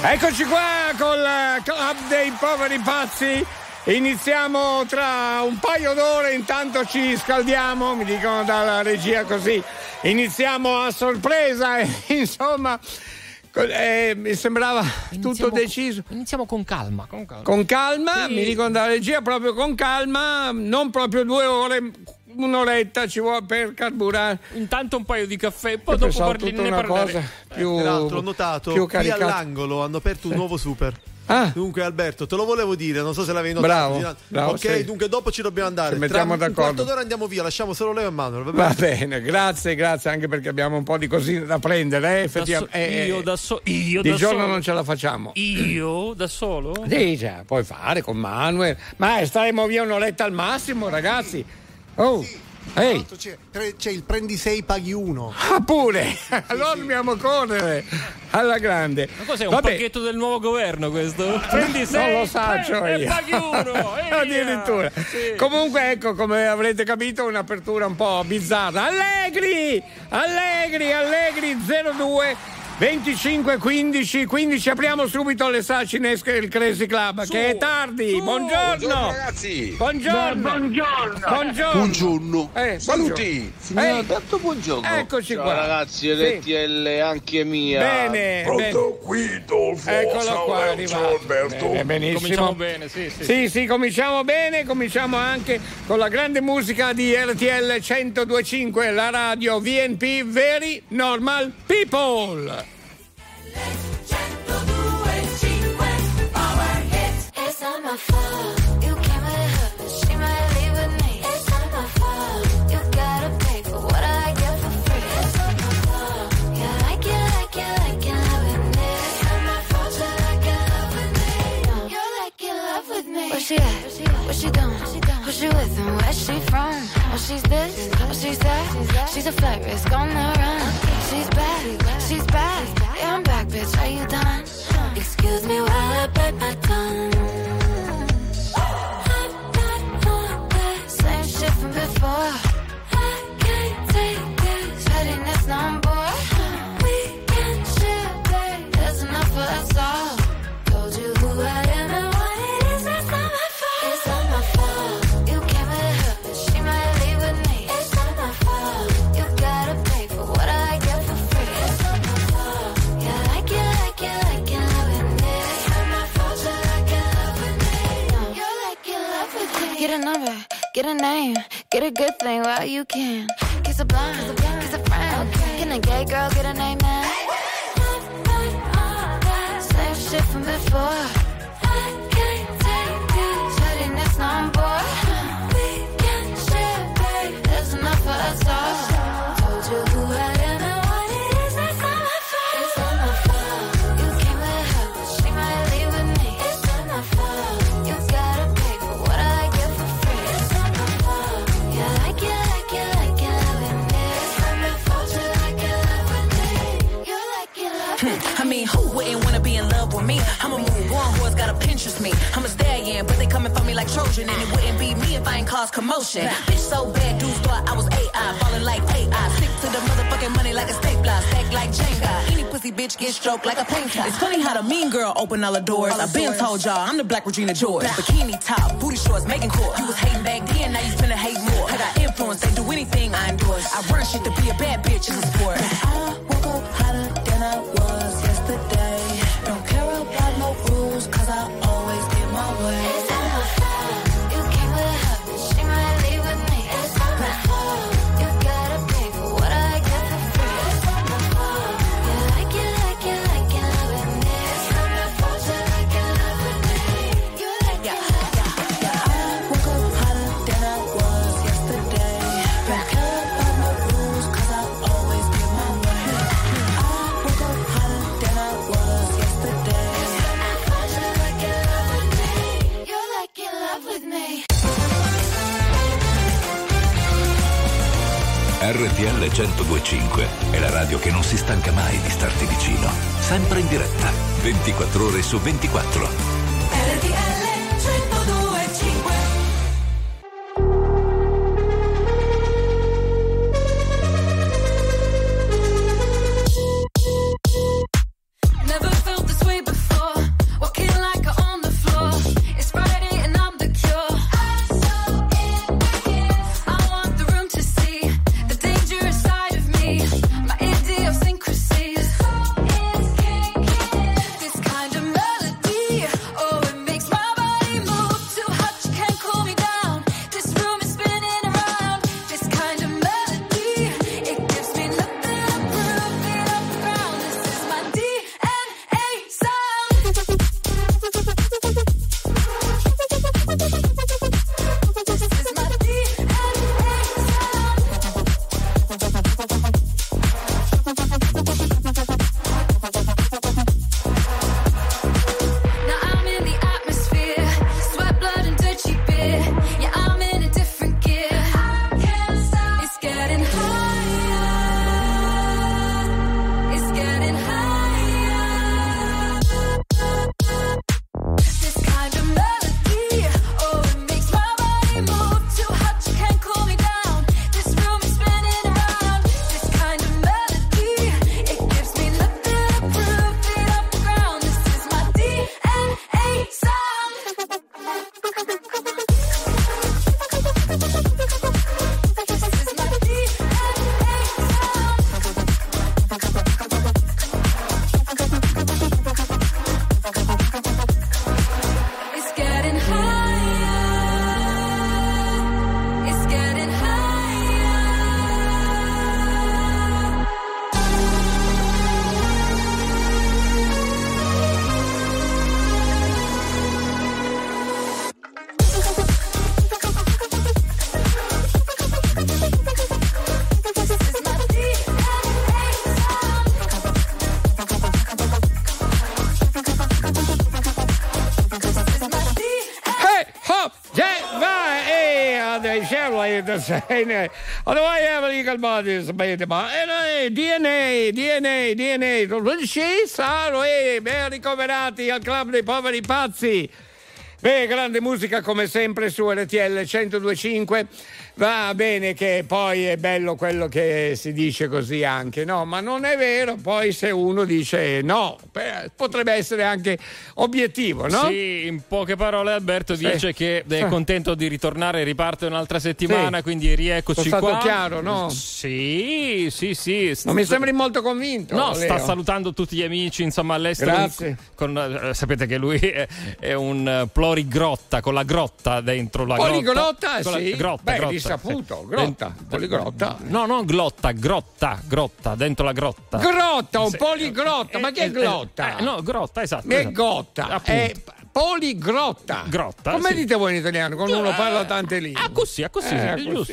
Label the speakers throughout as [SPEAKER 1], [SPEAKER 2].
[SPEAKER 1] Eccoci qua con il Club dei Poveri Pazzi. Iniziamo tra un paio d'ore, intanto ci scaldiamo, mi dicono dalla regia così. Iniziamo a sorpresa e insomma mi sembrava tutto deciso.
[SPEAKER 2] Iniziamo con calma.
[SPEAKER 1] Con calma,
[SPEAKER 2] sì.
[SPEAKER 1] Mi dicono dalla regia proprio con calma, non proprio 2 ore. Un'oretta ci vuole per carburare.
[SPEAKER 2] Intanto un paio di caffè, poi dopo ne
[SPEAKER 1] una cosa più.
[SPEAKER 3] Tra l'altro ho notato
[SPEAKER 1] più
[SPEAKER 3] qui all'angolo hanno aperto un nuovo super. Dunque Alberto, te lo volevo dire, non so se l'avevi notato.
[SPEAKER 1] Bravo,
[SPEAKER 3] ok,
[SPEAKER 1] sì.
[SPEAKER 3] Dunque dopo ci dobbiamo andare.
[SPEAKER 1] Ci mettiamo
[SPEAKER 3] Tra
[SPEAKER 1] d'accordo.
[SPEAKER 3] un quarto d'ora andiamo via, lasciamo solo Leo e Manuel.
[SPEAKER 1] Va bene, grazie, anche perché abbiamo un po' di cosine da prendere, effettivamente.
[SPEAKER 2] Io da
[SPEAKER 1] giorno
[SPEAKER 2] solo
[SPEAKER 1] non ce la facciamo.
[SPEAKER 2] Io da solo?
[SPEAKER 1] Sì, cioè, puoi fare con Manuel, ma staremo via un'oretta al massimo, ragazzi. Oh.
[SPEAKER 4] Sì.
[SPEAKER 1] Ehi.
[SPEAKER 4] C'è il prendi 6 paghi 1.
[SPEAKER 1] Ah, pure! Allora dobbiamo correre alla grande.
[SPEAKER 2] Ma cos'è, un pacchetto del nuovo governo questo? Prendi 6
[SPEAKER 1] non lo saccio io.
[SPEAKER 2] E paghi 1.
[SPEAKER 1] Addirittura. Sì. Comunque ecco, come avrete capito, un'apertura un po' bizzarra. Allegri 02 25 15 apriamo subito le Sacinesche del Crazy Club, che è tardi. Buongiorno
[SPEAKER 5] ragazzi.
[SPEAKER 1] Buongiorno.
[SPEAKER 5] Saluti.
[SPEAKER 1] Signor
[SPEAKER 5] Alberto, buongiorno.
[SPEAKER 1] Eccoci
[SPEAKER 5] Ciao
[SPEAKER 1] qua.
[SPEAKER 5] ragazzi, RTL anche mia.
[SPEAKER 1] Bene.
[SPEAKER 6] Pronto, Guidolfo.
[SPEAKER 1] Eccolo qua, è arrivato.
[SPEAKER 6] Alberto.
[SPEAKER 1] Benissimo.
[SPEAKER 2] Cominciamo bene,
[SPEAKER 1] Sì, cominciamo bene, cominciamo anche con la grande musica di RTL 102.5, la radio VNP Very Normal People.
[SPEAKER 7] It's not my fault. You came with her, but she might leave with me. It's not my fault. You gotta pay for what I get for free. It's not my fault. You like it love with me. It's not my fault. You like it love with me. You like it love with me. Where she at? What she doing? Who she with and where she from? Oh, she's this, oh, she's that. She's a flight risk on the run. She's back. Yeah, I'm back, bitch. Are you done? Excuse me while I bite my tongue. I'm not on that same shit from before. I can't take this pettiness no more. We can share, babe. There's enough for us all. Told you who I am and what it is. That's not my fault. It's not my fault. You came with her, but she might leave with me. It's not my fault. You gotta pay for what I get for free. It's not my fault. You like it love with me. It's not my fault. You like it love with me. You like it love with me. Get a number, get a name, get a good thing while you can. Kiss a blind, kiss a friend. Can a gay girl get a name now? Same shit from before. I can't take this pettiness no more. We can share, babe. There's enough for us all. Told you who I am and what it is. That's not my fault. It's not my fault. You came with her, but she might leave with me. It's not my fault. You gotta pay for what I get for free. It's not my fault. You like it love with me. It's not my fault. You like it love with me. You like it love with me.
[SPEAKER 8] I mean, who wouldn't wanna be in love with me? I'm a move on, who's gotta Pinterest me. I'm a stallion, but they coming for me like Trojan, and it wouldn't be me if I ain't caused commotion. Bitch so bad, dudes thought I was AI, falling like AI. Stick to the motherfucking money like a stapler, stack like Jenga. Any pussy bitch get stroked like a painter. It's funny how the mean girl open all the doors. I've been told y'all I'm the Black Regina George. Bikini top, booty shorts, making court. You was hating back then, now you finna hate more. I got influence, they do anything I endorse. I run shit to be a bad bitch in the sport. I woke up hotter than I was yesterday. Don't care about no rules, cause I always get my way.
[SPEAKER 7] It's not my fault. You came with her, but she might leave with me. It's not my fault. You gotta pay for what I get for free. It's not my fault. You like it love with me. It's not my fault. You like it love with me. You like it love with me.
[SPEAKER 8] I woke up hotter than I was yesterday. Don't care about no rules, cause I always get my way. I woke up hotter than I was yesterday.
[SPEAKER 7] It's not my fault. You like it love with me. You like it love with me.
[SPEAKER 9] RTL 102.5 è la radio che non si stanca mai di starti vicino. Sempre in diretta, 24 ore su 24.
[SPEAKER 7] RTL 102.5. Never felt this way before.
[SPEAKER 1] legal bodies, DNA, ben ricoverati al Club dei Poveri Pazzi. Beh, grande musica come sempre su RTL 102.5. Va bene che poi è bello quello che si dice così anche, no? Ma non è vero, poi se uno dice no, potrebbe essere anche obiettivo, no?
[SPEAKER 2] Sì, in poche parole Alberto dice che è contento di ritornare, riparte un'altra settimana, quindi rieccoci qua.
[SPEAKER 1] È stato chiaro, no?
[SPEAKER 2] Sì.
[SPEAKER 1] Non mi sembri molto convinto.
[SPEAKER 2] No,
[SPEAKER 1] Leo.
[SPEAKER 2] sta salutando tutti gli amici, insomma, all'estero.
[SPEAKER 1] Grazie.
[SPEAKER 2] Sapete che lui è un plorigrotta, con la grotta dentro la
[SPEAKER 1] poligrotta,
[SPEAKER 2] grotta.
[SPEAKER 1] sì.
[SPEAKER 2] Grotta.
[SPEAKER 1] Saputo, grotta, poligrotta.
[SPEAKER 2] No, non grotta, dentro la grotta.
[SPEAKER 1] Grotta, un poligrotta, ma che è glotta?
[SPEAKER 2] No, grotta, esatto.
[SPEAKER 1] È gotta, è poligrotta.
[SPEAKER 2] Grotta.
[SPEAKER 1] Come
[SPEAKER 2] sì.
[SPEAKER 1] dite voi in italiano, quando uno parla tante lingue?
[SPEAKER 2] Così, giusto.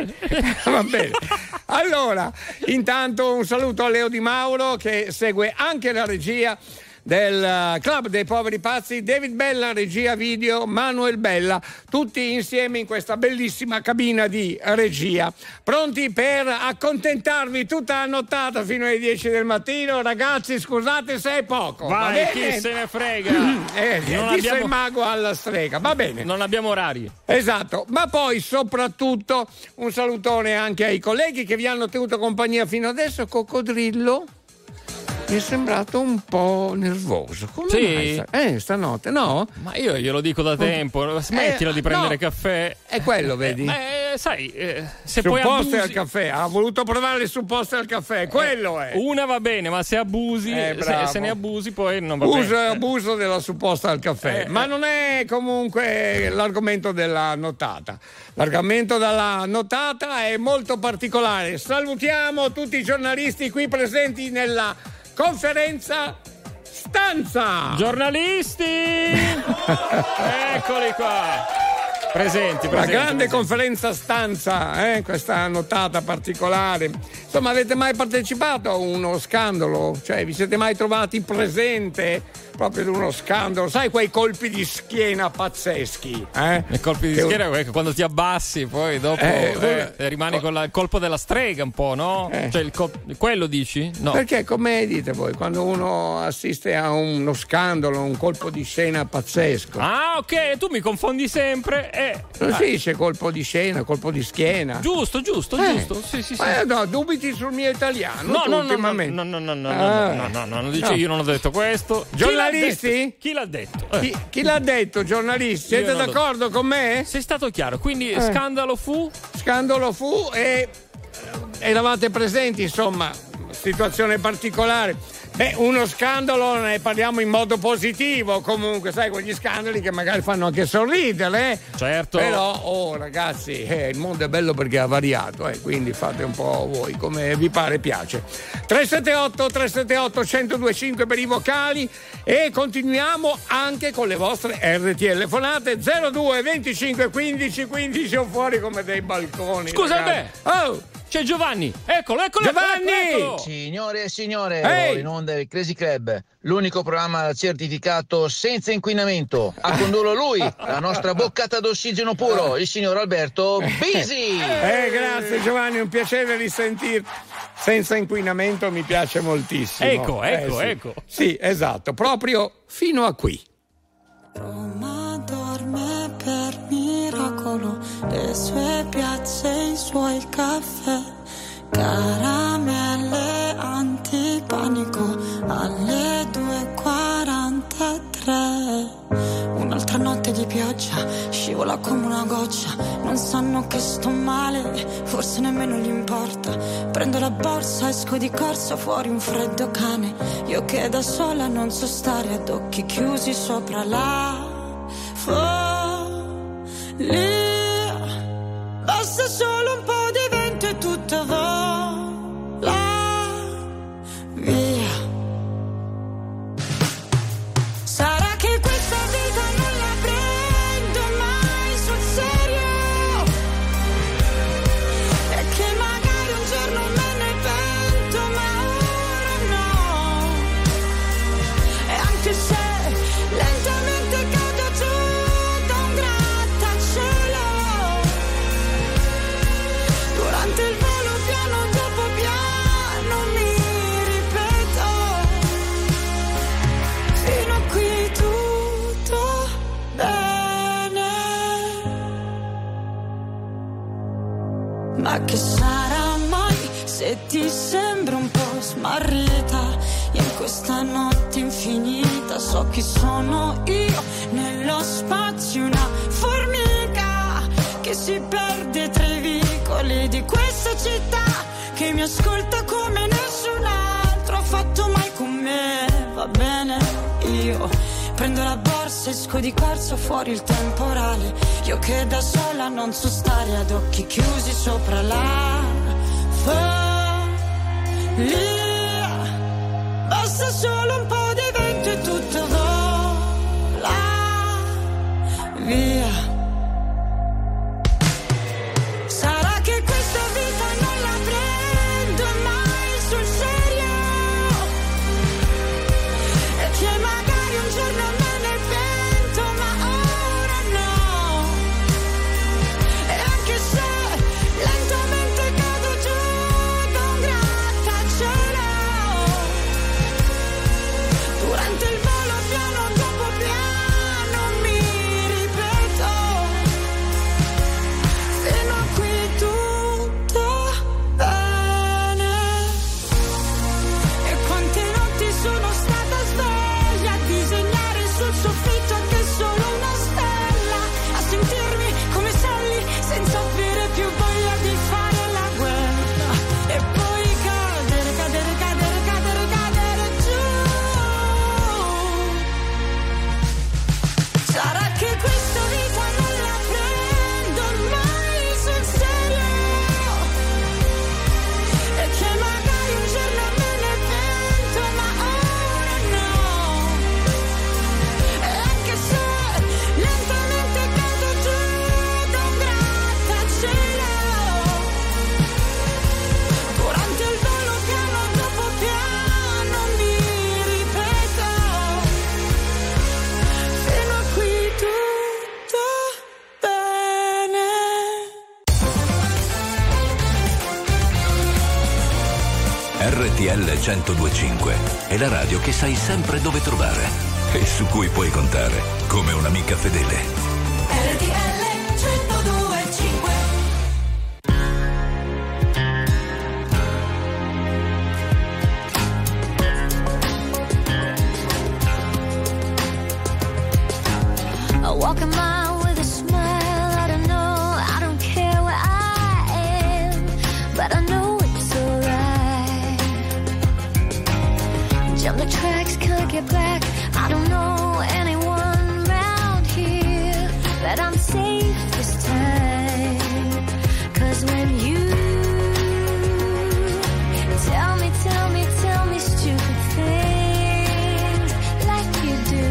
[SPEAKER 1] Va bene. Allora, intanto un saluto a Leo Di Mauro che segue anche la regia del Club dei Poveri Pazzi, David Bella, regia video, Manuel Bella, tutti insieme in questa bellissima cabina di regia, pronti per accontentarvi tutta la nottata fino alle 10 del mattino. Ragazzi, scusate se è poco.
[SPEAKER 2] Vai, chi se ne frega.
[SPEAKER 1] Disse il mago alla strega, va bene.
[SPEAKER 2] Non abbiamo orari.
[SPEAKER 1] Esatto, ma poi soprattutto un salutone anche ai colleghi che vi hanno tenuto compagnia fino adesso. Coccodrillo mi è sembrato un po' nervoso. Come mai? Stanotte, no?
[SPEAKER 2] Ma io glielo dico da tempo, smettila di prendere caffè.
[SPEAKER 1] È quello, vedi?
[SPEAKER 2] Sai, se
[SPEAKER 1] supposte
[SPEAKER 2] poi abusi...
[SPEAKER 1] al caffè, ha voluto provare le supposte al caffè, quello è.
[SPEAKER 2] Una va bene, ma se abusi, se ne abusi poi non va bene.
[SPEAKER 1] Abuso della supposta al caffè, ma non è comunque l'argomento della nottata. L'argomento della nottata è molto particolare. Salutiamo tutti i giornalisti qui presenti nella conferenza stanza.
[SPEAKER 2] Giornalisti! Eccoli qua. Presenti.
[SPEAKER 1] La grande conferenza stanza, questa nottata particolare. Insomma, avete mai partecipato a uno scandalo? Cioè, vi siete mai trovati presente proprio ad uno scandalo? Sai, quei colpi di schiena pazzeschi?
[SPEAKER 2] I colpi di schiena quando ti abbassi, poi dopo rimani con il colpo della strega un po', no? Cioè, quello dici? No.
[SPEAKER 1] Perché, come dite voi, quando uno assiste a uno scandalo, un colpo di scena pazzesco?
[SPEAKER 2] Ah, ok, tu mi confondi sempre.
[SPEAKER 1] Non si dice colpo di scena, colpo di schiena.
[SPEAKER 2] Giusto. Sì.
[SPEAKER 1] No, dubiti sul mio italiano.
[SPEAKER 2] No,
[SPEAKER 1] ultimamente.
[SPEAKER 2] Non dice io non ho detto questo.
[SPEAKER 1] Giornalisti?
[SPEAKER 2] Chi l'ha detto?
[SPEAKER 1] Chi l'ha detto, giornalisti? Siete d'accordo con me?
[SPEAKER 2] Sei stato chiaro, quindi scandalo fu?
[SPEAKER 1] Scandalo fu e eravate presenti, insomma, situazione particolare. Uno scandalo, ne parliamo in modo positivo, comunque, sai, quegli scandali che magari fanno anche sorridere,
[SPEAKER 2] Certo.
[SPEAKER 1] Però, ragazzi, il mondo è bello perché ha variato, quindi fate un po' voi come vi pare piace. 378-1025 per i vocali e continuiamo anche con le vostre RTL telefonate 02 25 15 15 o fuori come dei balconi.
[SPEAKER 2] Scusa, c'è Giovanni, eccolo.
[SPEAKER 1] Giovanni!
[SPEAKER 10] Signore e signore, in onda il Crazy Club, l'unico programma certificato senza inquinamento. A condurlo lui, la nostra boccata d'ossigeno puro, il signor Alberto Bisi.
[SPEAKER 1] Grazie Giovanni, un piacere risentirti. Senza inquinamento mi piace moltissimo.
[SPEAKER 2] Ecco.
[SPEAKER 1] Sì, esatto, proprio fino a qui.
[SPEAKER 7] Roma dorme per miracolo, le sue piazze, i suoi caffè, caramelle antipanico alle 2:43. Un'altra notte di pioggia, scivola come una goccia, non sanno che sto male, forse nemmeno gli importa. Prendo la borsa, esco di corsa, fuori un freddo cane, io che da sola non so stare ad occhi chiusi sopra la follia. Basta solo un po' di vento e tutto vola via. Sarà che questa vita non la prendo mai sul serio, e che magari un giorno me ne pento, ma ora no. E anche se lentamente cado giù da un grattacielo,
[SPEAKER 11] Che sarà mai se ti sembra un po' smarrita in questa notte infinita? So chi sono io nello spazio, una formica che si perde tra i vicoli di questa città, che mi ascolta come nessun altro ha fatto mai con me. Va bene, io prendo la borsa, esco di corsa, fuori il temporale. Io che da sola non so stare, ad occhi chiusi sopra la follia. Basta solo un po' di vento e tutto vola via. Sarà che questa vita non la prendo mai sul serio, e che magari un giorno me ne pento, ma ora no. E anche se lentamente cado giù da un grattacielo, durante il volo piano dopo piano mi ripeto, fino a qui tutto bene. E quante notti sono stata sveglia a disegnare sul soffitto anche solo una stella, a sentirmi come Sally senza avere più voglia di fare la guerra, e poi cadere, cadere, cadere, cadere, cadere giù. Sarà che questa vita non la prendo mai sul serio, e che magari un giorno me ne pento, ma ora no. E anche se lentamente cado giù da un grattacielo, durante il volo piano dopo piano mi ripeto, fino a qui tutto bene.
[SPEAKER 9] RTL 1025 è la radio che sai sempre dove trovare e su cui puoi contare come un'amica fedele.
[SPEAKER 11] RTL 1025.
[SPEAKER 7] I walk a mile with a smile. I don't know, I don't care where I am, but I know it's alright. Jump the tracks, can't get back. I don't know anyone around here, but I'm safe this time. 'Cause when you tell me, tell me, tell me stupid things like you do,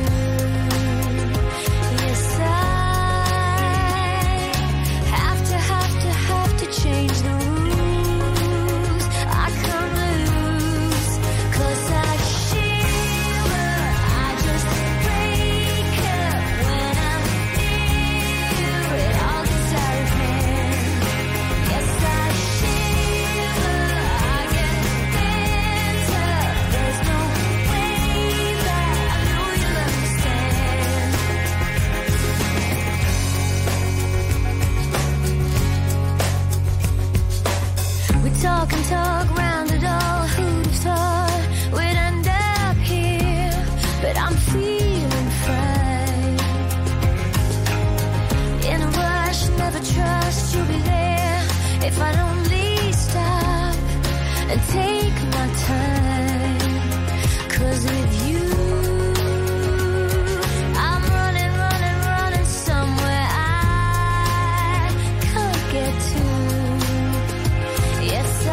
[SPEAKER 7] yes, I have to change the rules. I can't lose, 'cause I shiver, I just break up when I'm near it, all gets out of hand. Yes, I shiver, I get better, there's no way that I know you'll understand. We talk and talk round it all, who'd have thought we'd end up here, but I'm feeling fine. In a rush, never trust you'll be there if I'd only stop and take my time. 'Cause with you I'm running, running, running somewhere I can't get to. Yes, I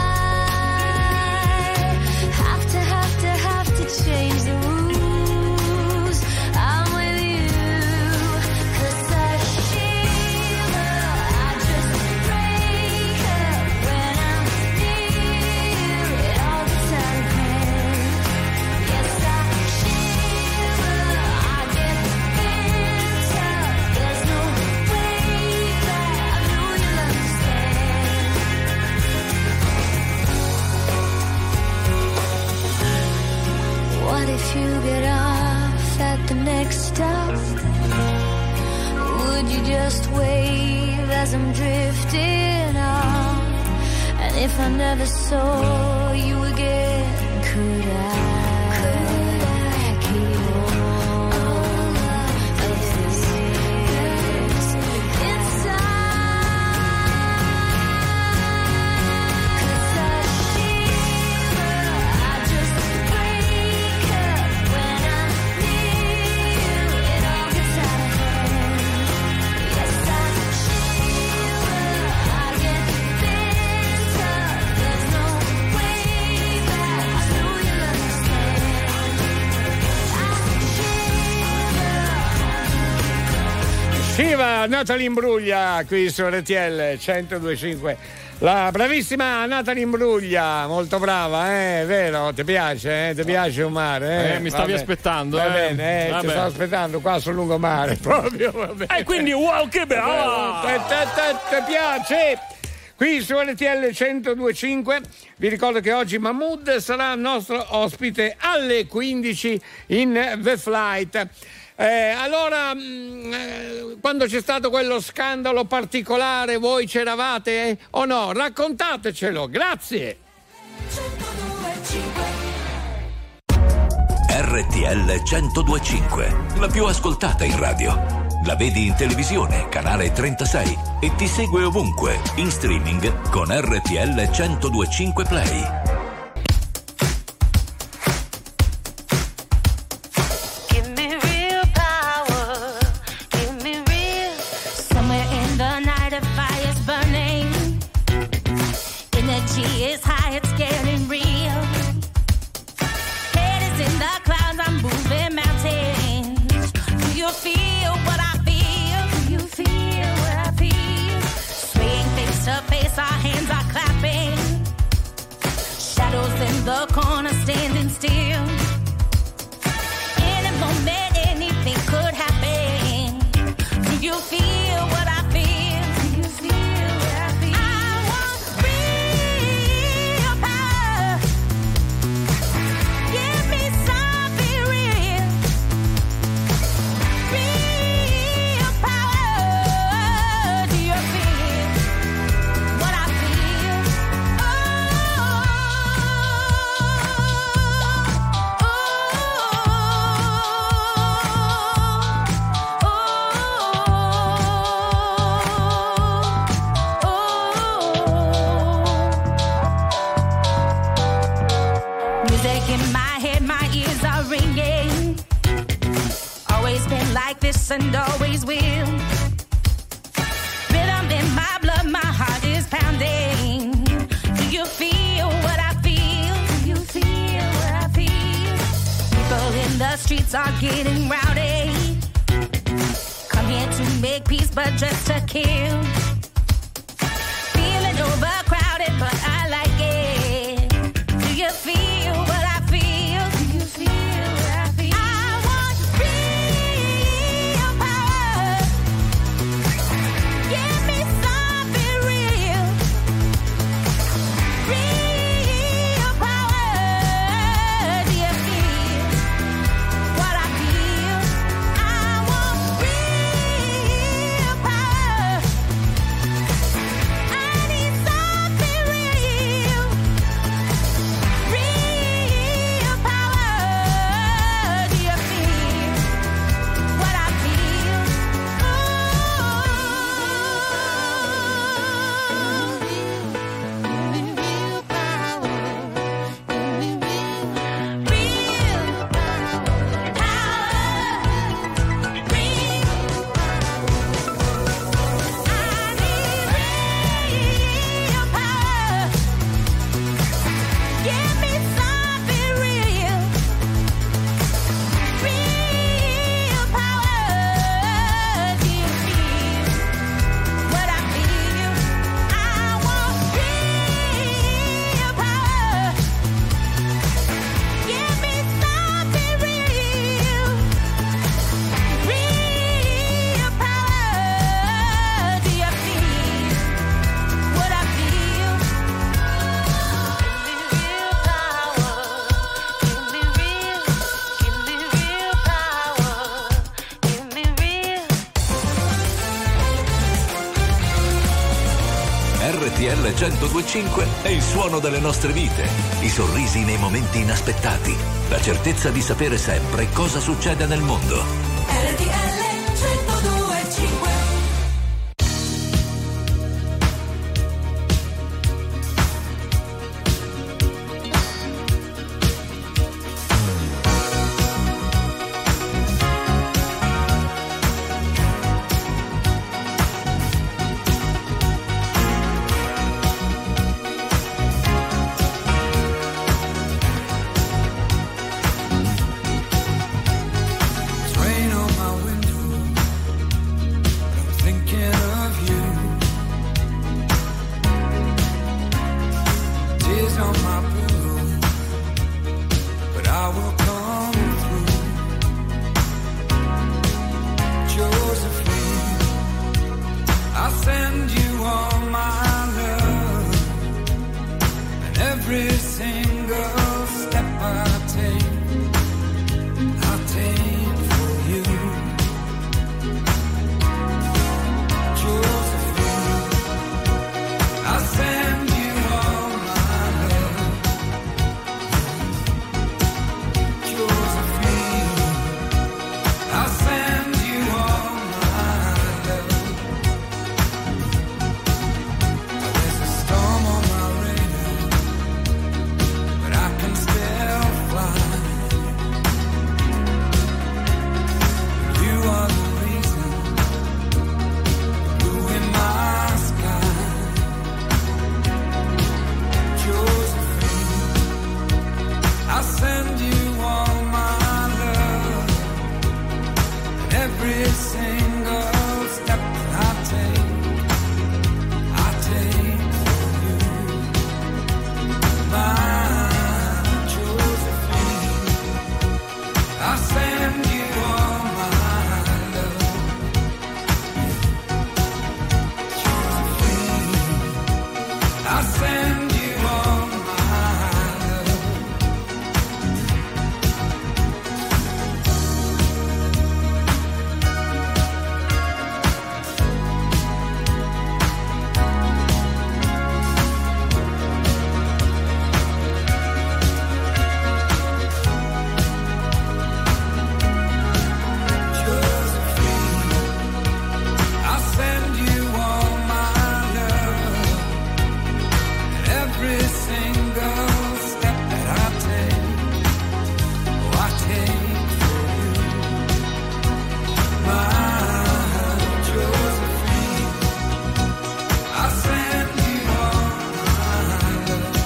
[SPEAKER 7] have to change the rules. I'm with you, 'cause I shiver, I just break up when I'm near it, all gets out of hand. Yes, I shiver, I get better, there's no way that I know you'll understand. What if you get off at the next stop? Would you just wave as I'm drifting off? if I never saw you again, could I keep all of this inside? 'Cause I shiver, I just break up when I'm near you. It all gets out of hand. Yes, I shiver, I get this up. There's no way back. I know you'll understand.
[SPEAKER 1] Shiva, Natalie Imbruglia qui su RTL 102.5. La bravissima Natalie Imbruglia, molto brava, vero? Ti piace? Ti piace un mare?
[SPEAKER 2] Mi stavi aspettando,
[SPEAKER 1] Va bene, ti stavo aspettando qua sul lungomare proprio.
[SPEAKER 2] E quindi wow, che brava!
[SPEAKER 1] Ti piace? Qui su RTL 102.5 vi ricordo che oggi Mahmood sarà il nostro ospite alle 15 in The Flight. Allora, quando c'è stato quello scandalo particolare, voi c'eravate o no? Raccontatecelo, grazie.
[SPEAKER 9] RTL 102.5, la più ascoltata in radio. La vedi in televisione, canale 36, e ti segue ovunque, in streaming con RTL 102.5 Play.
[SPEAKER 7] Is high, it's getting real. Head is in the clouds, I'm moving mountains. Do you feel what I feel? Do you feel what I feel? Swaying face to face, our hands are clapping. Shadows in the corner, standing still. In a moment, anything could happen. Do you feel what I feel? Do you feel what I feel? I want real power. Give me something real. Real power. Do you feel what I feel? Music in my head, my ears are ringing. Always been like this and always will. Rhythm in my blood, my heart is pounding. Do you feel what I feel? Do you feel what I feel? People in the streets are getting rowdy. Come here to make peace, but just to kill. Feeling overcrowded, but I like it. Do you feel what I feel? Do you feel what I feel? I want real power. Give me something real. Real power. Do you feel what I feel? I want real power.
[SPEAKER 9] 1025 è il suono delle nostre vite, i sorrisi nei momenti inaspettati, la certezza di sapere sempre cosa succede nel mondo.
[SPEAKER 7] RTL 102.5.
[SPEAKER 12] Rain on my window, I'm thinking of you. Tears on my pillow, but I will come through. Josephine, I'll send you all my love, and every single step I take, I'll take for you. Josephine, I'll send you all my love. Josephine, I'll send you all my love. There's a storm on my radar, but I can still fly. You are the reason, blue in my sky. Josephine, I'll send you all my love, and every single step I take for you. My Josephine, I'll send you all my love. Josephine, I'll send you all my love. Josephine, I'll send you all my love, and every single step that I take, oh, I take for you. My Josephine, I'll send you all my love.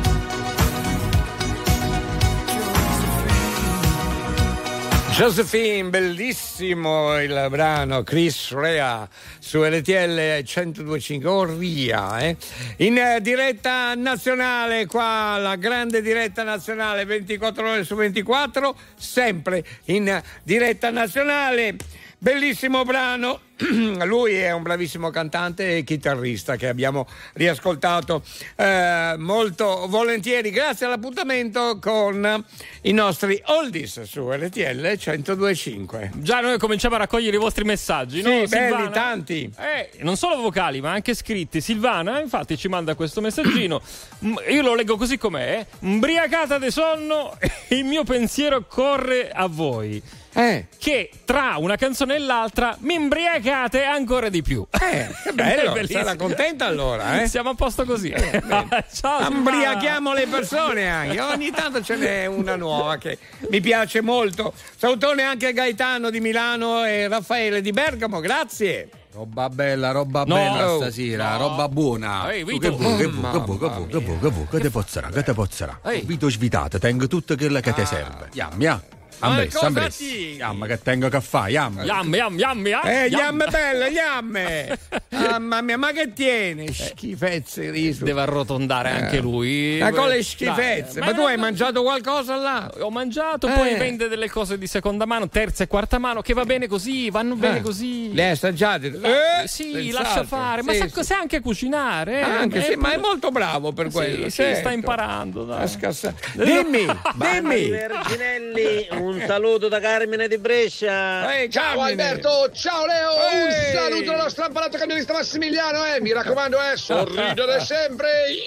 [SPEAKER 1] Josephine, bellissimo il brano, Chris Rea su RTL 102.5, Ria, in diretta nazionale qua, la grande diretta nazionale 24 ore su 24, sempre in diretta nazionale. Bellissimo brano, lui è un bravissimo cantante e chitarrista che abbiamo riascoltato molto volentieri grazie all'appuntamento con i nostri oldies su RTL 102.5.
[SPEAKER 2] Già noi cominciamo a raccogliere i vostri messaggi,
[SPEAKER 1] sì,
[SPEAKER 2] no?
[SPEAKER 1] belli,
[SPEAKER 2] Silvana?
[SPEAKER 1] tanti.
[SPEAKER 2] Non solo vocali ma anche scritti. Silvana infatti ci manda questo messaggino, io lo leggo così com'è: imbriacata di sonno, il mio pensiero corre a voi. Che tra una canzone e l'altra mi imbriacate ancora di più.
[SPEAKER 1] Che bello, sarà contenta allora,
[SPEAKER 2] Siamo a posto così. Ciao,
[SPEAKER 1] imbriachiamo le persone anche. Ogni tanto ce n'è una nuova che mi piace molto. Salutone anche a Gaetano di Milano e Raffaele di Bergamo, grazie.
[SPEAKER 13] Roba bella stasera, roba buona. Che te pozzerà? Vito svitato, tengo tutto quello che ti serve. Yam. Yam, che tengo caffè, yam.
[SPEAKER 1] Yam belle, yam. Mamma mia, ma che tiene? Schifezze riso.
[SPEAKER 2] Deve arrotondare anche lui.
[SPEAKER 1] Ma con le schifezze. Ma tu hai mangiato qualcosa là?
[SPEAKER 2] Ho mangiato, poi vende delle cose di seconda mano, terza e quarta mano, che va bene così, vanno bene così.
[SPEAKER 1] Le hai assaggiate?
[SPEAKER 2] Sì, lascia fare. Ma sa anche cucinare.
[SPEAKER 1] Anche sì, ma è molto bravo per quello.
[SPEAKER 2] Sì, sta imparando.
[SPEAKER 1] Dimmi.
[SPEAKER 14] Verginelli, Un saluto da Carmine di Brescia.
[SPEAKER 15] Ciao Alberto, ciao Leo, un saluto dallo strampalato camionista Massimiliano, mi raccomando, sorridere sempre.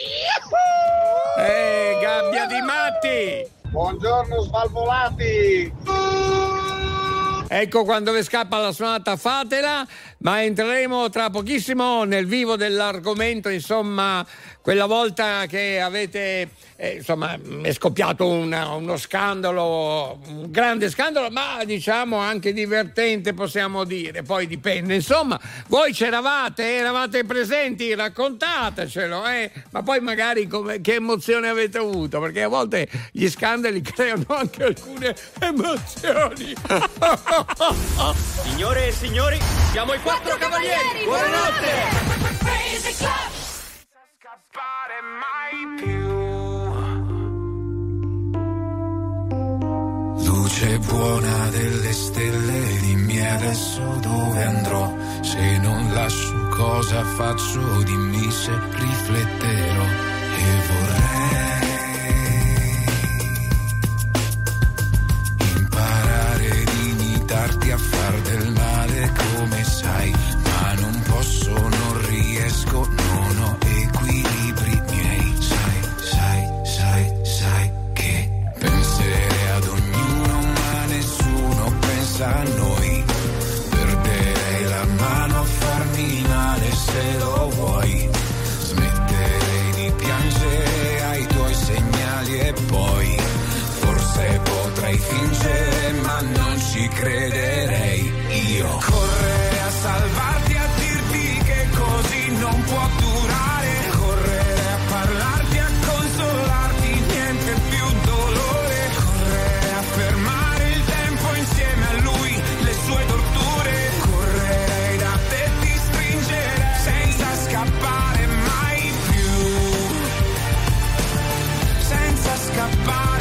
[SPEAKER 1] Gabbia di matti.
[SPEAKER 15] Buongiorno svalvolati.
[SPEAKER 1] Ecco, quando vi scappa la suonata fatela, ma entreremo tra pochissimo nel vivo dell'argomento, insomma, quella volta che avete, insomma, è scoppiato uno scandalo, un grande scandalo, ma diciamo anche divertente, possiamo dire, poi dipende, insomma, voi eravate presenti, raccontatecelo, ma poi magari che emozione avete avuto, perché a volte gli scandali creano anche alcune emozioni.
[SPEAKER 16] Signore e signori, siamo i quattro cavalieri. Buonanotte.
[SPEAKER 12] Scappare mai più. Luce buona delle stelle, dimmi adesso dove andrò. Se non lascio cosa faccio, dimmi se rifletterò. E vorrei a far del male come sai, ma non posso, non riesco, non ho equilibri miei. Sai che penserei ad ognuno, ma nessuno pensa a noi. Perderei la mano a farmi male se lo vuoi. Smetterei di piangere ai tuoi segnali e poi forse potrei fingere, ma non ci crederei. Io correre a salvarti, a dirti che così non può durare. Correre a parlarti, a consolarti, niente più dolore. Correre a fermare il tempo insieme a lui, le sue torture. Correrei da te, ti stringerei senza scappare mai più. Senza scappare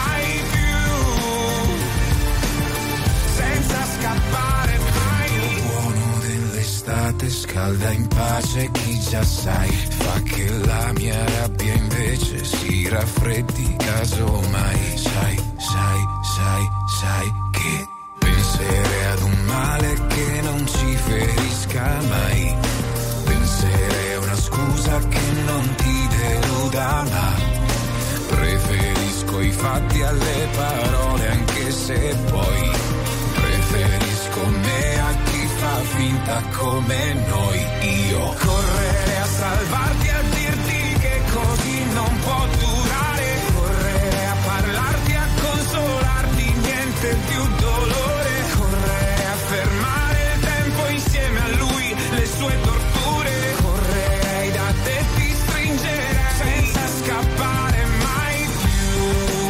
[SPEAKER 12] scalda in pace chi già sai, fa che la mia rabbia invece si raffreddi casomai. Sai che penserei ad un male che non ci ferisca mai. Penserei a una scusa che non ti deluda, ma preferisco i fatti alle parole, anche se poi preferisco me a chi fa finta come noi. Io correre a salvarti, a dirti che così non può durare. Correre a parlarti, a consolarti, niente più dolore. Correre a fermare il tempo insieme a lui, le sue torture. Correrei da te, ti stringerei senza scappare mai più.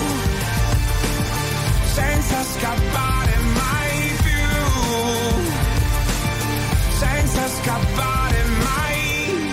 [SPEAKER 12] Senza scappare mai più. Senza scappare mai.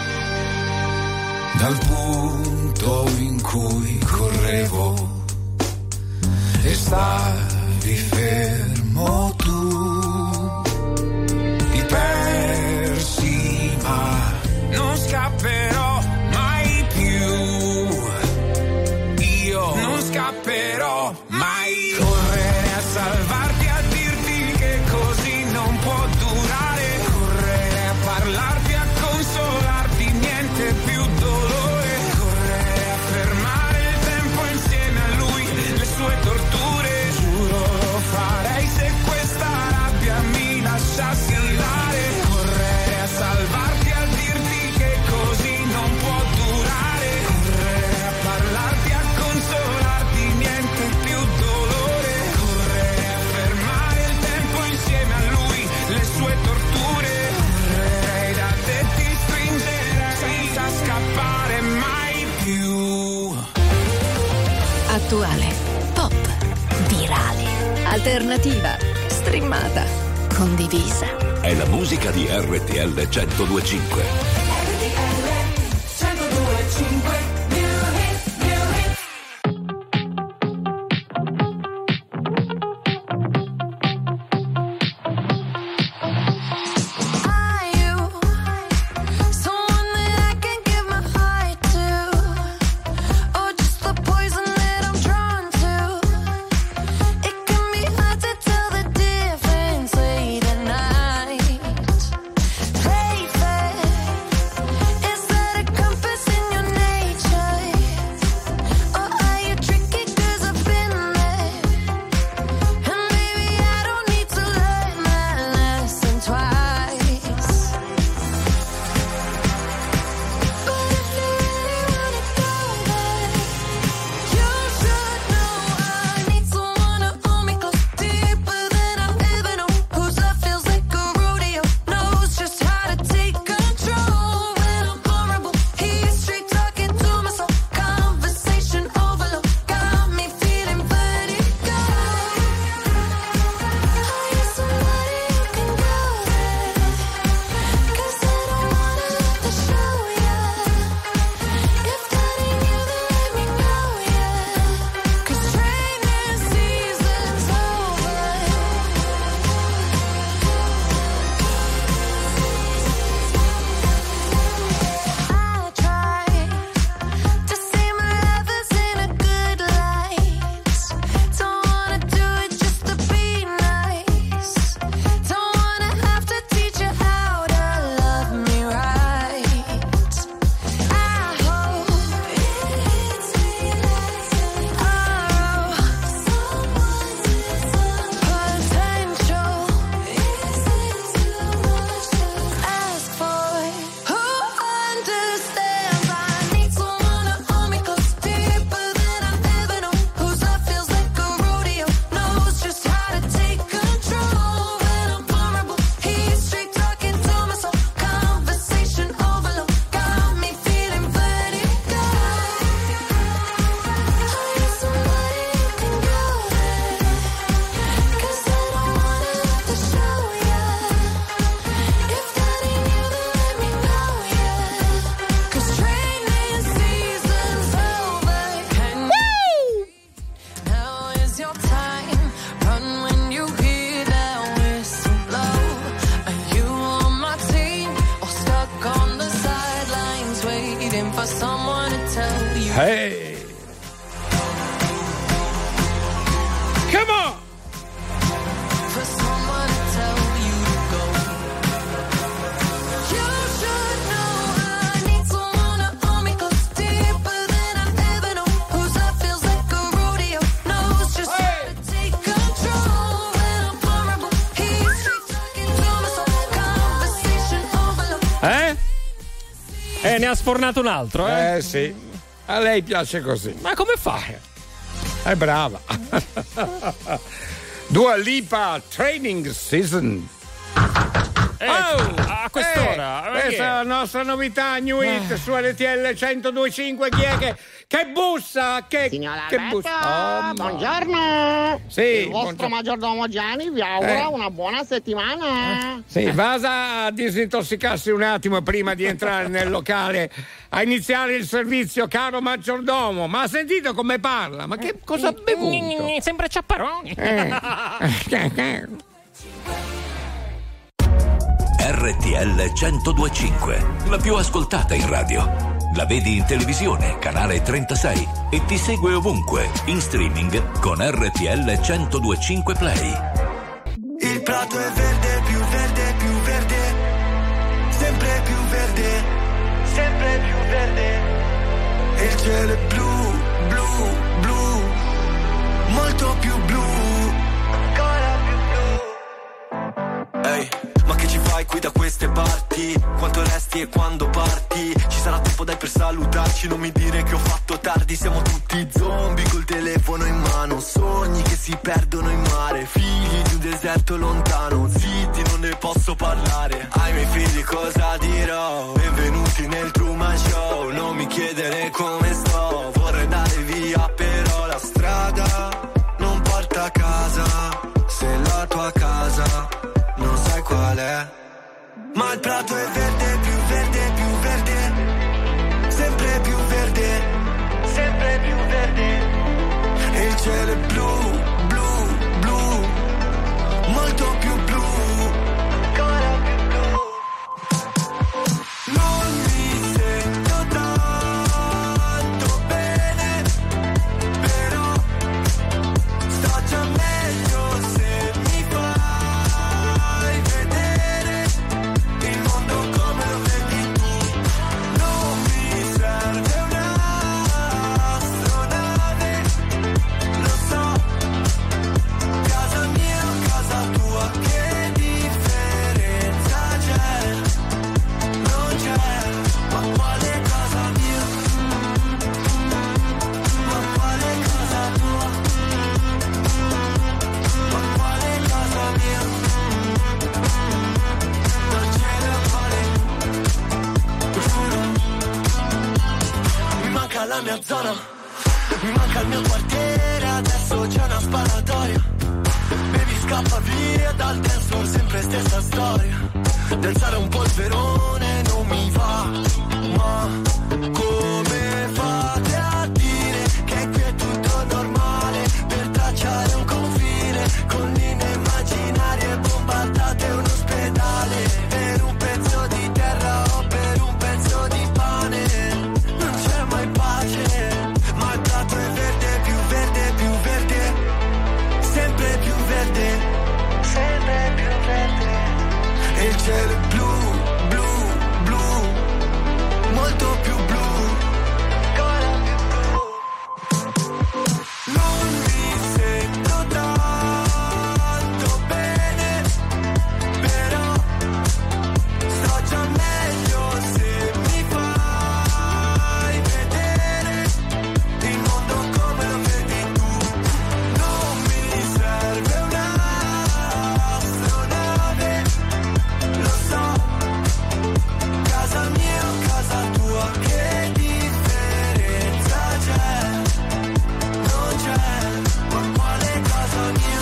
[SPEAKER 12] Dal punto in cui correvo e stavi fermo tu, ti persi, ma non scapperò mai più. Io non scapperò mai. Correre a salvarti, a dirti che così non può durare. Correre a parlarti, a consolarti, niente più dolore. Correre a fermare il tempo insieme a lui, le sue torture. Giuro lo farei se questa rabbia mi lasciassi andare. Correre a salvarti, a dirti che così non può durare. Correre a parlarti, a consolarti, niente più dolore. Correre a fermare il tempo insieme a lui, le sue torture. Correrei da te, ti stringerei senza scappare mai più.
[SPEAKER 17] Attuale, pop, virale, alternativa, streamata, condivisa.
[SPEAKER 9] È la musica di RTL 102.5.
[SPEAKER 7] It
[SPEAKER 1] Hey. Come on.
[SPEAKER 2] Ne ha sfornato un altro, eh?
[SPEAKER 1] Sì. A lei piace così.
[SPEAKER 2] Ma come fa?
[SPEAKER 1] È brava. Dua Lipa, Training Season.
[SPEAKER 2] A quest'ora.
[SPEAKER 1] Questa è la nostra novità, New Hit su RTL 102.5. Chi è che bussa?
[SPEAKER 18] Signora
[SPEAKER 1] che
[SPEAKER 18] Alberto,
[SPEAKER 1] bussa?
[SPEAKER 18] buongiorno.
[SPEAKER 1] Sì,
[SPEAKER 18] il vostro maggiordomo Gianni vi augura una buona settimana.
[SPEAKER 1] Sì, vada a disintossicarsi un attimo prima di entrare nel locale a iniziare il servizio, caro maggiordomo. Ma ha sentito come parla? Ma che cosa ha bevuto?
[SPEAKER 2] Sembra Ciapparoni.
[SPEAKER 9] RTL 102.5, la più ascoltata in radio. La vedi in televisione, canale 36 e ti segue ovunque, in streaming con RTL 102.5 Play.
[SPEAKER 12] Il prato è verde, più verde, più verde, sempre più verde, sempre più verde. E il cielo è blu, blu, blu, molto più blu, ancora più blu. Ehi, ma che ci fai qui da queste parti? Quanto resti e quando parti? Ci sarà tempo dai per salutarci, non mi dire che ho fatto tardi. Siamo tutti zombie col telefono in mano, sogni che si perdono in mare, figli di un deserto lontano, zitti non ne posso parlare. Ai miei figli cosa dirò? Benvenuti nel Truman Show, non mi chiedere come sto, vorrei andare via però la strada non porta a casa, se la tua casa non sai qual è. Ma il prato è verde, più verde, più verde, sempre più verde, sempre più verde. E il cielo è blu, blu, blu, molto più blu, ancora più blu. Non mi sento tanto bene, però sto già meglio se mi fai vedere il mondo come lo vedi tu. Non mi serve un'astronave, lo so, casa mia o casa tua, che differenza c'è? Non c'è, ma quale casa mia? Ma quale casa tua? Ma quale casa mia? Non ce ne fare, giuro. Mi manca la mia zona, mi manca il mio quartiere, adesso c'è una sparatoria. Baby scappa via dal dance floor, sempre stessa storia. Danzare un polverone non mi va, ma come fate a dire che qui è tutto normale? Per tracciare un confine con linee immaginarie, bombardate un ospedale per un pezzo di terra o per un pezzo di pane. Non c'è mai pace, ma il prato è verde, più verde, più verde, sempre più verde, sempre più verde. E il cielo è blu, blu, blu, molto più blu, ancora più blu. Non mi sento tanto bene, però sto già meglio se mi fai vedere il mondo come lo vedi tu. Non mi serve un'astronave, lo so, casa mia o casa tua, che differenza c'è? Non c'è, ma quale casa mia?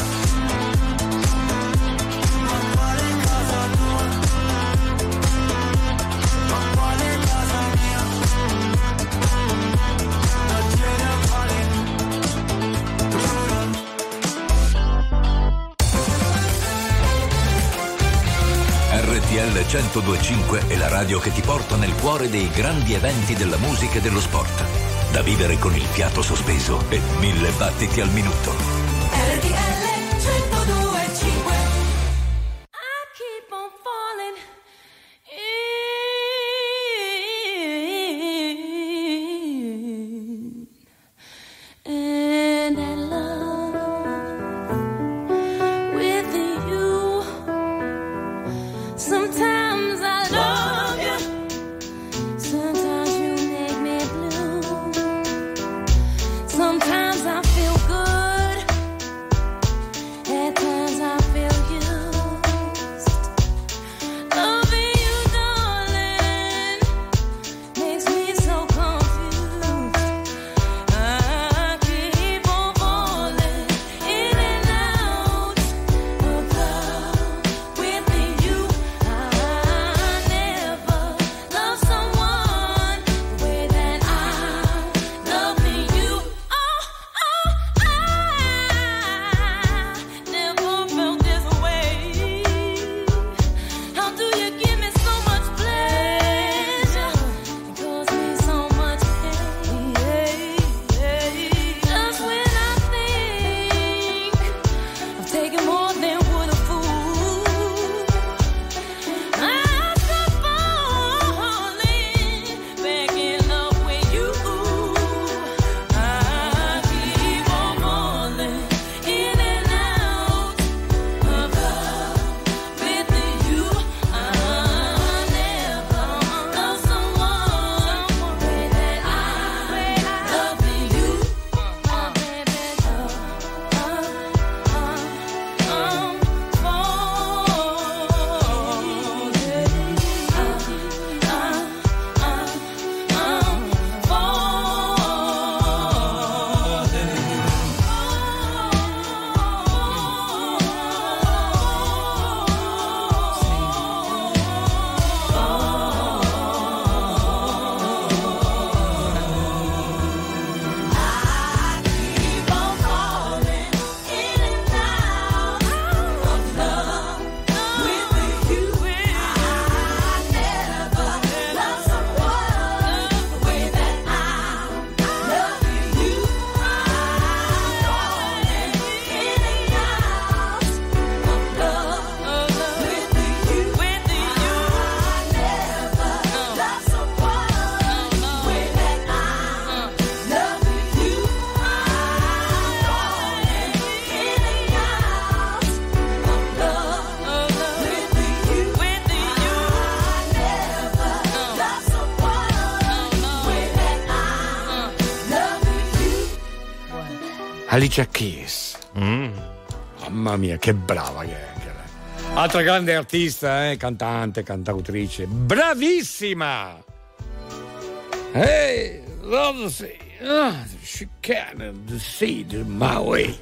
[SPEAKER 12] Ma quale casa tua? Ma quale casa mia? Non ce ne fare, giuro.
[SPEAKER 9] RTL 102.5 è la radio che ti porta nel cuore dei grandi eventi della musica e dello sport. da vivere con il fiato sospeso e 1000 battiti al minuto.
[SPEAKER 11] RTL 102.5. I keep on falling in and I love with you. Sometimes I love you, sometimes you make me blue. Sometimes I feel good, at times I feel used. Loving you, darling, makes me so confused. I keep on falling in and out of love with you. I never loved someone the way that I'm loving you. I never felt this way. How do you give me so much pleasure and cause me so much pain? Just when I think I've taken more than would a fool, I start falling back in love with you. I keep on falling in and out of love with you. I never loved someone the way that I love you. Oh, baby,
[SPEAKER 1] Alicia Keys. Mamma mia, che brava che è anche lei. Altra grande artista, cantante, cantautrice. Bravissima! Hey, love see. She can't see my way.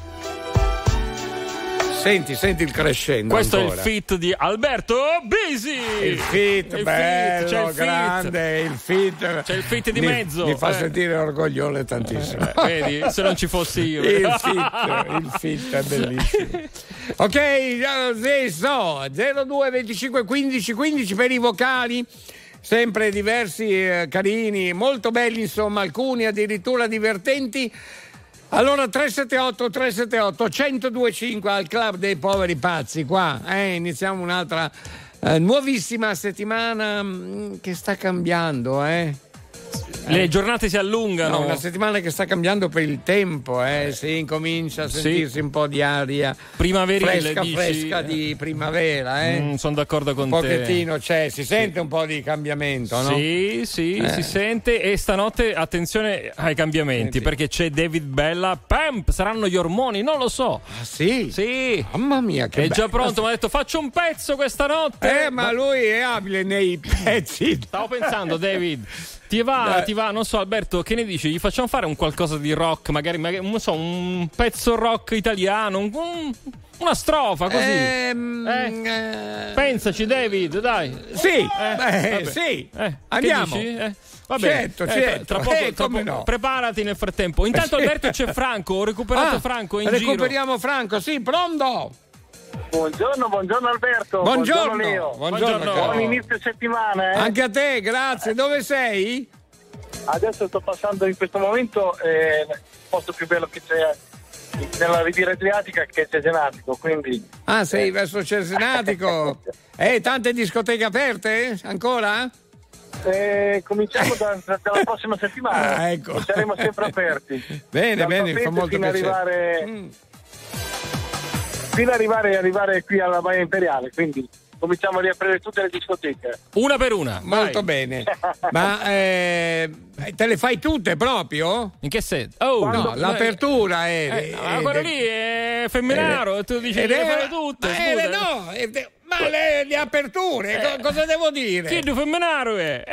[SPEAKER 1] Senti il crescendo.
[SPEAKER 2] Questo
[SPEAKER 1] ancora.
[SPEAKER 2] È il feat di Alberto Bisi.
[SPEAKER 1] Il feat, bello,
[SPEAKER 2] c'è il
[SPEAKER 1] grande, il feat.
[SPEAKER 2] C'è il feat di mezzo.
[SPEAKER 1] Mi fa sentire orgoglione tantissimo.
[SPEAKER 2] Vedi, se non ci fossi io.
[SPEAKER 1] Il feat è bellissimo. Ok, adesso 02 25 15 15 per i vocali. Sempre diversi, carini, molto belli, insomma, alcuni addirittura divertenti. Allora 378 1025 al Club dei Poveri Pazzi, qua iniziamo un'altra nuovissima settimana che sta cambiando,
[SPEAKER 2] Le giornate si allungano.
[SPEAKER 1] No, una settimana che sta cambiando per il tempo, si incomincia a sentirsi un po' di aria
[SPEAKER 2] primaverile,
[SPEAKER 1] fresca di primavera,
[SPEAKER 2] sono d'accordo con
[SPEAKER 1] te. Un pochettino si sente un po' di cambiamento, no?
[SPEAKER 2] Sì, si sente, e stanotte attenzione ai cambiamenti, perché c'è David Bella, Pamp, saranno gli ormoni, non lo so.
[SPEAKER 1] Ah, sì?
[SPEAKER 2] Sì.
[SPEAKER 1] Mamma mia, che
[SPEAKER 2] è già pronto, mi ha detto faccio un pezzo questa notte.
[SPEAKER 1] Ma lui è abile nei pezzi.
[SPEAKER 2] Stavo pensando, David. Ti va, non so, Alberto, che ne dici? Gli facciamo fare un qualcosa di rock, magari non so, un pezzo rock italiano, una strofa così. Pensaci, David, dai.
[SPEAKER 1] Sì, sì. Andiamo.
[SPEAKER 2] Vabbè,
[SPEAKER 1] certo.
[SPEAKER 2] Tra poco no. Preparati nel frattempo. Intanto, Alberto, c'è Franco. Ho recuperato Franco in giro.
[SPEAKER 1] Recuperiamo Franco, sì, pronto?
[SPEAKER 19] Buongiorno Alberto.
[SPEAKER 1] Buongiorno Leo.
[SPEAKER 19] Buon inizio settimana.
[SPEAKER 1] Anche a te, grazie. Dove sei?
[SPEAKER 19] Adesso sto passando in questo momento il posto più bello che c'è nella Riviera Adriatica, che è Cesenatico, quindi...
[SPEAKER 1] Ah, sei verso Cesenatico. Tante discoteche aperte ancora?
[SPEAKER 19] Cominciamo dalla prossima settimana.
[SPEAKER 1] Ecco.
[SPEAKER 19] Saremo sempre aperti.
[SPEAKER 1] Bene, fa molto
[SPEAKER 19] fino
[SPEAKER 1] piacere.
[SPEAKER 19] Fino ad arrivare qui alla Baia Imperiale, quindi cominciamo a riaprire tutte le discoteche.
[SPEAKER 2] Una per una.
[SPEAKER 1] Molto bene. Ma te le fai tutte proprio?
[SPEAKER 2] In che senso?
[SPEAKER 1] No, l'apertura
[SPEAKER 2] quello lì è femminaro, tu dici che le fai tutte.
[SPEAKER 1] Ma le aperture, cosa devo dire?
[SPEAKER 2] Chi è femminaro è?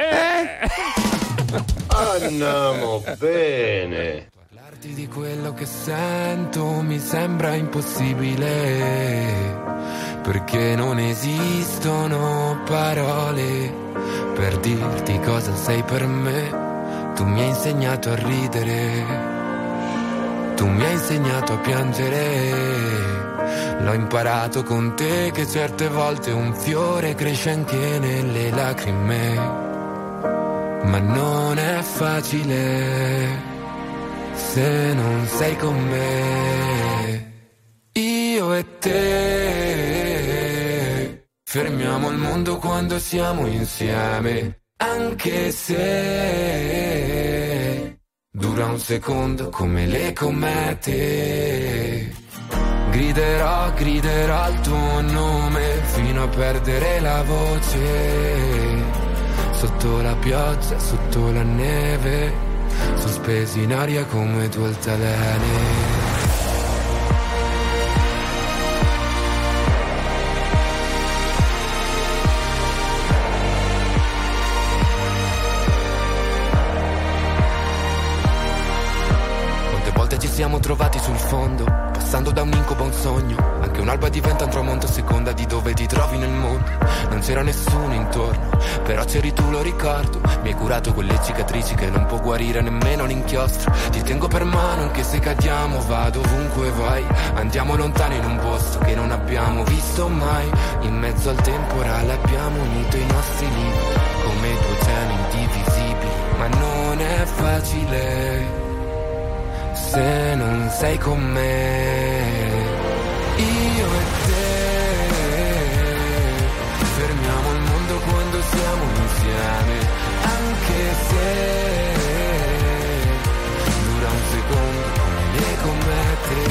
[SPEAKER 5] Andiamo bene.
[SPEAKER 12] Parlarti di quello che sento mi sembra impossibile, perché non esistono parole per dirti cosa sei per me. Tu mi hai insegnato a ridere, tu mi hai insegnato a piangere. L'ho imparato con te che certe volte un fiore cresce anche nelle lacrime, ma non è facile se non sei con me. Io e te fermiamo il mondo quando siamo insieme, anche se dura un secondo come le comete. Griderò il tuo nome fino a perdere la voce, sotto la pioggia, sotto la neve, sospesi in aria come due altalene. Ci siamo trovati sul fondo, passando da un incubo a un sogno. Anche un'alba diventa un tramonto a seconda di dove ti trovi nel mondo. Non c'era nessuno intorno, però c'eri tu, lo ricordo. Mi hai curato quelle cicatrici che non può guarire nemmeno l'inchiostro. Ti tengo per mano anche se cadiamo, vado ovunque vai. Andiamo lontano in un posto che non abbiamo visto mai. In mezzo al temporale abbiamo unito i nostri libri come due oceani indivisibili. Ma non è facile se non sei con me. Io e te fermiamo il mondo quando siamo insieme, anche se dura un secondo come le comete.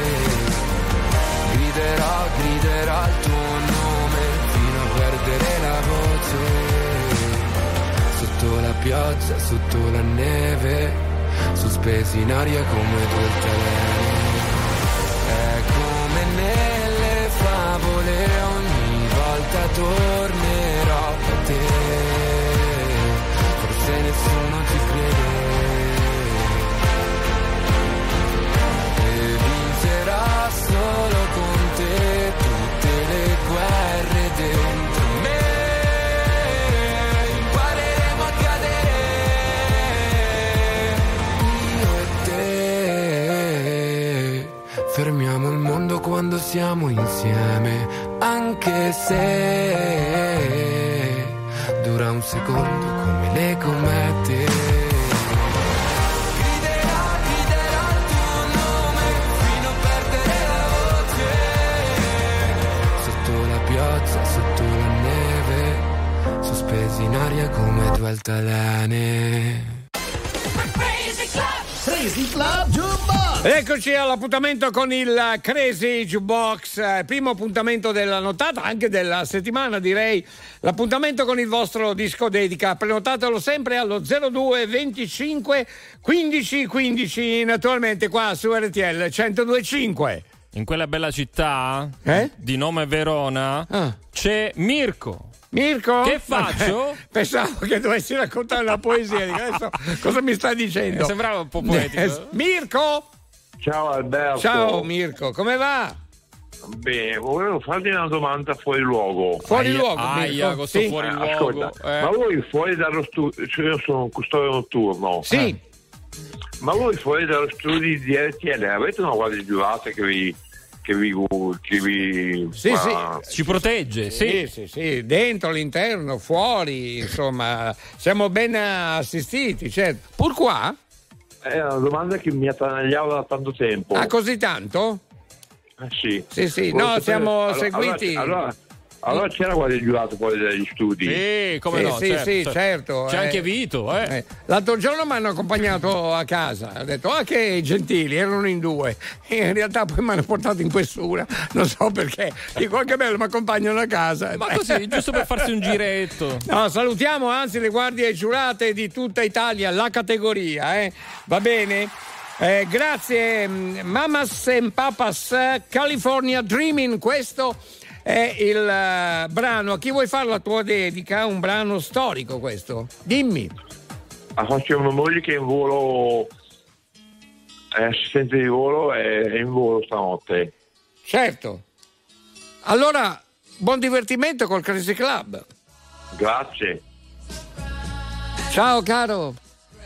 [SPEAKER 12] Griderò il tuo nome fino a perdere la voce, sotto la pioggia, sotto la neve, sospesi in aria come due altalene. È come nelle favole, ogni volta tornerò da te. Forse nessuno ci crede e vincerò solo con te tutte le guerre dentro me. Impareremo a cadere, fermiamo il mondo quando siamo insieme, anche se dura un secondo come le comete. Griderò il tuo nome fino a perdere la voce, sotto la pioggia, sotto la neve, sospesi in aria come due altalene.
[SPEAKER 1] Crazy Club Jukebox. Eccoci all'appuntamento con il Crazy Jukebox, primo appuntamento della nottata, anche della settimana direi, l'appuntamento con il vostro disco dedica. Prenotatelo sempre allo 02 25 15 15, naturalmente qua su RTL 102.5.
[SPEAKER 2] In quella bella città di nome Verona c'è Mirko.
[SPEAKER 1] Mirko?
[SPEAKER 2] Che faccio?
[SPEAKER 1] Pensavo che dovessi raccontare una poesia. Adesso cosa mi sta dicendo?
[SPEAKER 2] Sembrava un po' poetico.
[SPEAKER 1] Mirko?
[SPEAKER 6] Ciao Alberto.
[SPEAKER 1] Ciao Mirko, come va?
[SPEAKER 6] Bene, volevo farti una domanda fuori luogo.
[SPEAKER 1] Fuori luogo?
[SPEAKER 2] Aia, questo
[SPEAKER 1] sì.
[SPEAKER 2] fuori luogo.
[SPEAKER 6] Ascolta, ma voi fuori dallo studio, cioè io sono un custode notturno.
[SPEAKER 1] Sì.
[SPEAKER 6] Ma voi fuori dallo studio di RTL avete una guardia giurata che vi
[SPEAKER 2] ci protegge,
[SPEAKER 1] sì, dentro, all'interno, fuori, insomma, siamo ben assistiti, certo. Pur qua?
[SPEAKER 6] È una domanda che mi attanagliava da tanto tempo.
[SPEAKER 1] Ah, così tanto?
[SPEAKER 6] Sì.
[SPEAKER 1] Sì, no, siamo seguiti.
[SPEAKER 6] Allora c'era qualche giurato poi dagli studi.
[SPEAKER 2] Sì, come no?
[SPEAKER 1] Certo.
[SPEAKER 2] C'è anche Vito.
[SPEAKER 1] L'altro giorno mi hanno accompagnato a casa. Ho detto, che gentili, erano in 2. E in realtà poi mi hanno portato in questura. Non so perché. Dico, che bello, mi accompagnano a casa.
[SPEAKER 2] Ma così, giusto per farsi un giretto.
[SPEAKER 1] No, salutiamo anzi le guardie giurate di tutta Italia, la categoria. Va bene? Grazie, Mamas and Papas, California Dreaming, questo è il brano. A chi vuoi fare la tua dedica? Un brano storico questo, dimmi.
[SPEAKER 6] C'è una moglie che è in volo, è assistente di volo, è in volo stanotte.
[SPEAKER 1] Certo, allora buon divertimento col Crazy Club.
[SPEAKER 6] Grazie.
[SPEAKER 1] Ciao caro.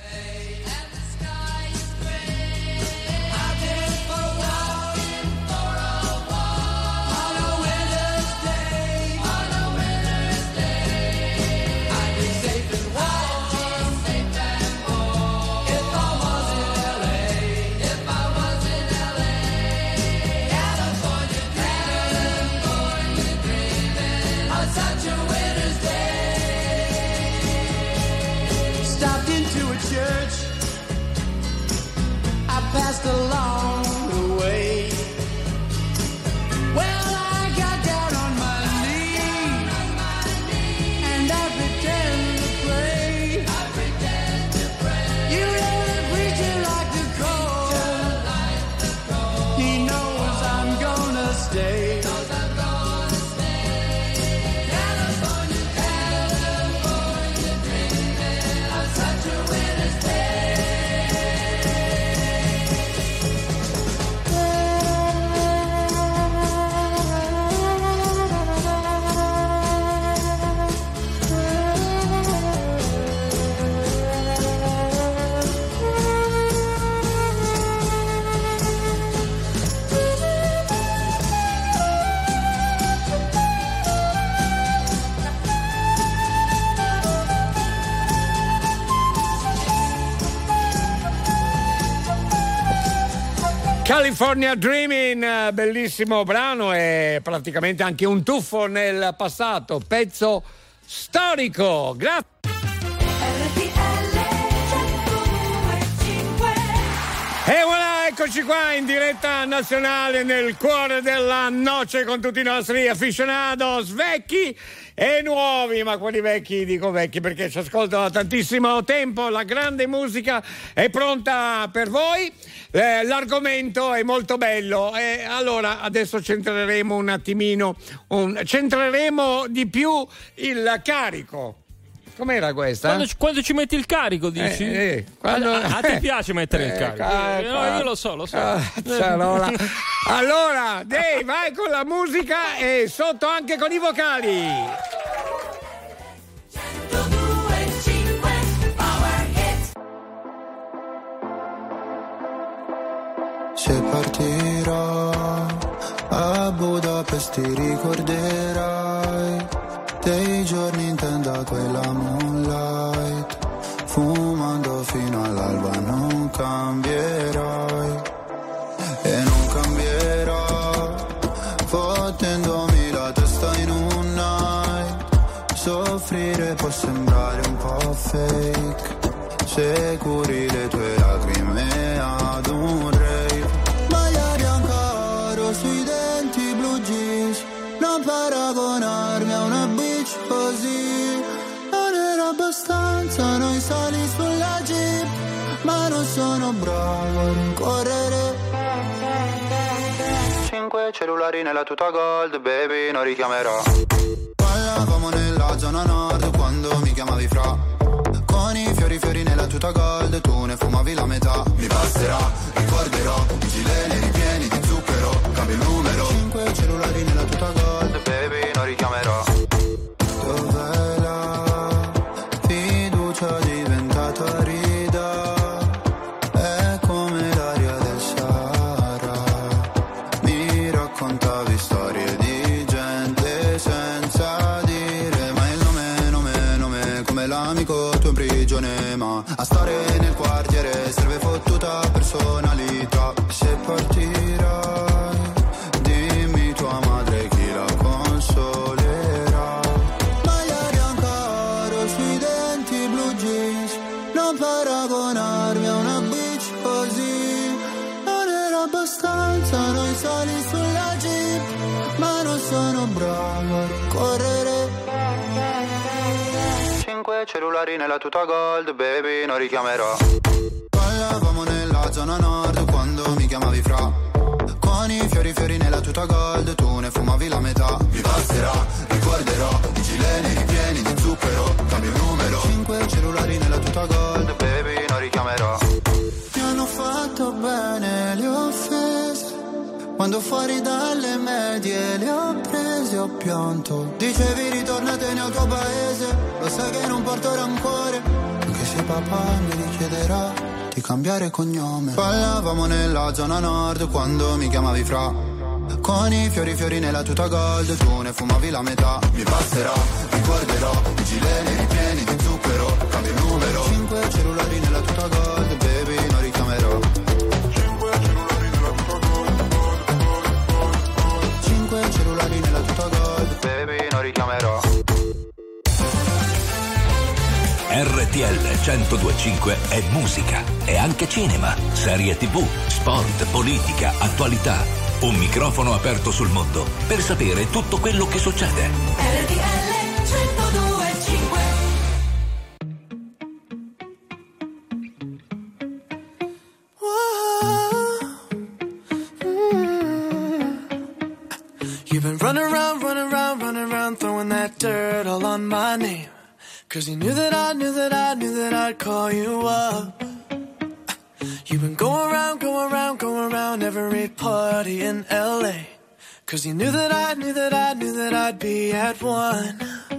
[SPEAKER 12] Passed along the way. Well, I got down on my knees and I pretend to pray. You know the preacher like to call. He knows I'm gonna stay. California dreaming of such a winter's day.
[SPEAKER 1] California Dreaming, bellissimo brano e praticamente anche un tuffo nel passato, pezzo storico. Grazie. E voilà, eccoci qua in diretta nazionale nel cuore della noce con tutti i nostri aficionados vecchi e nuovi, ma quelli vecchi dico vecchi perché ci ascoltano da tantissimo tempo. La grande musica è pronta per voi, l'argomento è molto bello e allora adesso centreremo un attimino, centreremo di più il carico. Com'era questa?
[SPEAKER 2] Quando ci metti il carico, dici?
[SPEAKER 1] Quando...
[SPEAKER 2] A te piace mettere il carico? No, io lo so.
[SPEAKER 1] Allora, Dave, vai con la musica e sotto anche con i vocali.
[SPEAKER 20] Se partirò a Budapest ti ricorderai dei giorni in tenda quella moonlight, fumando fino all'alba. Non cambierai e non cambierò, fottendomi la testa in un night. Soffrire può sembrare un po' fake se curi le tue lacrime ad un rave. Maglia bianca oro sui denti, blue jeans, non paragonarmi a una bitch così. Non era abbastanza noi sali sulla jeep, ma non sono bravo a rincorrere. 5 cellulari nella tuta gold, baby, non richiamerò. Parlavamo nella zona nord quando mi chiamavi fra. Con i fiori nella tuta gold, tu ne fumavi la metà. Mi passerà, ricorderò, i gileni ripieni di zucchero. Cambio il numero, 5 cellulari nella tuta gold, baby, non richiamerò. Dov'è la fiducia diventata rida? È come l'aria del Sahara. Mi Sono i soli sulla jeep, ma non sono bravo a correre. 5 cellulari nella tuta gold, baby, non richiamerò. Ballavamo nella zona nord quando mi chiamavi fra. Con i fiori nella tuta gold, tu ne fumavi la metà. Mi basterà, ricorderò i gileni ripieni di zucchero. Cambio numero. 5 cellulari nella tuta gold, baby, non richiamerò. Mi hanno fatto bene le offese, quando fuori dalle medie le ho prese, ho pianto. Dicevi ritornatene al tuo paese, lo sai che non porto rancore, anche se papà mi richiederà di cambiare cognome. Ballavamo nella zona nord quando mi chiamavi fra. Con i fiori nella tuta gold, tu ne fumavi la metà. Mi basterà, ricorderò i gileni ripieni di zucchero. Cambio numero. 5 cellulari nella tuta gold, baby, non richiamerò. 5 cellulari nella tuta gold, baby, non richiamerò.
[SPEAKER 9] RTL 102.5 è musica, è anche cinema, serie TV, sport, politica, attualità. Un microfono aperto sul mondo per sapere tutto quello che succede.
[SPEAKER 7] RTL 102.5.
[SPEAKER 21] You've been running around, throwing that dirt all on my name. 'Cause you knew that I'd call you up. You've been going around every party in LA. 'Cause you knew that I'd be at one.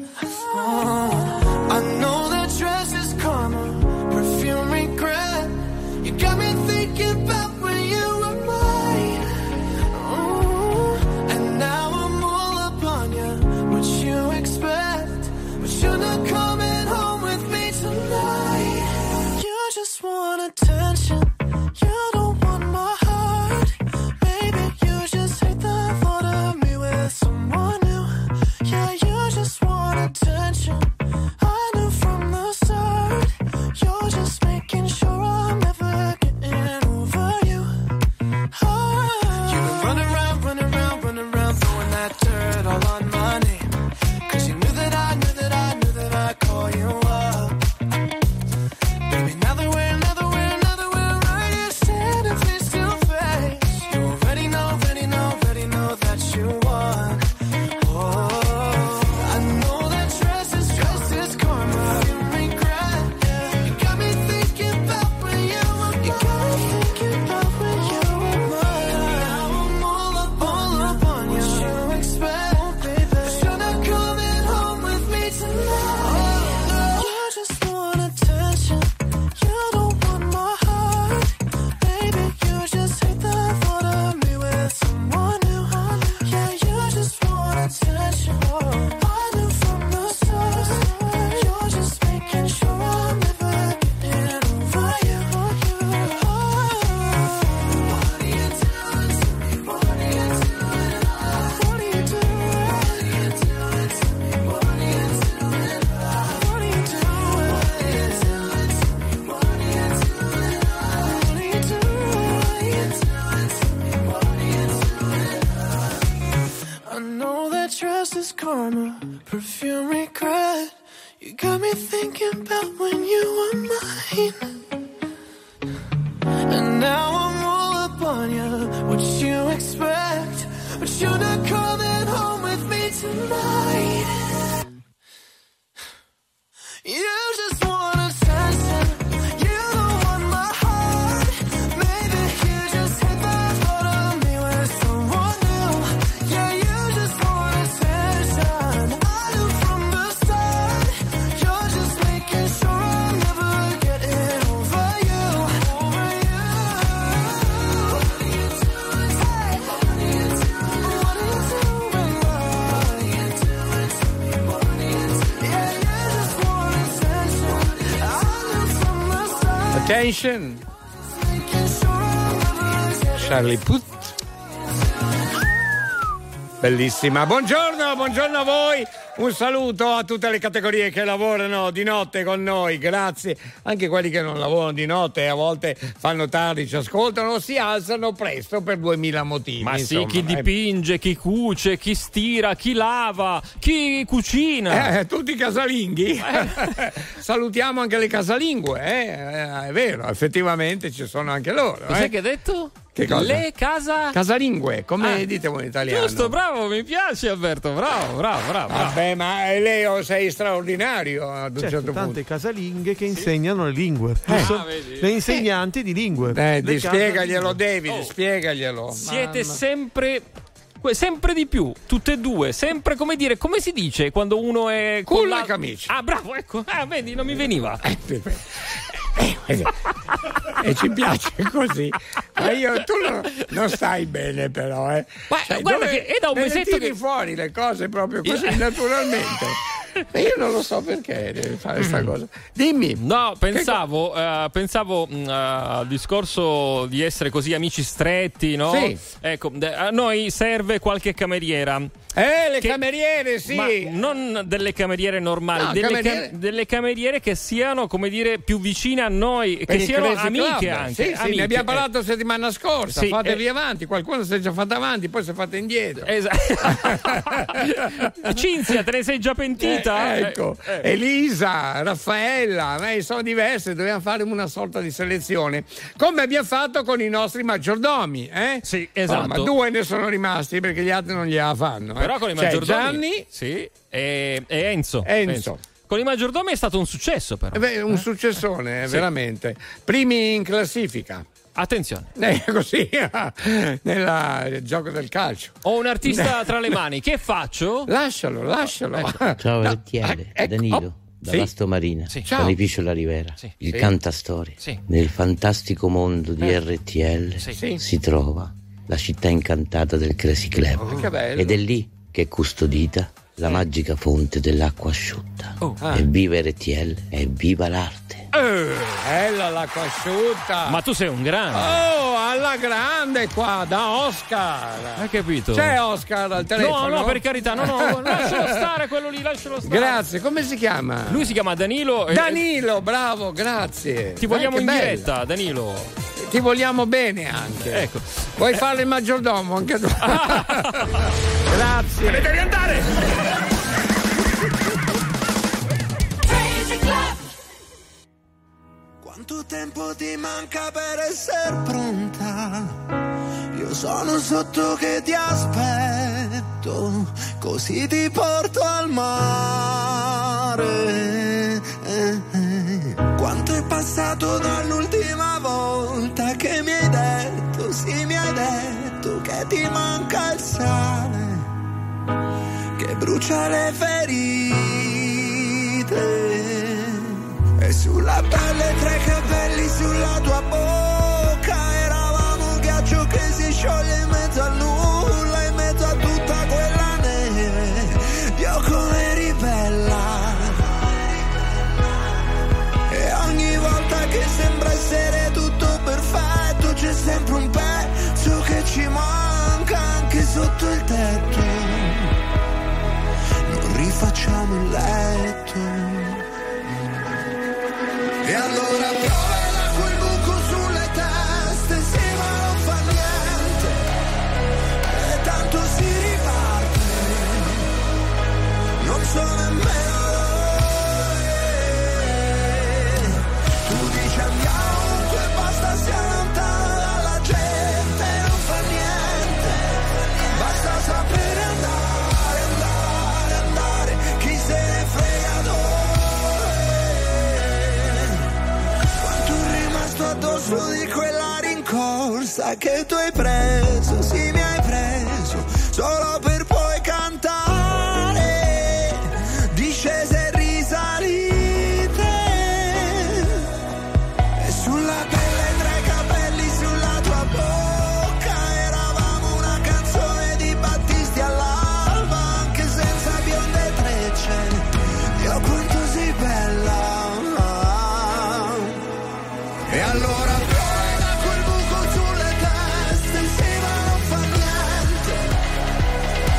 [SPEAKER 21] Oh, I know that dress is karma, perfume regret. You got me thinking about when you were mine. Oh, and now I'm all up on you. What you expect? But you're not coming home with me tonight. You just want attention. You don't want my heart. Maybe you just hate the thought of me with someone new. Yeah, you just want attention. I knew from the start. You're just making sure I'm never getting over you. Oh. You've been running around, throwing that dirt all on my name. 'Cause you knew that I'd call you up. Baby, now that we're right here standing face to face, you already know that you won. Oh, I know that dress is karma, you regret. You got me thinking about when you were mine. Now I'm all up on you. What you expect? But you're not coming home with me tonight. You just want attention. You don't want my heart. Baby, you just hate the thought of me with someone new. Yeah, you just want attention. I knew from the start. You're just making sure I'm never getting over you. What are you doing to me? What are you doing? What are you doing? What are you doing to me? What are you doing? What are you doing? What are you doing to me? What are you doing? What are you doing? I know that dress is karma, perfume regret. You got me thinking about when you were mine. And now I'm all up on you. What you expect? But you're not coming home with me tonight. You just want attention. You don't want my heart. Maybe you just hate the thought of me with someone new. Yeah, you just want attention. I knew from the start. You're just making sure I'm never getting over you. What are you doing? What are you doing? What are you doing? What are you doing to me? What are you doing? Yeah, you just want attention. I knew from the start.
[SPEAKER 1] Attention. Charlie Puth. Bellissima. Buongiorno a voi. un saluto a tutte le categorie che lavorano di notte con noi, grazie. Anche quelli che non lavorano di notte e a volte fanno tardi, ci ascoltano, si alzano presto per 2000 motivi.
[SPEAKER 2] Ma
[SPEAKER 1] insomma,
[SPEAKER 2] sì, chi dipinge, chi cuce, chi stira, chi lava, chi cucina.
[SPEAKER 1] Tutti casalinghi. Salutiamo anche le casalingue, è vero, effettivamente ci sono anche loro.
[SPEAKER 2] Cos'è che hai detto?
[SPEAKER 1] Che cosa?
[SPEAKER 2] Le
[SPEAKER 1] casalingue, come dite voi in italiano?
[SPEAKER 2] Giusto, bravo, mi piace Alberto, bravo.
[SPEAKER 1] Vabbè, ma Leo sei straordinario ad un certo
[SPEAKER 4] tante
[SPEAKER 1] punto.
[SPEAKER 4] casalinghe che insegnano le lingue. Le insegnanti di lingue.
[SPEAKER 1] Spiegaglielo, David, spiegaglielo.
[SPEAKER 2] Siete sempre di più, tutte e due, sempre come si dice quando uno è
[SPEAKER 1] con la camicia.
[SPEAKER 2] Ah, bravo, ecco. Vedi, non mi veniva.
[SPEAKER 1] E ci piace così. Ma tu non stai bene però,
[SPEAKER 2] Ma guarda che è da un mesetto
[SPEAKER 1] che fuori le cose proprio così naturalmente. E io non lo so perché devi fare questa cosa. Dimmi.
[SPEAKER 2] No, pensavo al discorso di essere così amici stretti, no?
[SPEAKER 1] Sì.
[SPEAKER 2] Ecco, a noi serve qualche cameriera.
[SPEAKER 1] Le cameriere, sì.
[SPEAKER 2] Ma non delle cameriere normali, delle cameriere che siano, come dire, più vicine a noi, che siano amiche Club. Anche.
[SPEAKER 1] Sì,
[SPEAKER 2] amiche.
[SPEAKER 1] Ne abbiamo parlato settimana scorsa.
[SPEAKER 2] Sì,
[SPEAKER 1] fatevi avanti, qualcuno si è già fatto avanti, poi si è fatto indietro.
[SPEAKER 2] Esatto. Cinzia, te ne sei già pentita?
[SPEAKER 1] Ecco. Elisa, Raffaella, sono diverse, dobbiamo fare una sorta di selezione, come abbiamo fatto con i nostri maggiordomi.
[SPEAKER 2] Sì, esatto.
[SPEAKER 1] Ma 2 ne sono rimasti perché gli altri non gliela fanno.
[SPEAKER 2] Però con i maggiordomi
[SPEAKER 1] Gianni
[SPEAKER 2] e Enzo. Con i maggiordomi è stato un successo, però.
[SPEAKER 1] Un successone, veramente. Primi in classifica.
[SPEAKER 2] Attenzione.
[SPEAKER 1] Così nel gioco del calcio.
[SPEAKER 2] Ho un artista tra le mani, che faccio?
[SPEAKER 1] Lascialo.
[SPEAKER 3] Ciao RTL, Danilo da Vasto Marina, Panificio La Rivera, il cantastorie. Nel fantastico mondo di RTL si trova la città incantata del Crazy Club,
[SPEAKER 1] che bello.
[SPEAKER 3] ed è lì che è custodita la magica fonte dell'acqua asciutta. Evviva RTL, evviva l'arte.
[SPEAKER 1] Bella l'acqua asciutta.
[SPEAKER 2] Ma tu sei un grande.
[SPEAKER 1] Alla grande qua, da Oscar.
[SPEAKER 2] Hai capito?
[SPEAKER 1] C'è Oscar al telefono?
[SPEAKER 2] No, per carità, no, lascialo stare quello lì, lascialo stare.
[SPEAKER 1] Grazie, come si chiama?
[SPEAKER 2] Lui si chiama Danilo.
[SPEAKER 1] Danilo, bravo, grazie.
[SPEAKER 2] Ti vogliamo in diretta, Danilo.
[SPEAKER 1] Ti vogliamo bene anche.
[SPEAKER 2] Ecco.
[SPEAKER 1] Vuoi fare il maggiordomo anche tu? Grazie.
[SPEAKER 16] Devi andare!
[SPEAKER 21] Quanto tempo ti manca per essere pronta? Io sono sotto che ti aspetto, così ti porto al mare. Quanto è passato dall'ultima volta che mi hai detto, sì mi hai detto che ti manca il sale, che brucia le ferite. E sulla pelle tra i capelli, sulla tua bocca, eravamo un ghiaccio che si scioglie in mezzo al nulla, in mezzo a tutta quella neve. Dio come ribella, e ogni volta che sembra essere tutto perfetto c'è sempre un pezzo che ci manca anche sotto il tetto. Non rifacciamo il letto. E allora piovela quel buco sulle teste, sì ma non fa niente, e tanto si riparte, non so nemmeno dove. Tu dici andiamo ovunque, basta sia lontano dalla gente, non fa niente, basta sapere andare, chi se ne frega dove. Addosso di quella rincorsa che tu hai preso, sì mi hai preso, solo per poi cantare discese e risalite. E sulla pelle tra i capelli, sulla tua bocca, eravamo una canzone di Battisti all'alba, anche senza bionde trecce. Dio quanto sei bella. E allora pioveva quel buco sulle teste, sì ma non fa niente,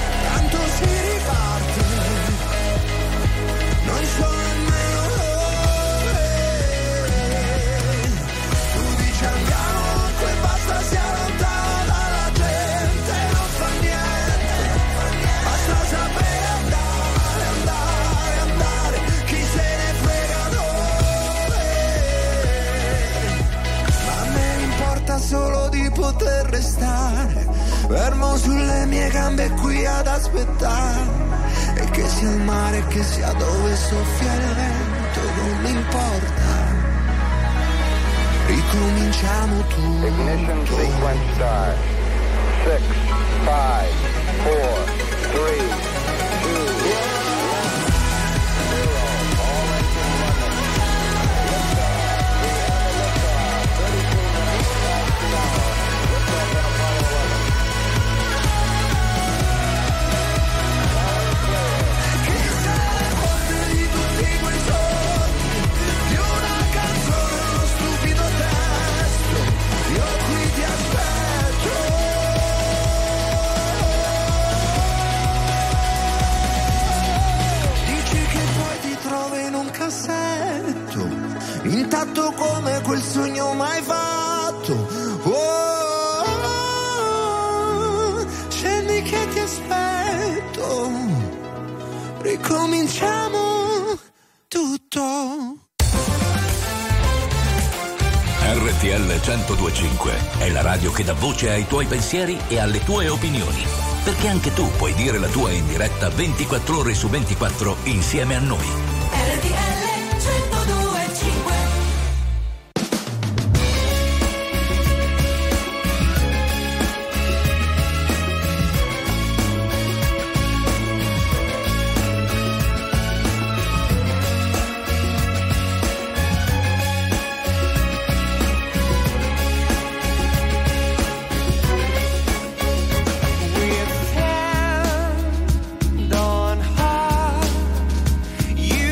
[SPEAKER 21] solo di poter restare fermo sulle mie gambe qui ad aspettare. E che sia il mare, che sia dove soffia il vento, non mi importa. Ricominciamo tutto.
[SPEAKER 8] Ignition sequence start. 6, 5, 4, 3, 2,
[SPEAKER 21] intatto come quel sogno mai fatto. Oh, oh, oh, scendi che ti aspetto, ricominciamo tutto.
[SPEAKER 9] RTL 102.5 è la radio che dà voce ai tuoi pensieri e alle tue opinioni, perché anche tu puoi dire la tua in diretta 24 ore su 24 insieme a noi.
[SPEAKER 21] RTL 102.5. You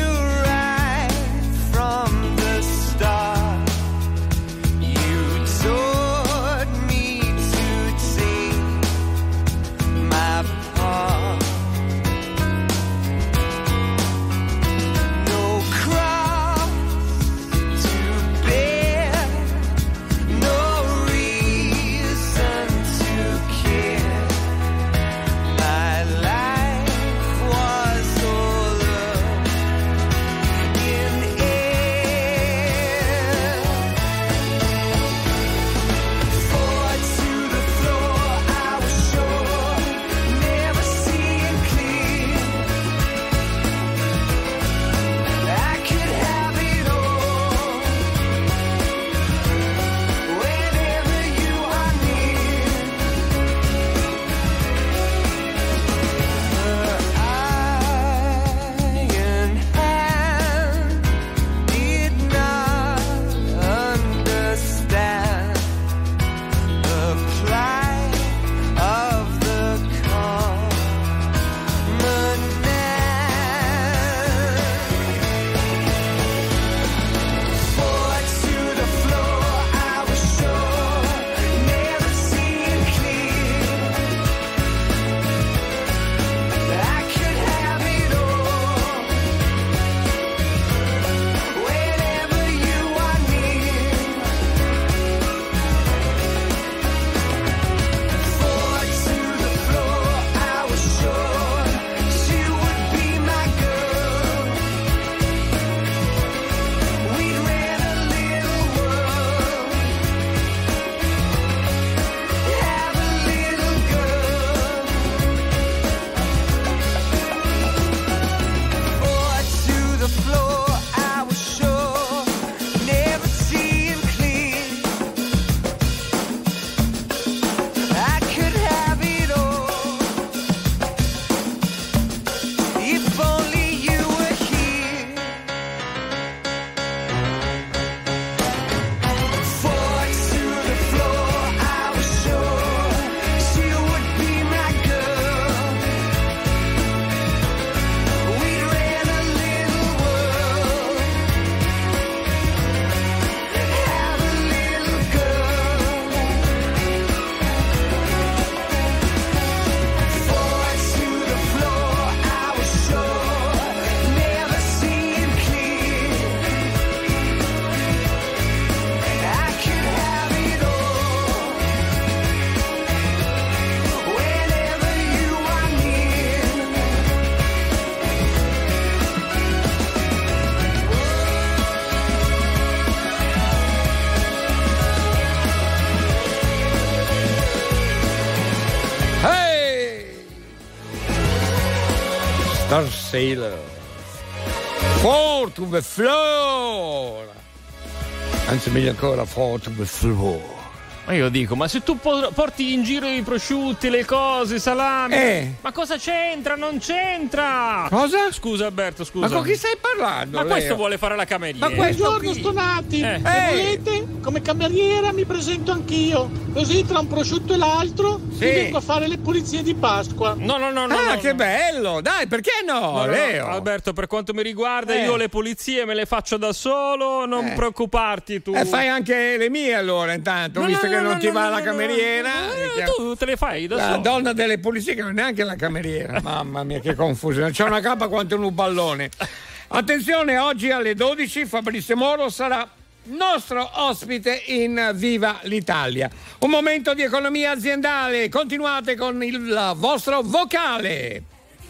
[SPEAKER 1] Star Sailor. Fall to the floor. Anzi, meglio ancora, fall to the floor.
[SPEAKER 2] Ma io dico, ma se tu porti in giro i prosciutti, le cose, i salami, ma cosa c'entra? Non c'entra!
[SPEAKER 1] Cosa?
[SPEAKER 2] Scusa Alberto, scusa.
[SPEAKER 1] Ma con chi stai parlando?
[SPEAKER 2] Ma questo vuole fare la cameriera.
[SPEAKER 1] Ma
[SPEAKER 18] buongiorno Stonati, se volete, come cameriera mi presento anch'io, così tra un prosciutto e l'altro vi vengo a fare le pulizie di Pasqua.
[SPEAKER 2] No.
[SPEAKER 1] Che bello! Dai, perché no, Leo?
[SPEAKER 2] Alberto, per quanto mi riguarda, io le pulizie me le faccio da solo, non preoccuparti tu.
[SPEAKER 1] Fai anche le mie allora, intanto, visto che non ti va la cameriera.
[SPEAKER 2] Tu te le fai da solo.
[SPEAKER 1] La donna delle pulizie che non è neanche la cameriera. Mamma mia, che confusione. C'è una capa quanto un pallone. Attenzione, oggi alle 12 Fabrizio Moro sarà nostro ospite in Viva l'Italia. Un momento di economia aziendale. Continuate con il vostro vocale.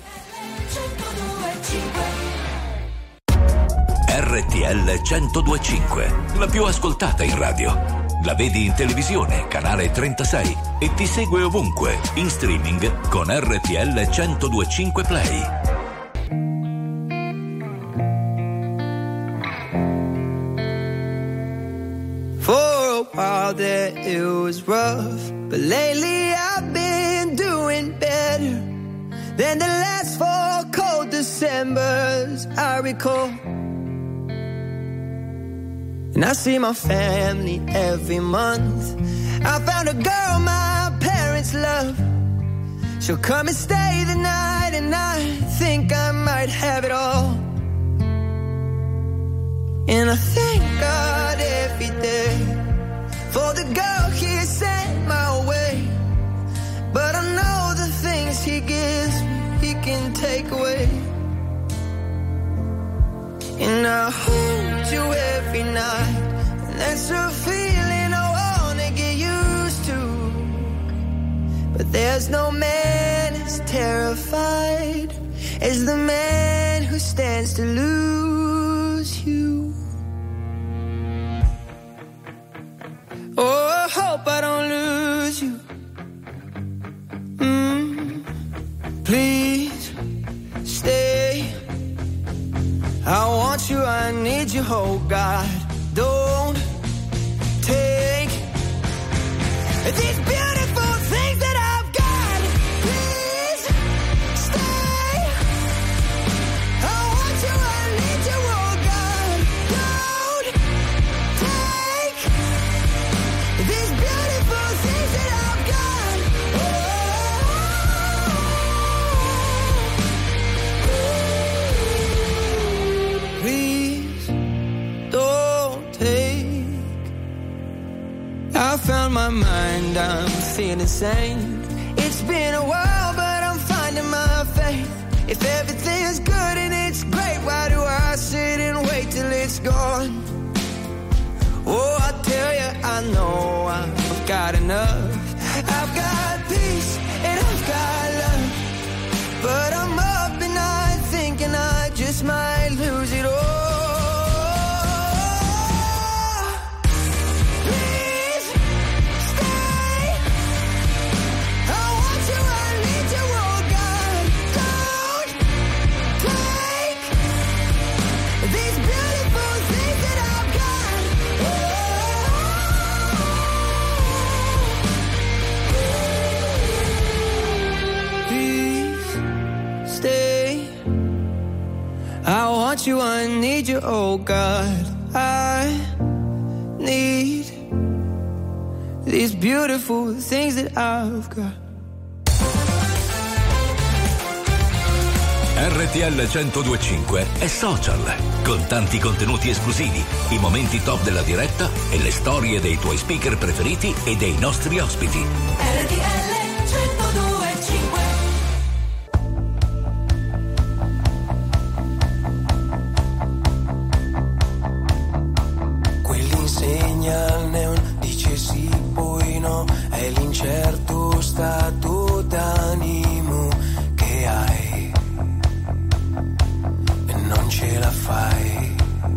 [SPEAKER 9] RTL 102.5, la più ascoltata in radio. La vedi in televisione, canale 36, e ti segue ovunque, in streaming con RTL 102.5 Play.
[SPEAKER 21] For a while there it was rough, but lately I've been doing better than the last 4 cold Decembers I recall. And I see my family every month. I found a girl my parents love. She'll come and stay the night, and I think I might have it all. And I thank God every day for the girl He sent my way. But I know the things He gives me, He can take away. And I hold you every night, and that's a feeling I wanna get used to. But there's no man as terrified as the man who stands to lose you. Oh, I hope I don't lose you. Please stay. I want you, I need you, oh God. Don't take these beautiful things that I've got. Please stay. I want you, I need you, oh God. Don't take these beautiful things that I've got. Please don't take. I found my mind, I'm feeling sane. It's been a while, but I'm finding my faith. If everything's good and it's great, why do I sit and wait till it's gone? Oh, I tell you, I know I've got enough. I've got peace and I've got love, but I'm up at night thinking I just might lose it all. I want you, I need you, oh God. I need these beautiful things that I've got.
[SPEAKER 9] RTL 102.5 è social, con tanti contenuti esclusivi, i momenti top della diretta e le storie dei tuoi speaker preferiti e dei nostri ospiti.
[SPEAKER 21] RTL 102.5. Quell'insegna al neon dice sì poi no, è l'incerto stato d'animo che hai e non ce la fai.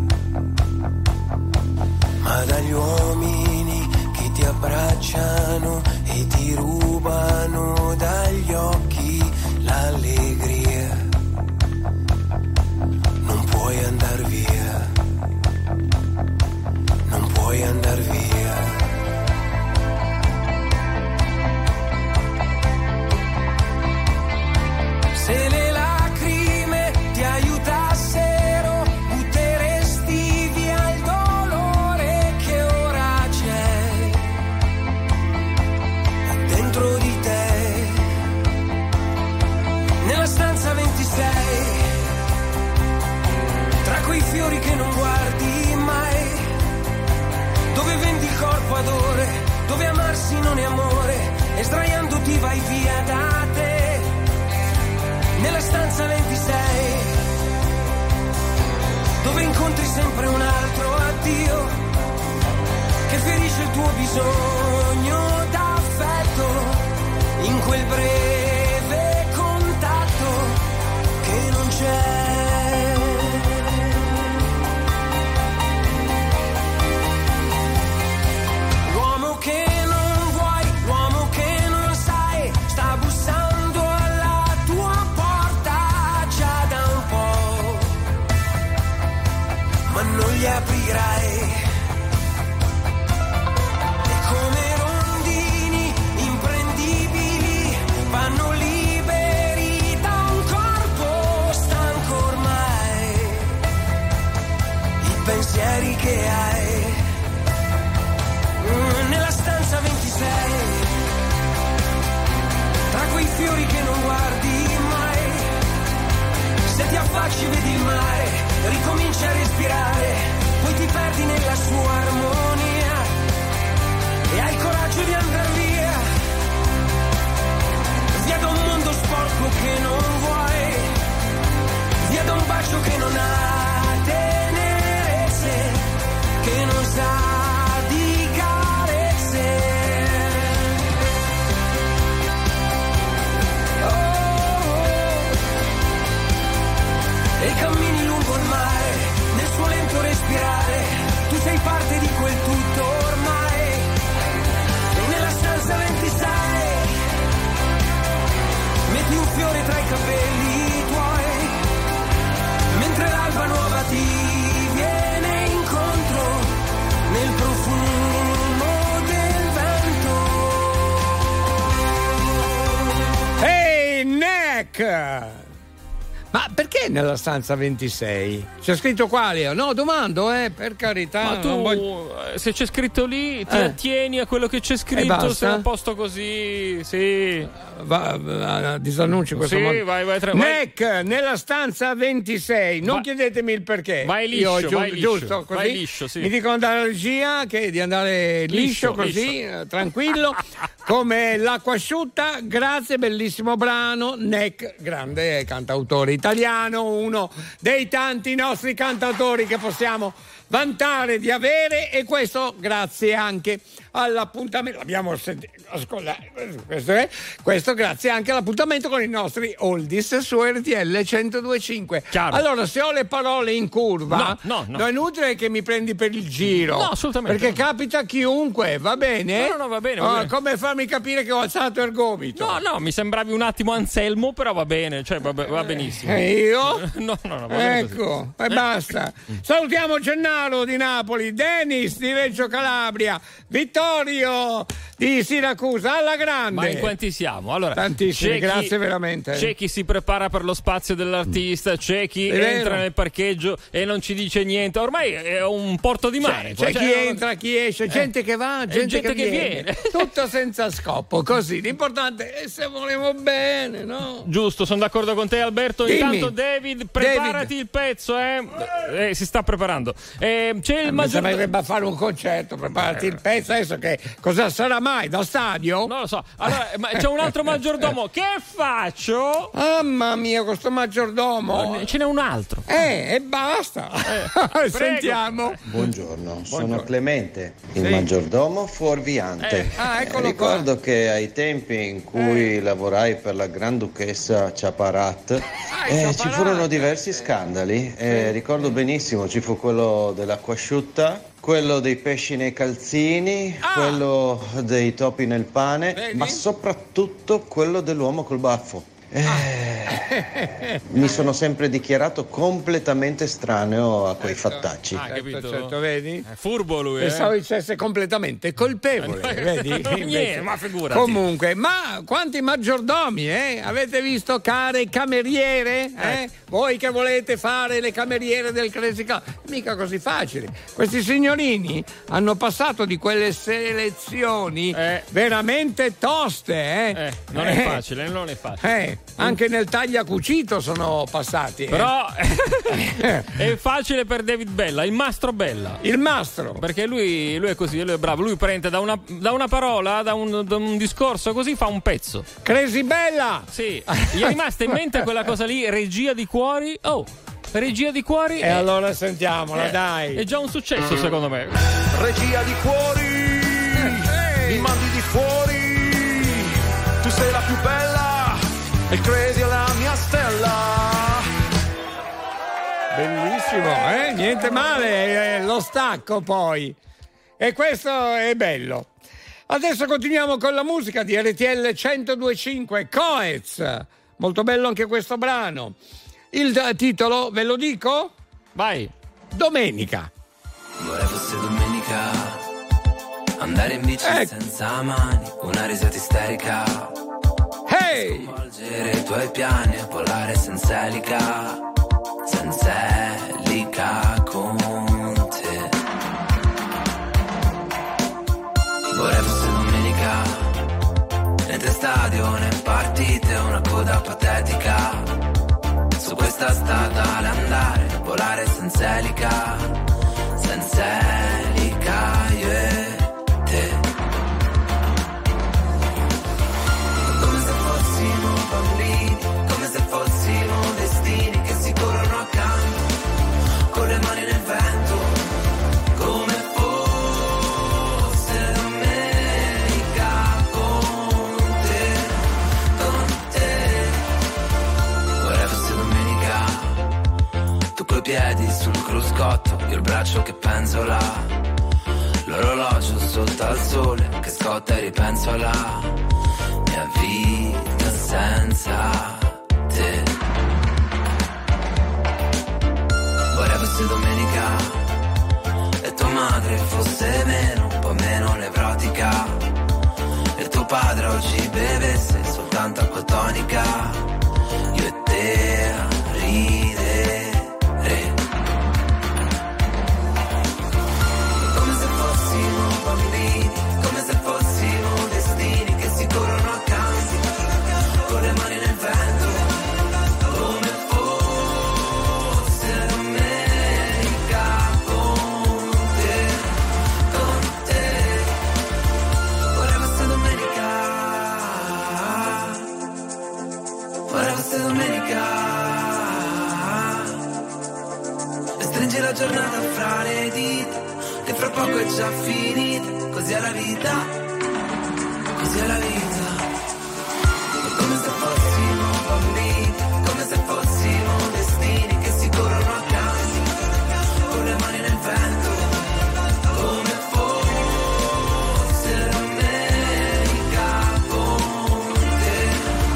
[SPEAKER 21] Ma dagli uomini che ti abbracciano e ti rubano dagli occhi l'allegria, ti vai via da te, nella stanza 26, dove incontri sempre un altro addio che ferisce il tuo bisogno d'affetto, in quel breve contatto che non c'è. L'uomo che non vuoi, l'uomo che non sai, sta bussando alla tua porta già da un po', ma non gli aprirai. E come rondini imprendibili vanno liberi da un corpo stanco ormai, i pensieri che hai. Nella stanza 26, tra quei fiori che non guardi mai, se ti affacci vedi il mare, ricominci a respirare, poi ti perdi nella sua armonia e hai coraggio di andar via, via da un mondo sporco che non vuoi, via da un bacio che non ha tenerezze, che non sa di carezze. E cammini lungo il mare, nel suo lento respirare, tu sei parte di quel tutto ormai. E nella stanza 26 metti un fiore tra i capelli tuoi, mentre l'alba nuova ti viene incontro nel profumo del vento.
[SPEAKER 1] Ehi, Neck! Ma perché nella stanza 26? C'è scritto quale? No, domando, per carità.
[SPEAKER 2] Ma tu, se c'è scritto lì, ti attieni a quello che c'è scritto, se è a posto così, sì.
[SPEAKER 1] Disannunci questo modo.
[SPEAKER 2] Sì, vai.
[SPEAKER 1] Neck, nella stanza 26. Non chiedetemi il perché.
[SPEAKER 2] Vai liscio,
[SPEAKER 1] giusto, così.
[SPEAKER 2] Vai liscio, sì.
[SPEAKER 1] Mi dicono dalla regia che di andare liscio così, tranquillo, come l'acqua asciutta. Grazie, bellissimo brano. Neck, grande cantautore italiano, uno dei tanti nostri cantautori che possiamo vantare di avere, e questo grazie anche all'appuntamento, abbiamo sentito, questo grazie anche all'appuntamento con i nostri oldies su RTL 102.5.
[SPEAKER 2] Chiaro.
[SPEAKER 1] Allora, se ho le parole in curva,
[SPEAKER 2] no,
[SPEAKER 1] non è inutile che mi prendi per il giro.
[SPEAKER 2] No, assolutamente.
[SPEAKER 1] Perché capita a chiunque, va bene?
[SPEAKER 2] No, va bene.
[SPEAKER 1] Come farmi capire che ho alzato il gomito?
[SPEAKER 2] No, mi sembravi un attimo Anselmo, però va bene, cioè va benissimo.
[SPEAKER 1] E io?
[SPEAKER 2] No, va bene.
[SPEAKER 1] Ecco, e basta. Salutiamo Gennaro di Napoli, Denis di Reggio Calabria, Vittorio di Siracusa, alla grande.
[SPEAKER 2] Ma in quanti siamo? Allora,
[SPEAKER 1] tantissimi, grazie veramente.
[SPEAKER 2] C'è chi si prepara per lo spazio dell'artista, c'è chi entra nel parcheggio e non ci dice niente. Ormai è un porto di mare.
[SPEAKER 1] C'è chi entra, chi esce, gente che va, gente che viene. Tutto senza scopo, così. L'importante è se volemo bene, no?
[SPEAKER 2] Giusto, sono d'accordo con te, Alberto.
[SPEAKER 1] Dimmi.
[SPEAKER 2] Intanto David, preparati il pezzo, si sta preparando. C'è il maggior...
[SPEAKER 1] Sembrerebbe a fare un concerto, preparati il pezzo, adesso che cosa sarà mai, da stadio?
[SPEAKER 2] Non lo so. Allora, ma c'è un altro maggiordomo, che faccio?
[SPEAKER 1] Mamma mia, questo maggiordomo.
[SPEAKER 2] Ce n'è un altro.
[SPEAKER 1] E basta. Sentiamo.
[SPEAKER 10] Buongiorno, sono Clemente, il maggiordomo fuorviante. Ricordo che ai tempi in cui lavorai per la Granduchessa Ciaparat ci furono diversi scandali. Ricordo benissimo, ci fu quello dell'acquasciutta, quello dei pesci nei calzini, quello dei topi nel pane, ma soprattutto quello dell'uomo col baffo. Mi sono sempre dichiarato completamente estraneo a quei fattacci.
[SPEAKER 1] Certo, vedi?
[SPEAKER 2] È furbo lui.
[SPEAKER 1] Pensavo dicesse completamente colpevole, vedi?
[SPEAKER 2] Ma figurati.
[SPEAKER 1] Comunque, ma quanti maggiordomi, avete visto, care cameriere? Voi che volete fare le cameriere del Crazy Club, mica così facile. Questi signorini hanno passato di quelle selezioni veramente toste.
[SPEAKER 2] Non è facile, non è facile.
[SPEAKER 1] Anche nel tagliacucito sono passati.
[SPEAKER 2] Però è facile per David Bella, il mastro Bella.
[SPEAKER 1] Il mastro.
[SPEAKER 2] Perché lui è così, lui è bravo. Lui prende da una parola, da un discorso così, fa un pezzo.
[SPEAKER 1] Crazy Bella!
[SPEAKER 2] Sì, gli è rimasta in mente quella cosa lì, regia di cuori. Oh, regia di cuori.
[SPEAKER 1] E allora sentiamola, dai.
[SPEAKER 2] È già un successo, secondo me.
[SPEAKER 13] Regia di cuori, mi mandi di fuori. Tu sei la più bella. Il crazy è la mia stella.
[SPEAKER 1] Bellissimo, niente male, lo stacco poi. E questo è bello. Adesso continuiamo con la musica di RTL 102.5, Coez. Molto bello anche questo brano. Il titolo, ve lo dico?
[SPEAKER 2] Vai.
[SPEAKER 1] Domenica.
[SPEAKER 22] Vorrei fosse domenica, andare in bici senza mani, una risata isterica.
[SPEAKER 1] Hey!
[SPEAKER 22] Sconvolgere i tuoi piani e volare senza elica con te. Vorrei fosse domenica, niente stadio né partite, una coda patetica. Su questa strada andare, volare senza elica io e te. Bambini, come se fossimo destini che si corrono accanto, con le mani nel vento, come fosse domenica con te. Vorrei fosse domenica, tu coi piedi sul cruscotto, io il braccio che penzola, l'orologio sotto al sole che scotta e ripenso alla mia vita senza te. Vorrei fosse domenica e tua madre fosse un po' meno nevrotica, e tuo padre oggi bevesse soltanto acqua tonica, io e te a ridere. Come se fossimo bambini, come se fossimo destini che si corrono accanto, con le mani nel vento, come fosse domenica con te. Vorrei fosse domenica, vorrei fosse domenica, e stringi la giornata fra le dita, che fra poco è già finita, così è la vita, così è la vita. Come se fossimo bambini, come se fossimo destini che si corrono accanto, con le mani nel vento, come fosse domenica con te,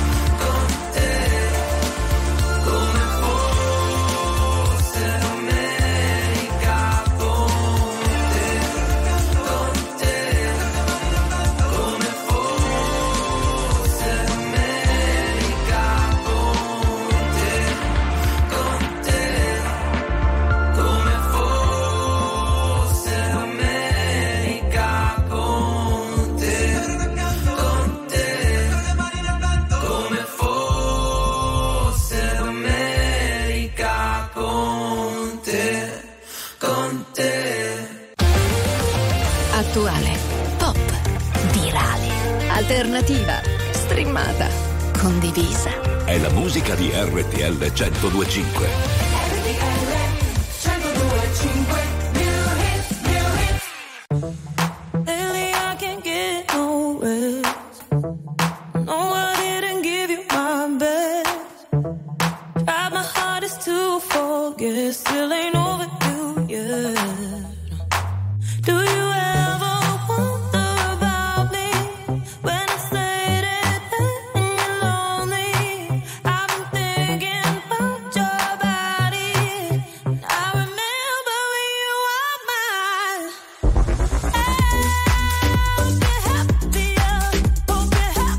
[SPEAKER 22] come fosse domenica con te, come fosse domenica con te, come fosse domenica con te, come fosse domenica con te.
[SPEAKER 17] Attuale, pop, virale, alternativa, streamata, condivisa.
[SPEAKER 9] È la musica di RTL 102.5.
[SPEAKER 11] Lately I can't get no rest. No, I didn't give you my best. Tried my hardest to forget, still ain't over you yet. Do you ever wonder about me when it's late at night and you're lonely? I've been thinking about your body. I remember when you were mine. Hope you're happier, hope you're happier.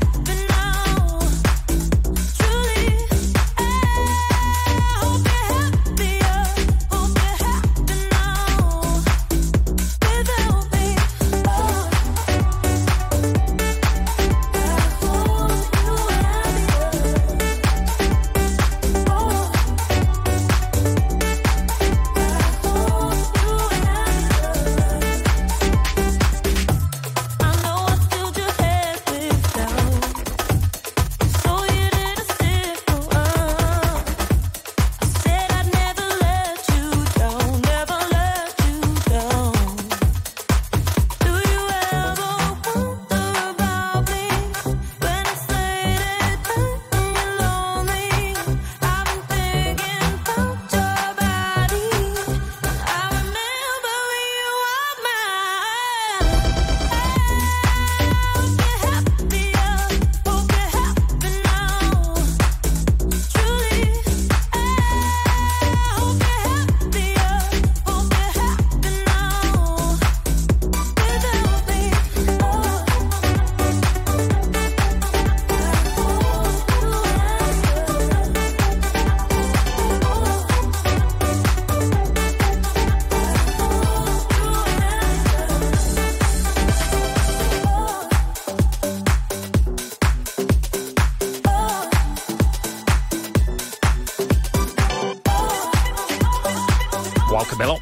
[SPEAKER 2] bello.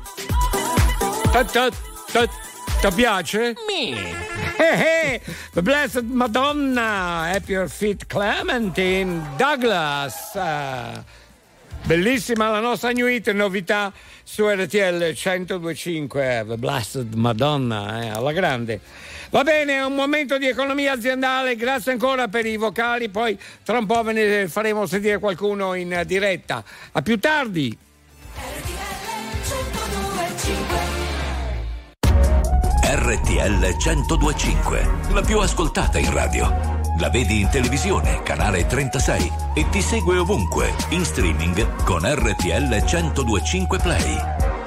[SPEAKER 1] Ti piace? The Blessed Madonna, Happy Your Feet, Clementine Douglas. Bellissima la nostra new hit, novità su RTL 102.5, The Blessed Madonna, alla grande. Va bene, è un momento di economia aziendale, grazie ancora per i vocali, poi tra un po' ve ne faremo sentire qualcuno in diretta. A più tardi.
[SPEAKER 9] RTL 102.5, la più ascoltata in radio. La vedi in televisione, canale 36, e ti segue ovunque, in streaming con RTL 102.5 Play.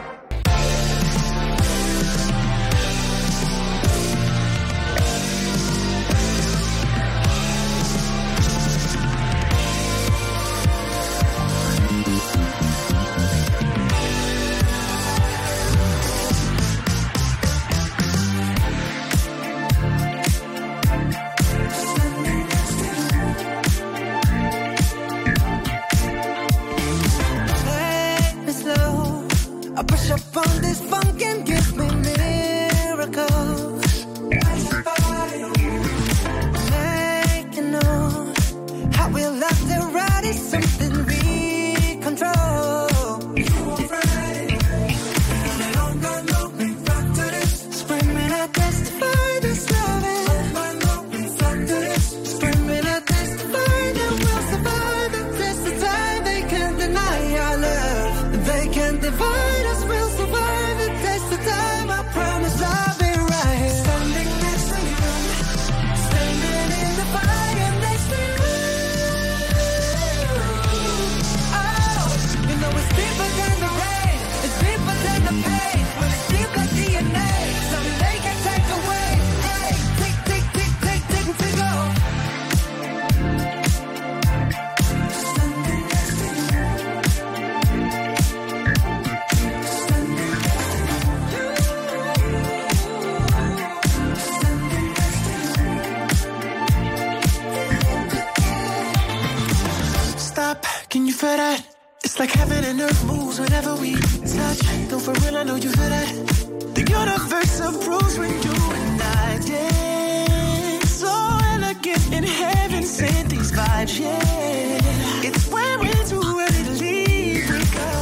[SPEAKER 21] Can you feel that? It's like heaven and earth moves whenever we touch. Though for real, I know you feel that. The universe approves when you and I dance. So elegant in heaven, sent these vibes, yeah. It's when we're too ready to leave, we go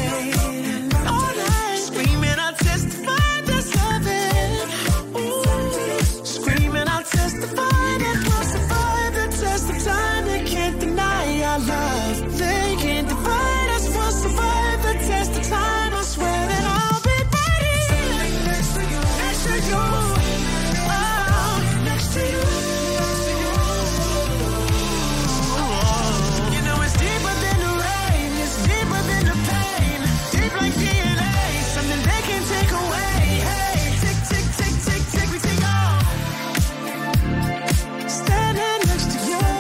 [SPEAKER 21] all night, screaming, I'll testify that's heaven. Ooh, screaming, I'll testify that we'll survive the test of time. They can't deny our love. They can't divide us. We'll survive the test of time. I swear that I'll be ready. Standing next to you, next to you. Oh, next to you. You know it's deeper than the rain. It's deeper than the pain. Deep like DNA. Something they can't take away. Hey, tick, tick, tick, tick, tick, we take off. Standing next to you.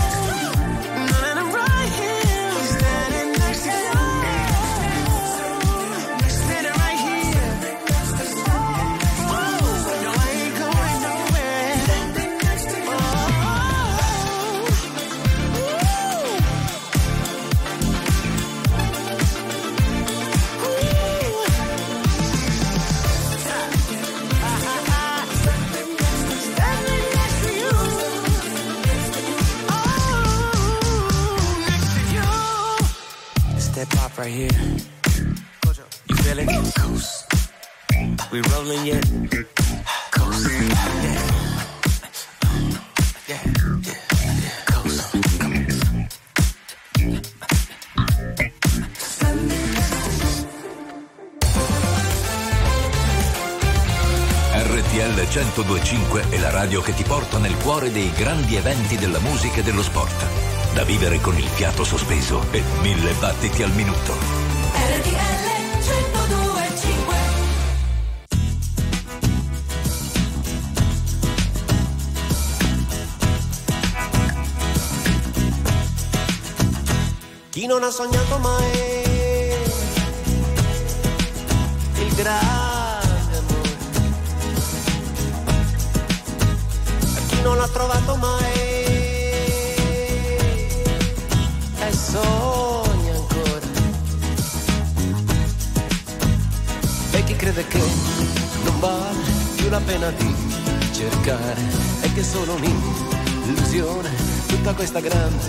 [SPEAKER 21] That pop right here. You feel it? Coast. We rolling yet? Coast. Yeah. Coast.
[SPEAKER 9] RTL 102.5 è la radio che ti porta nel cuore dei grandi eventi della musica e dello sport. Da vivere con il fiato sospeso e 1000 battiti al minuto.
[SPEAKER 21] RTL 102.5.
[SPEAKER 14] Chi non ha sognato mai il grande amore, a chi non l'ha trovato mai sogna ancora. vede che non vale più la pena di cercare, è che è solo un'illusione tutta questa grande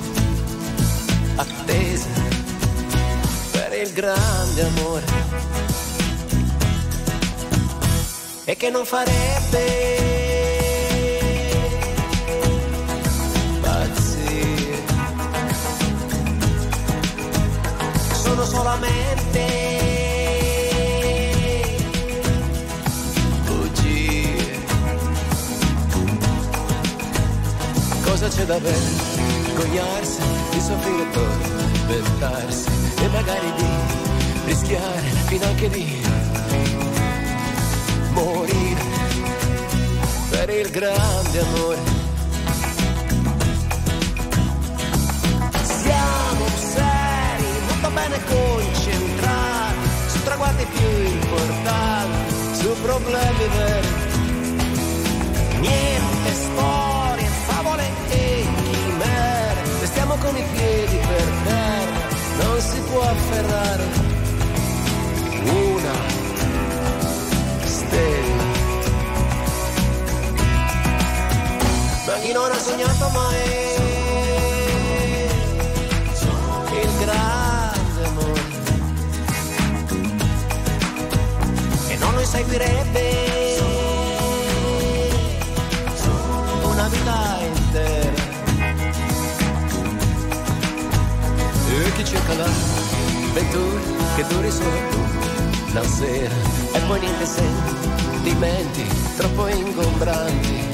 [SPEAKER 14] attesa per il grande amore, e che non farebbe pazzire, sono solamente bugie. Cosa c'è da vergognarsi di soffrire per darsi, e magari di rischiare fino anche di morire per il grande amore. Siamo seri, molto bene concentrati su traguardi più importanti, su problemi veri. Niente storie, favole e chimere, restiamo con i piedi per terra, non si può afferrare una stella. Ma chi non ha sognato mai il grande amore, e non lo inseguirebbe una vita intera. E chi cerca l'avventura che duri solo una sera, e poi niente sentimenti troppo ingombranti,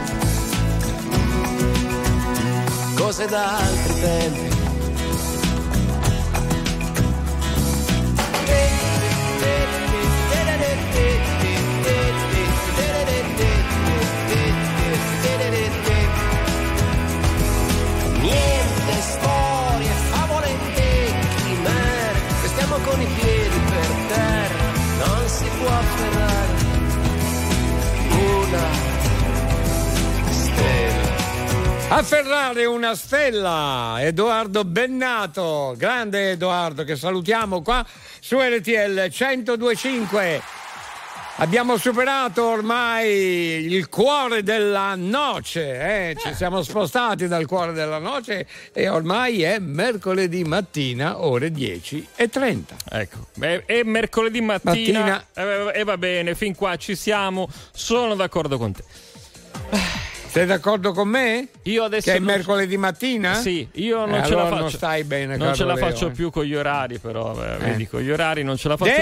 [SPEAKER 14] cose da altri tempi. Niente storie, favole e chimere, restiamo con i piedi per terra, non si può afferrare una stella.
[SPEAKER 1] Afferrare una stella. Edoardo Bennato, grande Edoardo, che salutiamo qua su RTL 102.5. Abbiamo superato ormai il cuore della noce, ci siamo spostati dal cuore della noce e ormai è mercoledì mattina, ore 10:30.
[SPEAKER 2] Ecco, è mercoledì mattina. E va bene, fin qua ci siamo, sono d'accordo con te.
[SPEAKER 1] Sei d'accordo con me?
[SPEAKER 2] Io adesso
[SPEAKER 1] che è mercoledì mattina?
[SPEAKER 2] Sì, io non ce la faccio.
[SPEAKER 1] Non stai bene,
[SPEAKER 2] non ce la
[SPEAKER 1] Leo.
[SPEAKER 2] Faccio più con gli orari, però vedi, con gli orari non ce la faccio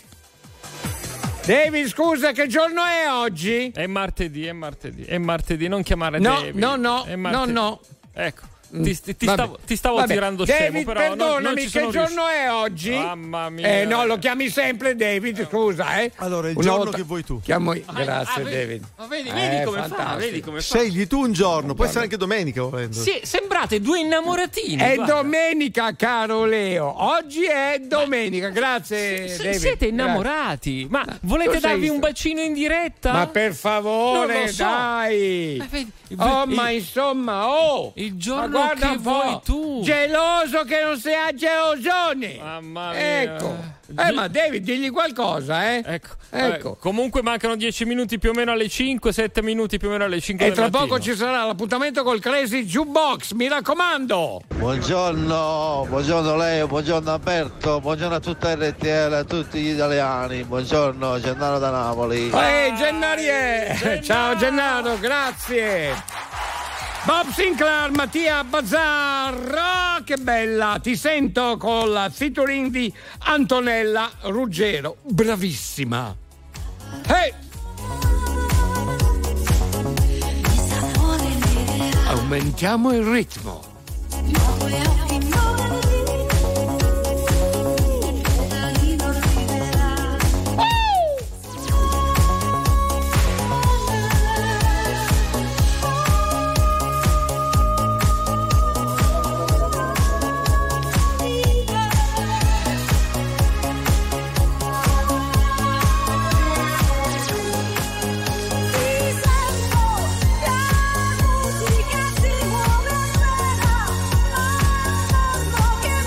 [SPEAKER 1] David, scusa, che giorno è oggi?
[SPEAKER 2] È martedì, non chiamare David.
[SPEAKER 1] No.
[SPEAKER 2] Ecco. Ti stavo tirando
[SPEAKER 1] David,
[SPEAKER 2] scemo, però
[SPEAKER 1] perdonami,
[SPEAKER 2] non
[SPEAKER 1] che giorno è oggi?
[SPEAKER 2] Mamma mia.
[SPEAKER 1] No, lo chiami sempre David, scusa,
[SPEAKER 4] Allora, il giorno che vuoi tu.
[SPEAKER 1] Grazie, David.
[SPEAKER 2] Ma vedi come fa,
[SPEAKER 4] Scegli tu un giorno, può essere anche domenica volendo.
[SPEAKER 2] Sì, sembrate due innamoratini.
[SPEAKER 1] È domenica, caro Leo. Oggi è domenica, grazie David.
[SPEAKER 2] Siete innamorati? Ma volete darvi un bacino in diretta?
[SPEAKER 1] Ma per favore,
[SPEAKER 2] non lo so.
[SPEAKER 1] dai. Ma insomma,
[SPEAKER 2] il giorno che vuoi tu.
[SPEAKER 1] Geloso che non sia gelosone.
[SPEAKER 2] Mamma mia.
[SPEAKER 1] Ecco. Ma David, digli qualcosa,
[SPEAKER 2] Ecco. Comunque mancano 10 minuti più o meno alle 5, 7 minuti più o meno alle 5
[SPEAKER 1] e
[SPEAKER 2] del
[SPEAKER 1] tra
[SPEAKER 2] mattino.
[SPEAKER 1] poco ci sarà l'appuntamento col Crazy Jukebox, mi raccomando.
[SPEAKER 10] Buongiorno Leo, buongiorno Alberto, buongiorno a tutta RTL, a tutti gli italiani. Buongiorno Gennaro da Napoli.
[SPEAKER 1] Gennarie. Ciao Gennaro, grazie. Bob Sinclair, Mattia Bazzar, che bella, ti sento con la featuring di Antonella Ruggero, bravissima. Aumentiamo il ritmo.
[SPEAKER 21] Musica si muove a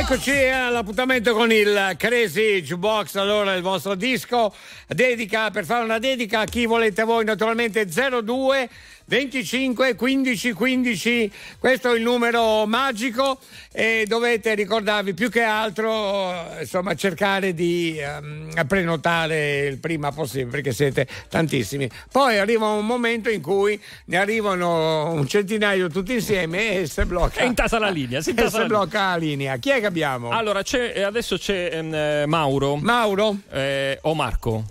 [SPEAKER 1] Eccoci all'appuntamento con il Crazy Jukebox. Allora, il vostro disco dedica, per fare una dedica a chi volete voi, naturalmente 02 25 15 15, questo è il numero magico e dovete ricordarvi più che altro, insomma, cercare di prenotare il prima possibile, perché siete tantissimi. Poi arriva un momento in cui ne arrivano un centinaio tutti insieme e si blocca.
[SPEAKER 2] E intasa la linea. Si
[SPEAKER 1] blocca la linea. Chi è che abbiamo?
[SPEAKER 2] Allora, adesso c'è Mauro.
[SPEAKER 1] Mauro?
[SPEAKER 2] O Marco?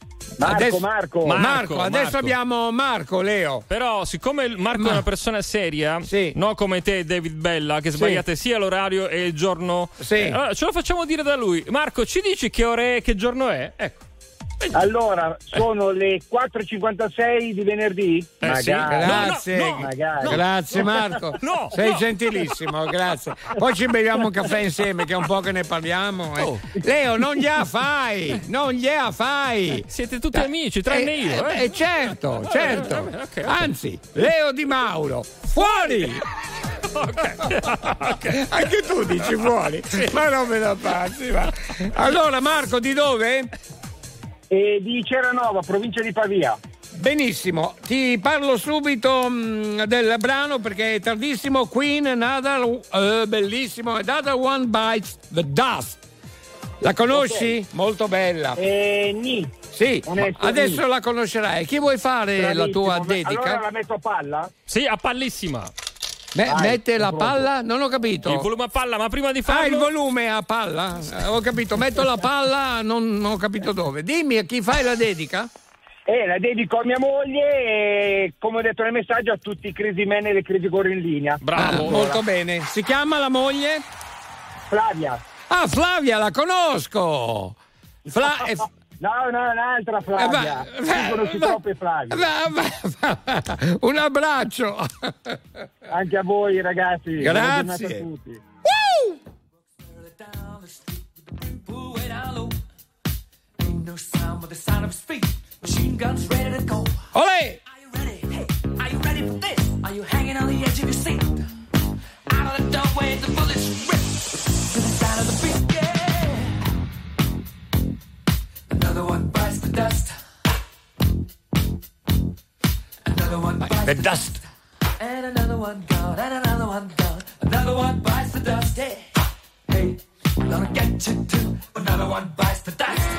[SPEAKER 1] Marco, adesso abbiamo Marco, Leo.
[SPEAKER 2] Però siccome Marco è una persona seria, non come te David Bella, che sbagliate sia l'orario e il giorno, allora ce lo facciamo dire da lui. Marco, ci dici che ore e che giorno è? Ecco.
[SPEAKER 15] Allora, sono le 4:56 di venerdì?
[SPEAKER 1] Sì, grazie,
[SPEAKER 15] no.
[SPEAKER 1] Grazie Marco, sei gentilissimo, grazie. Poi ci beviamo un caffè insieme, che è un po' che ne parliamo. Leo, non gliela fai.
[SPEAKER 2] Siete tutti amici, tranne io.
[SPEAKER 1] Certo. Okay. Anzi, Leo Di Mauro, fuori! Okay. Anche tu dici fuori, ma non me la passi. Va. Allora, Marco, di dove?
[SPEAKER 15] Di Ceranova, provincia di Pavia.
[SPEAKER 1] Benissimo, ti parlo subito del brano perché è tardissimo. Queen, bellissimo, Another One Bites the Dust. La conosci?
[SPEAKER 15] Okay.
[SPEAKER 1] Molto bella. Sì, adesso la conoscerai. Chi vuoi fare
[SPEAKER 15] Bravissimo.
[SPEAKER 1] la tua dedica?
[SPEAKER 15] Allora la metto a palla?
[SPEAKER 2] Sì, a pallissima.
[SPEAKER 1] Mette la palla? Non ho capito.
[SPEAKER 2] Il volume a palla, ma prima di farlo...
[SPEAKER 1] il volume a palla? Ho capito, metto la palla, non ho capito dove. Dimmi, a chi fai la dedica?
[SPEAKER 15] La dedico a mia moglie e, come ho detto nel messaggio, a tutti i crazy man e le crazy girl in linea.
[SPEAKER 2] Bravo.
[SPEAKER 1] Molto bene. Si chiama la moglie?
[SPEAKER 15] Flavia.
[SPEAKER 1] Ah, Flavia, la conosco!
[SPEAKER 15] No, un'altra Flavia. Conosci troppe Flavie.
[SPEAKER 1] Un abbraccio.
[SPEAKER 15] Anche a voi, ragazzi.
[SPEAKER 1] Grazie.
[SPEAKER 15] A tutti.
[SPEAKER 1] Olè!
[SPEAKER 22] Are you ready for this? Are you hanging on the edge of your seat? Out of the doorway, the bullets rip to the sound of the beat. Yeah. Another one bites the dust. Another one bites
[SPEAKER 1] the dust.
[SPEAKER 22] And another one gone, and another one gone. Another one bites the dust. Hey, hey, I'm gonna get you too. Another one bites the dust.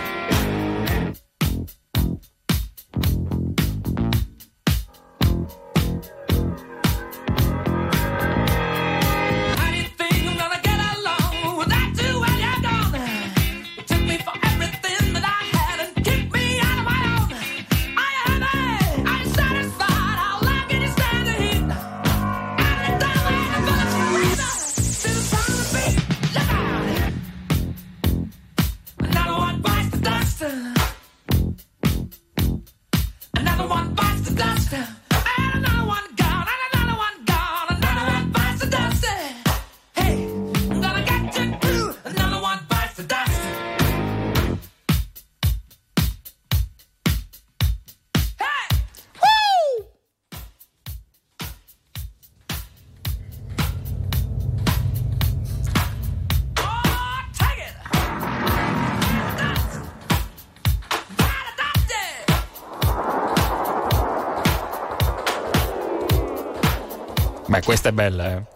[SPEAKER 2] Beh, questa è bella, eh.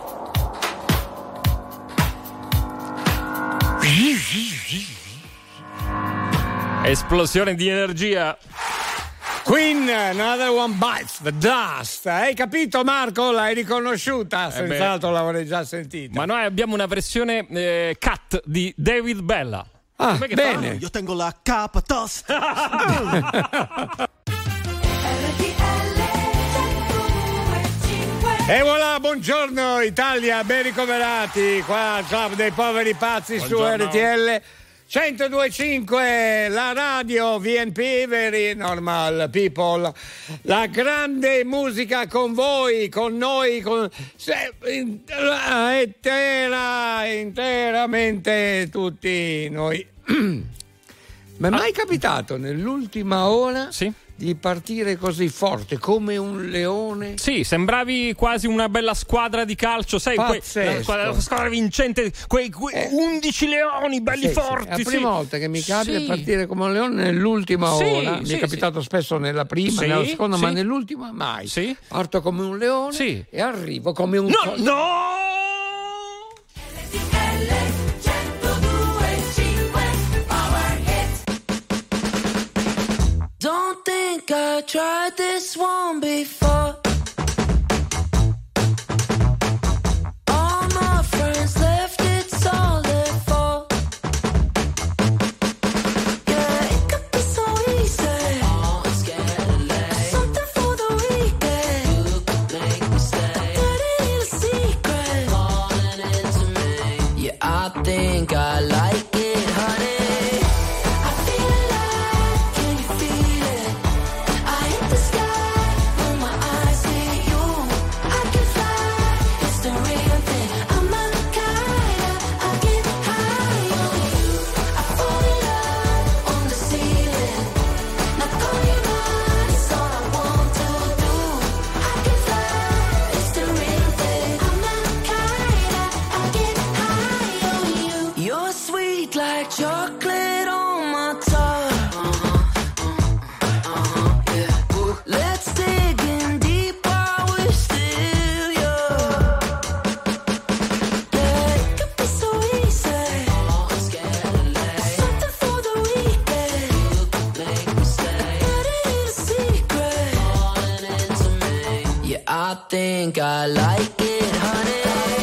[SPEAKER 2] Esplosione di energia.
[SPEAKER 1] Queen, Another One Bites the Dust. Hai capito, Marco? L'hai riconosciuta? Senz'altro l'avrei già sentita.
[SPEAKER 2] Ma noi abbiamo una versione cut di David Bella.
[SPEAKER 1] Ah, bene.
[SPEAKER 4] Io tengo la capa tosta.
[SPEAKER 1] E voilà, buongiorno Italia, ben ricoverati qua al Club dei Poveri Pazzi. Buongiorno. Su RTL 102.5, la radio VNP, Very Normal People. La grande musica con voi, con noi, interamente tutti noi. Mi è mai capitato nell'ultima ora di partire così forte come un leone?
[SPEAKER 2] Sì, sembravi quasi una bella squadra di calcio, sai, la squadra vincente, quei 11 leoni belli forti.
[SPEAKER 1] È la prima volta che mi capita partire come un leone nell'ultima ora. Mi è capitato spesso nella prima, nella seconda, ma nell'ultima mai. Parto come un leone e arrivo come un
[SPEAKER 11] Don't think I tried this one before. All my friends left, it's all their fault. Yeah, it could be so easy. Oh, I'm scared of late. Something for the weekend. You could make me stay. Dirty little secret. Falling into me. Yeah, I think I like it, honey. Chocolate on my tongue. Yeah. Let's dig in deep while we're still young. Yeah, it could be so easy. Oh, I'm scared of late. Something for the weekend. You could make me stay. Dirty little secret. Falling into me. Yeah, I think I like it, honey.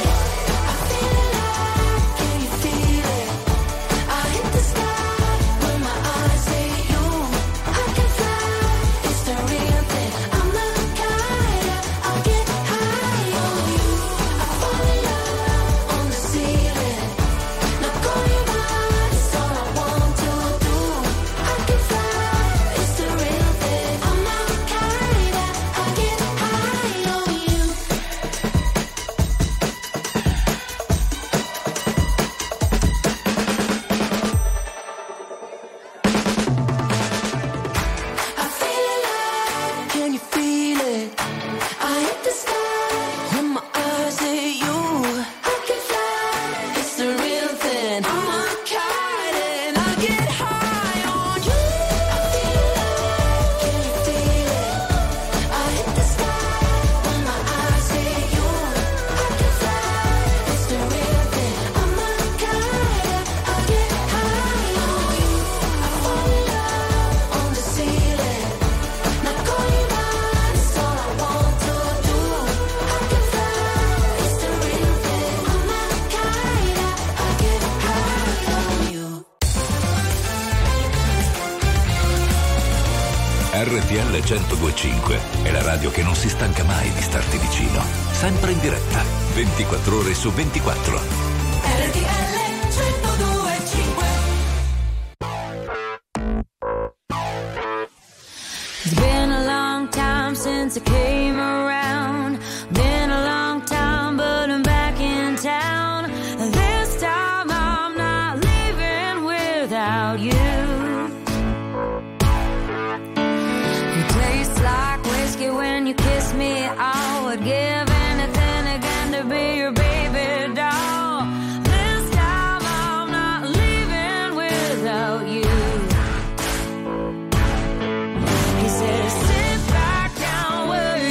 [SPEAKER 9] RTL 102.5 è la radio che non si stanca mai di starti vicino. Sempre in diretta, 24 ore su 24.
[SPEAKER 11] RTL 102.5. It's been a long time since I came around. Been a long time, but I'm back in town. This time I'm not leaving without you. When you kiss me, I would give anything again to be your baby doll. This time I'm not leaving without you. He said, sit back down where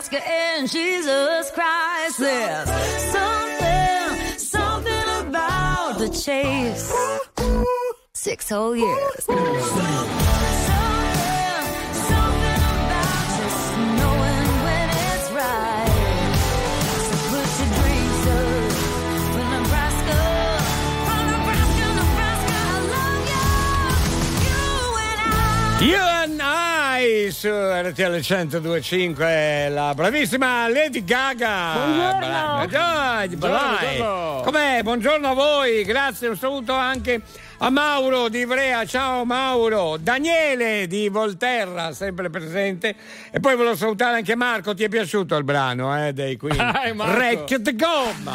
[SPEAKER 11] Nebraska and Jesus Christ. There's something about the chase. 6 whole years.
[SPEAKER 1] You and I su RTL 102.5, la bravissima Lady Gaga. Buongiorno. Com'è? Buongiorno a voi, grazie, un saluto anche a Mauro di Ivrea, ciao Mauro, Daniele di Volterra, sempre presente, e poi volevo salutare anche Marco. Ti è piaciuto il brano dei Queen? Wrecked Gomma.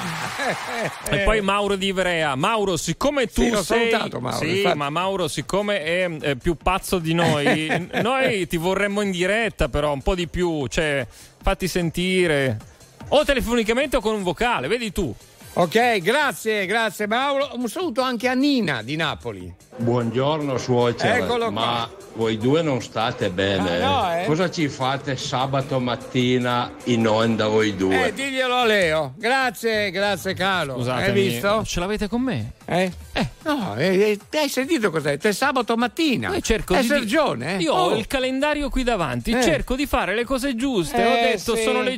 [SPEAKER 2] E poi Mauro di Ivrea. Mauro, siccome tu
[SPEAKER 1] l'ho
[SPEAKER 2] sei
[SPEAKER 1] salutato, Mauro,
[SPEAKER 2] sì,
[SPEAKER 1] infatti.
[SPEAKER 2] ma Mauro siccome è più pazzo di noi, noi ti vorremmo in diretta, però un po' di più, cioè fatti sentire o telefonicamente o con un vocale, vedi tu.
[SPEAKER 1] Ok, grazie Mauro. Un saluto anche a Nina di Napoli.
[SPEAKER 5] Buongiorno suocera.
[SPEAKER 1] Eccolo qua.
[SPEAKER 5] Ma voi due non state bene.
[SPEAKER 1] No,
[SPEAKER 5] Cosa ci fate sabato mattina in onda voi due?
[SPEAKER 1] Diglielo a Leo. Grazie caro.
[SPEAKER 2] Scusatemi,
[SPEAKER 1] hai visto?
[SPEAKER 2] Ce l'avete con me?
[SPEAKER 1] No, hai sentito cos'è? È sabato mattina.
[SPEAKER 2] Cerco
[SPEAKER 1] è
[SPEAKER 2] di
[SPEAKER 1] Sergione,
[SPEAKER 2] Io ho il calendario qui davanti, cerco di fare le cose giuste. Ho detto sono le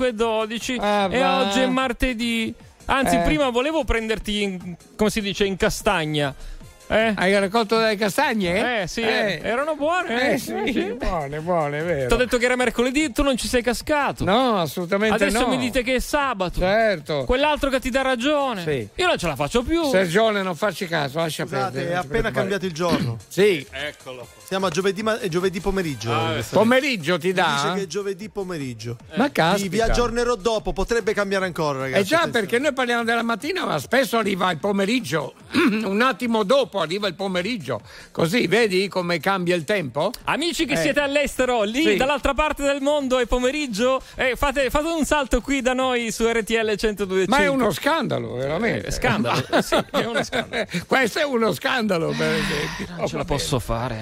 [SPEAKER 2] 5:12 e oggi è martedì. Anzi, prima volevo prenderti come si dice, in castagna.
[SPEAKER 1] Hai raccolto delle castagne?
[SPEAKER 2] Sì, erano buone.
[SPEAKER 1] Sì, buone, vero.
[SPEAKER 2] Ti ho detto che era mercoledì, tu non ci sei cascato.
[SPEAKER 1] No, assolutamente
[SPEAKER 2] Adesso
[SPEAKER 1] no.
[SPEAKER 2] mi dite che è sabato.
[SPEAKER 1] Certo.
[SPEAKER 2] Quell'altro che ti dà ragione.
[SPEAKER 1] Sì.
[SPEAKER 2] Io non ce la faccio più.
[SPEAKER 1] Sergione, non farci caso, lascia perdere.
[SPEAKER 4] È appena cambiato il giorno.
[SPEAKER 1] Sì.
[SPEAKER 2] Eccolo.
[SPEAKER 4] Siamo a giovedì pomeriggio.
[SPEAKER 1] Pomeriggio ti dà?
[SPEAKER 4] Dice che è giovedì pomeriggio.
[SPEAKER 1] Ma caspita.
[SPEAKER 4] Vi aggiornerò dopo, potrebbe cambiare ancora, ragazzi.
[SPEAKER 1] Già,
[SPEAKER 4] attenzione.
[SPEAKER 1] perché noi parliamo della mattina, ma spesso arriva il pomeriggio. Un attimo dopo arriva il pomeriggio. Così, vedi come cambia il tempo?
[SPEAKER 2] Amici che siete all'estero, lì dall'altra parte del mondo è pomeriggio, fate un salto qui da noi su RTL 102.5.
[SPEAKER 1] Ma è uno scandalo, veramente.
[SPEAKER 2] Scandalo? Sì, è uno scandalo.
[SPEAKER 1] Questo è uno scandalo, per esempio.
[SPEAKER 2] Non ce la posso fare.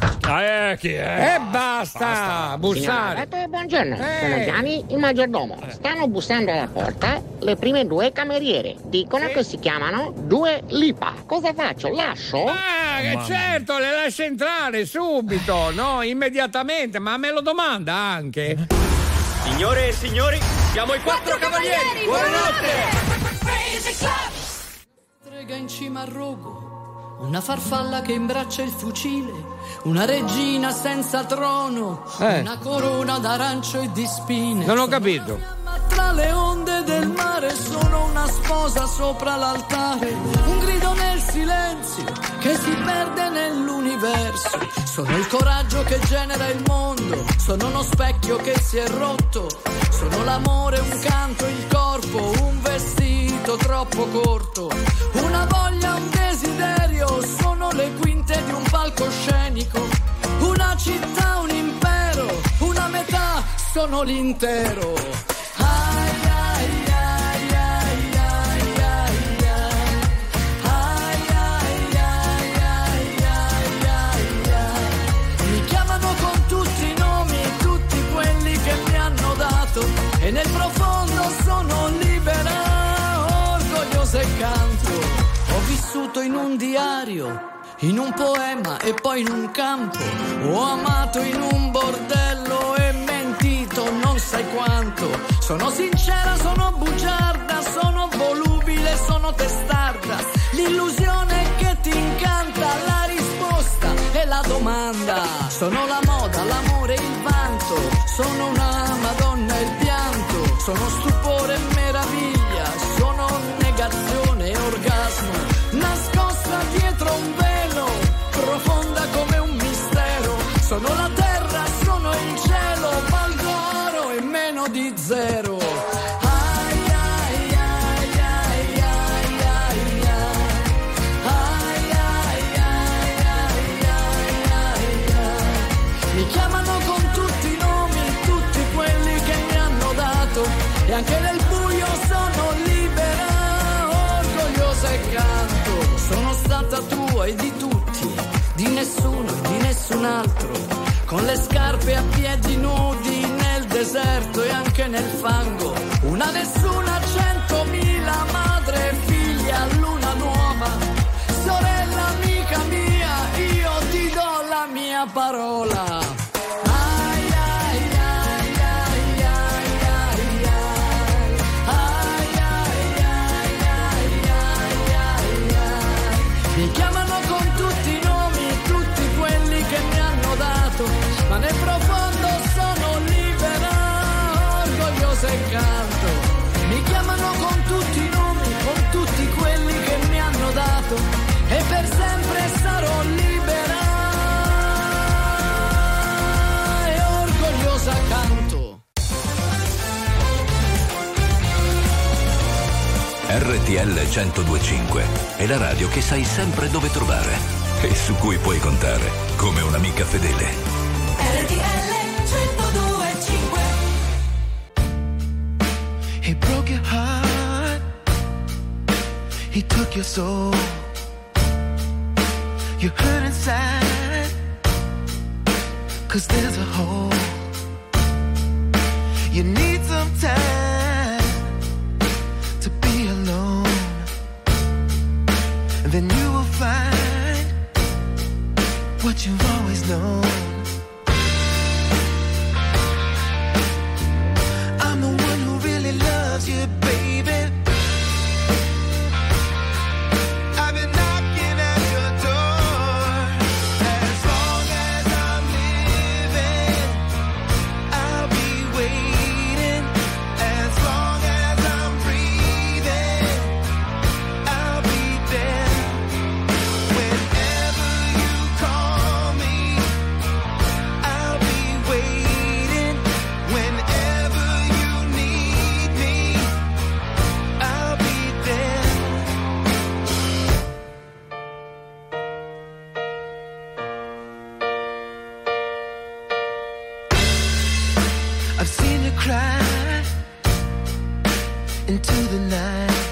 [SPEAKER 2] Chi
[SPEAKER 1] è? Basta bussare.
[SPEAKER 19] Buongiorno, sono Gianni, il maggiordomo. Stanno bussando alla porta le prime 2 cameriere. Dicono che si chiamano 2 Lipa. Cosa faccio? Lascio?
[SPEAKER 1] Certo, le lascio entrare subito, no? Immediatamente, ma me lo domanda anche.
[SPEAKER 16] Signore e signori, siamo i 4 cavalieri. Buonanotte.
[SPEAKER 23] Strega in cima al rogo, una farfalla che imbraccia il fucile, una regina senza trono, una corona d'arancio e di spine.
[SPEAKER 1] Non ho capito.
[SPEAKER 23] Ma tra le onde del mare sono una sposa sopra l'altare, un grido nel silenzio che si perde nell'universo. Sono il coraggio che genera il mondo, sono uno specchio che si è rotto, sono l'amore, un canto, il corpo, un vestito troppo corto, una voglia, un desiderio, sono le quinte di un palcoscenico, una città, un impero, una metà, sono l'intero. Mi chiamano con tutti i nomi, tutti quelli che mi hanno dato, e nel profondo sono libera, orgogliosa e canto. Ho vissuto in un diario, in un poema e poi in un campo, ho amato in un bordello e mentito non sai quanto. Sono sincera, sono bugiarda, sono volubile, sono testarda, l'illusione che ti incanta, la risposta e la domanda. Sono la moda, l'amore, il vanto, sono una madonna e il pianto, sono stupore e meraviglia, sono negazione e orgasmo, nascosta dietro un velo, profonda come un mistero. Sono la terra, sono il cielo, valgo oro e meno di zero. Mi chiamano con tutti i nomi, tutti quelli che mi hanno dato, e anche nel buio sono libera, orgogliosa e canto. Sono stata tua e di tutti, di nessuno e di nessun altro, con le scarpe a piedi nudi nel deserto e anche nel fango, una nessuna, 100.000, madre, figlia, luna nuova, sorella, amica mia, io ti do la mia parola. Mi chiamano con tutti i nomi, tutti quelli che mi hanno dato, ma nel profondo sono libera, orgogliosa e canto. Mi chiamano con tutti i nomi, con tutti quelli che mi hanno dato, e per sempre sarò libera e orgogliosa canto.
[SPEAKER 9] RTL 102.5 è la radio che sai sempre dove trovare e su cui puoi contare come un'amica fedele.
[SPEAKER 21] RTL 102.5.
[SPEAKER 22] He broke your heart, he took your soul, you hurt inside, 'cause there's a hole, you need some time to be alone, and then you will find what you've always known. I'm the one who really loves you, baby. I've been knocking at your door. As long as I'm living, I'll be waiting. As long as I'm breathing, I'll be there. Whenever you call me, I'll be waiting. Whenever you need me, I'll be there. I've seen you cry into the night.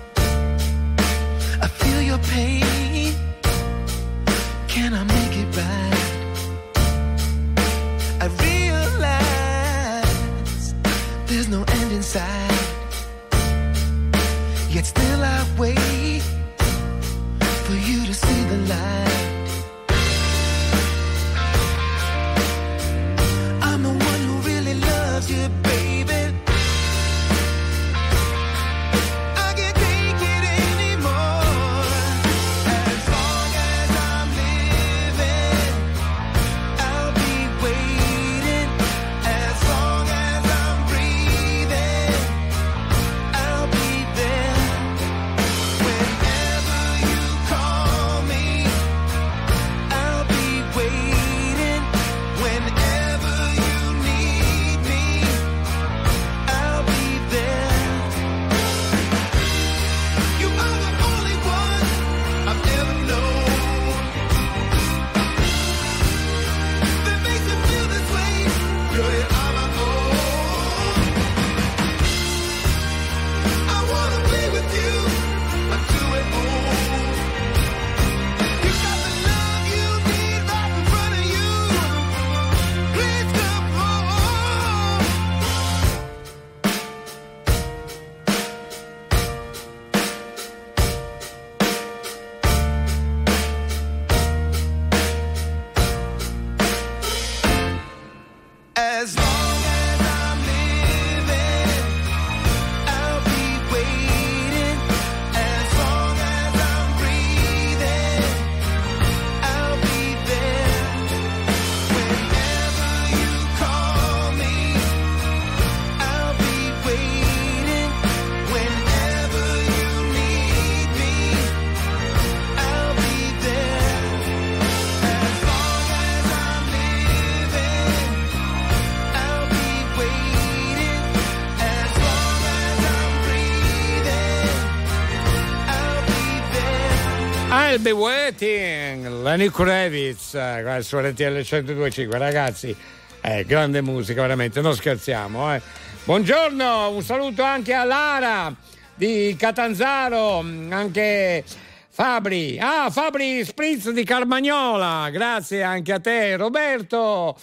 [SPEAKER 22] I feel your pain. Can I make it right? I realize there's no end in sight. Yet still I wait for you to see the light. I'm the one who really loves you, baby. I can't take it anymore. As long as I'm living, I'll be waiting. As long as I'm breathing, I'll be there. Whenever you call me, I'll be waiting. Whenever you need me, I'll be there. You are the only one I've ever known that makes me feel this way. You're it on my own. I wanna be with you until we're old. You got the love you need right in front of you. Please come home. As long as I'm living, I'll be waiting. As long as I'm breathing, I'll be there. Whenever you call me, I'll be waiting. Whenever you need me, I'll be there. As long as I'm living, I'll be waiting. As long as I'm breathing, I'll be there.
[SPEAKER 1] I'll be waiting, Lenny Kravitz, qua su RTL 102.5, ragazzi, grande musica, veramente, non scherziamo. Buongiorno, un saluto anche a Lara di Catanzaro, anche Fabri Spritz di Carmagnola, grazie anche a te. Roberto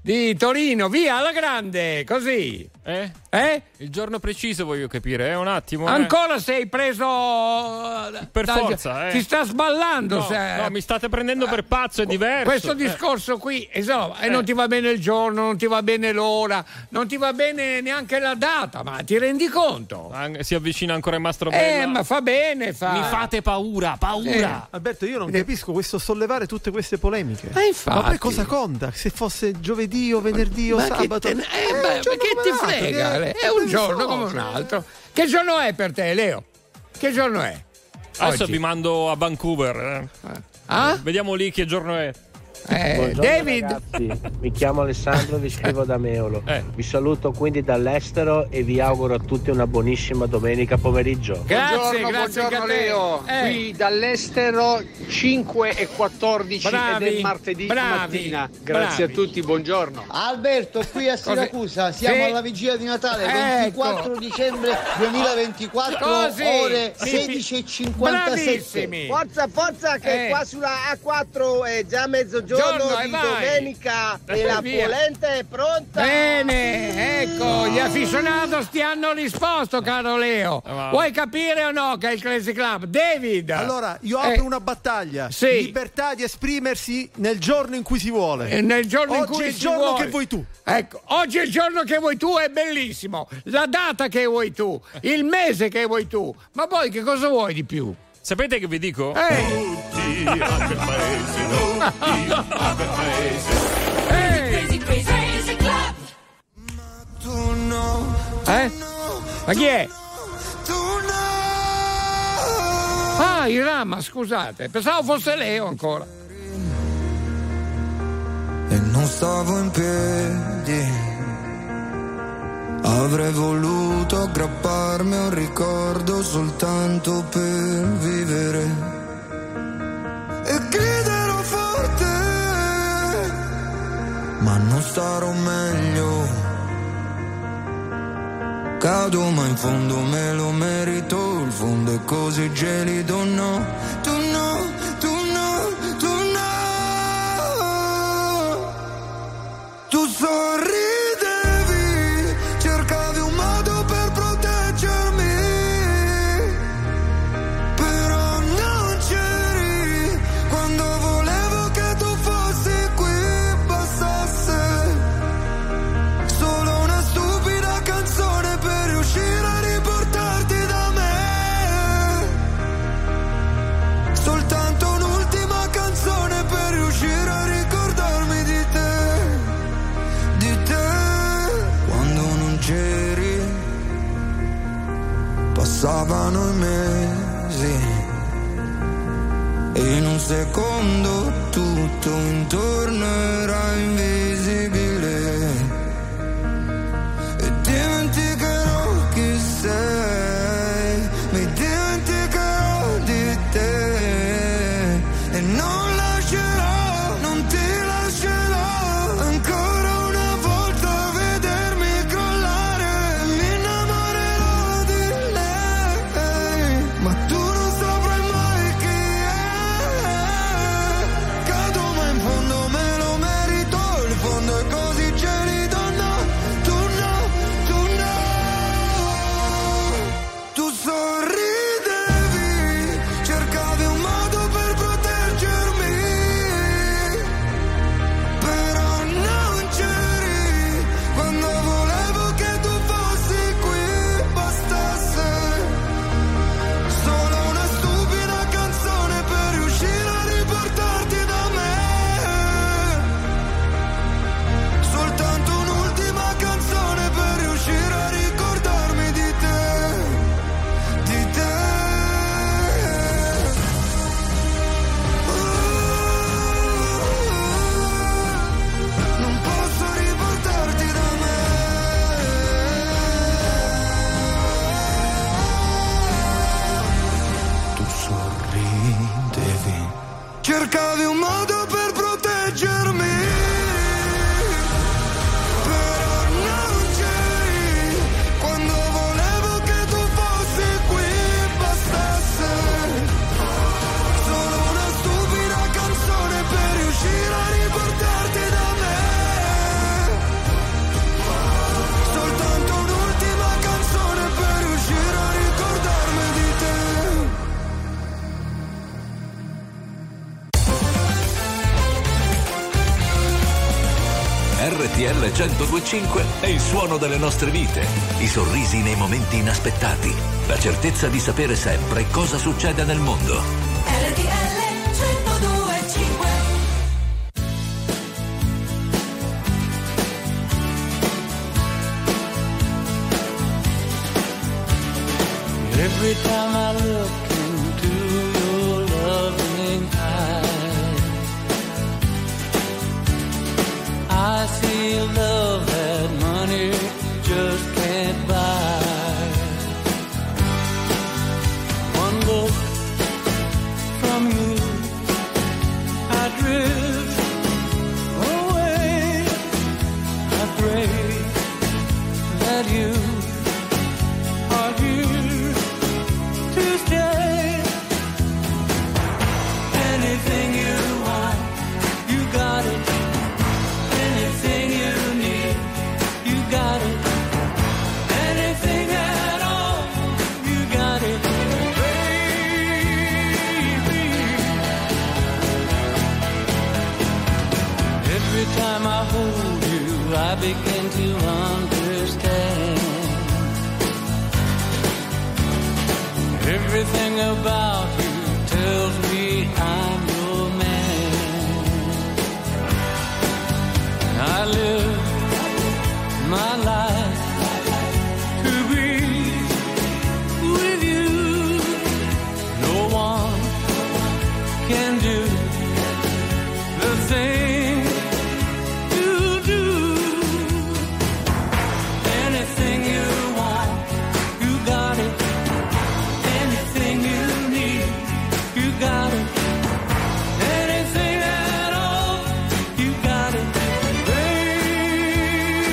[SPEAKER 1] di Torino, via alla grande, così.
[SPEAKER 2] Il giorno preciso voglio capire, un attimo.
[SPEAKER 1] Ancora sei preso
[SPEAKER 2] per forza,
[SPEAKER 1] Ti sta sballando.
[SPEAKER 2] No, mi state prendendo per pazzo, è diverso.
[SPEAKER 1] Questo discorso qui, non ti va bene il giorno, non ti va bene l'ora, non ti va bene neanche la data, ma ti rendi conto?
[SPEAKER 2] Si avvicina ancora il Mastrobella.
[SPEAKER 1] Ma fa bene,
[SPEAKER 2] Mi fate paura.
[SPEAKER 4] Alberto, io non capisco questo sollevare tutte queste polemiche.
[SPEAKER 1] Infatti.
[SPEAKER 4] Ma poi cosa conta? Se fosse giovedì o venerdì o sabato?
[SPEAKER 1] Che ti frega? È un giorno come un altro. Che giorno è per te, Leo? Che giorno è?
[SPEAKER 2] Adesso vi mando a Vancouver. Vediamo lì che giorno è.
[SPEAKER 6] Buongiorno,
[SPEAKER 1] David,
[SPEAKER 6] ragazzi. Mi chiamo Alessandro, vi scrivo da Meolo. Vi saluto quindi dall'estero e vi auguro a tutti una buonissima domenica pomeriggio.
[SPEAKER 1] Buongiorno
[SPEAKER 12] Leo. Qui dall'estero 5:14 ed è martedì mattina. Grazie a tutti, buongiorno.
[SPEAKER 20] Alberto, qui a Siracusa siamo alla vigilia di Natale, 24 dicembre 2024, ore 16:57.
[SPEAKER 12] Forza che qua sulla A4 è già mezzogiorno di domenica e la polenta è pronta.
[SPEAKER 1] Bene, ecco, gli aficionados ti hanno risposto, caro Leo. Vuoi capire o no che è il Crazy Club? David.
[SPEAKER 4] Allora, io apro una battaglia. Libertà di esprimersi nel giorno in cui si vuole.
[SPEAKER 1] Nel giorno in
[SPEAKER 4] oggi
[SPEAKER 1] cui
[SPEAKER 4] è il
[SPEAKER 1] si
[SPEAKER 4] giorno
[SPEAKER 1] vuole.
[SPEAKER 4] che vuoi tu.
[SPEAKER 1] Ecco, oggi è il giorno che vuoi tu, è bellissimo. La data che vuoi tu, il mese che vuoi tu. Ma poi che cosa vuoi di più?
[SPEAKER 2] Sapete che vi dico?
[SPEAKER 21] Tutti a quel paese, tutti a quel paese. Crazy Club. Ma tu no.
[SPEAKER 1] Ma chi è? Irama, scusate, pensavo fosse Leo ancora.
[SPEAKER 21] E non stavo in piedi. Avrei voluto aggrapparmi a un ricordo soltanto per vivere e griderò forte, ma non starò meglio. Cado ma in fondo me lo merito, il fondo è così gelido, no, tu no, tu no, tu no. Tu sorridi. Passavano i mesi e in un secondo tutto intorno era invisibile e dimenticherò chi sei, mi dimenticherò di te e non lascerò, non ti lascerò ancora una volta vedermi crollare, mi innamorerò di lei, ma tu non saprai mai chi è. Cado ma in fondo me lo merito, il fondo è così gelido, no, tu no, tu no. Tu sorridevi, cercavi un modo per proteggermi, però non c'eri quando volevo che tu fossi qui, bastasse solo una stupida canzone per riuscire a riportarti da me, soltanto un'ultima canzone per riuscire a ricordarmi di te, di te. Non posso riportarti da me. Tu sorridevi, cercavi un modo per proteggermi, però non c'eri quando volevo che tu fossi qui, bastasse solo una stupida canzone per riuscire a riportarti da me,
[SPEAKER 9] 102.5 è il suono delle nostre vite, i sorrisi nei momenti inaspettati, la certezza di sapere sempre cosa succede nel mondo.
[SPEAKER 21] RTL 102.5.
[SPEAKER 23] Every time I look into your loving eyes, I see love that money just can't buy. One look from you, I drift away. I pray that you are here to stay. Anything you want, you got it. Anything you need, you got it. Anything at all, you got it, baby. Every time I hold you, I begin to understand. Everything about you tells me I'm your man. I live my life to be with you. No one can do the thing you do. Anything you want, you got it. Anything you need, you got it. Anything at all, you got it, baby.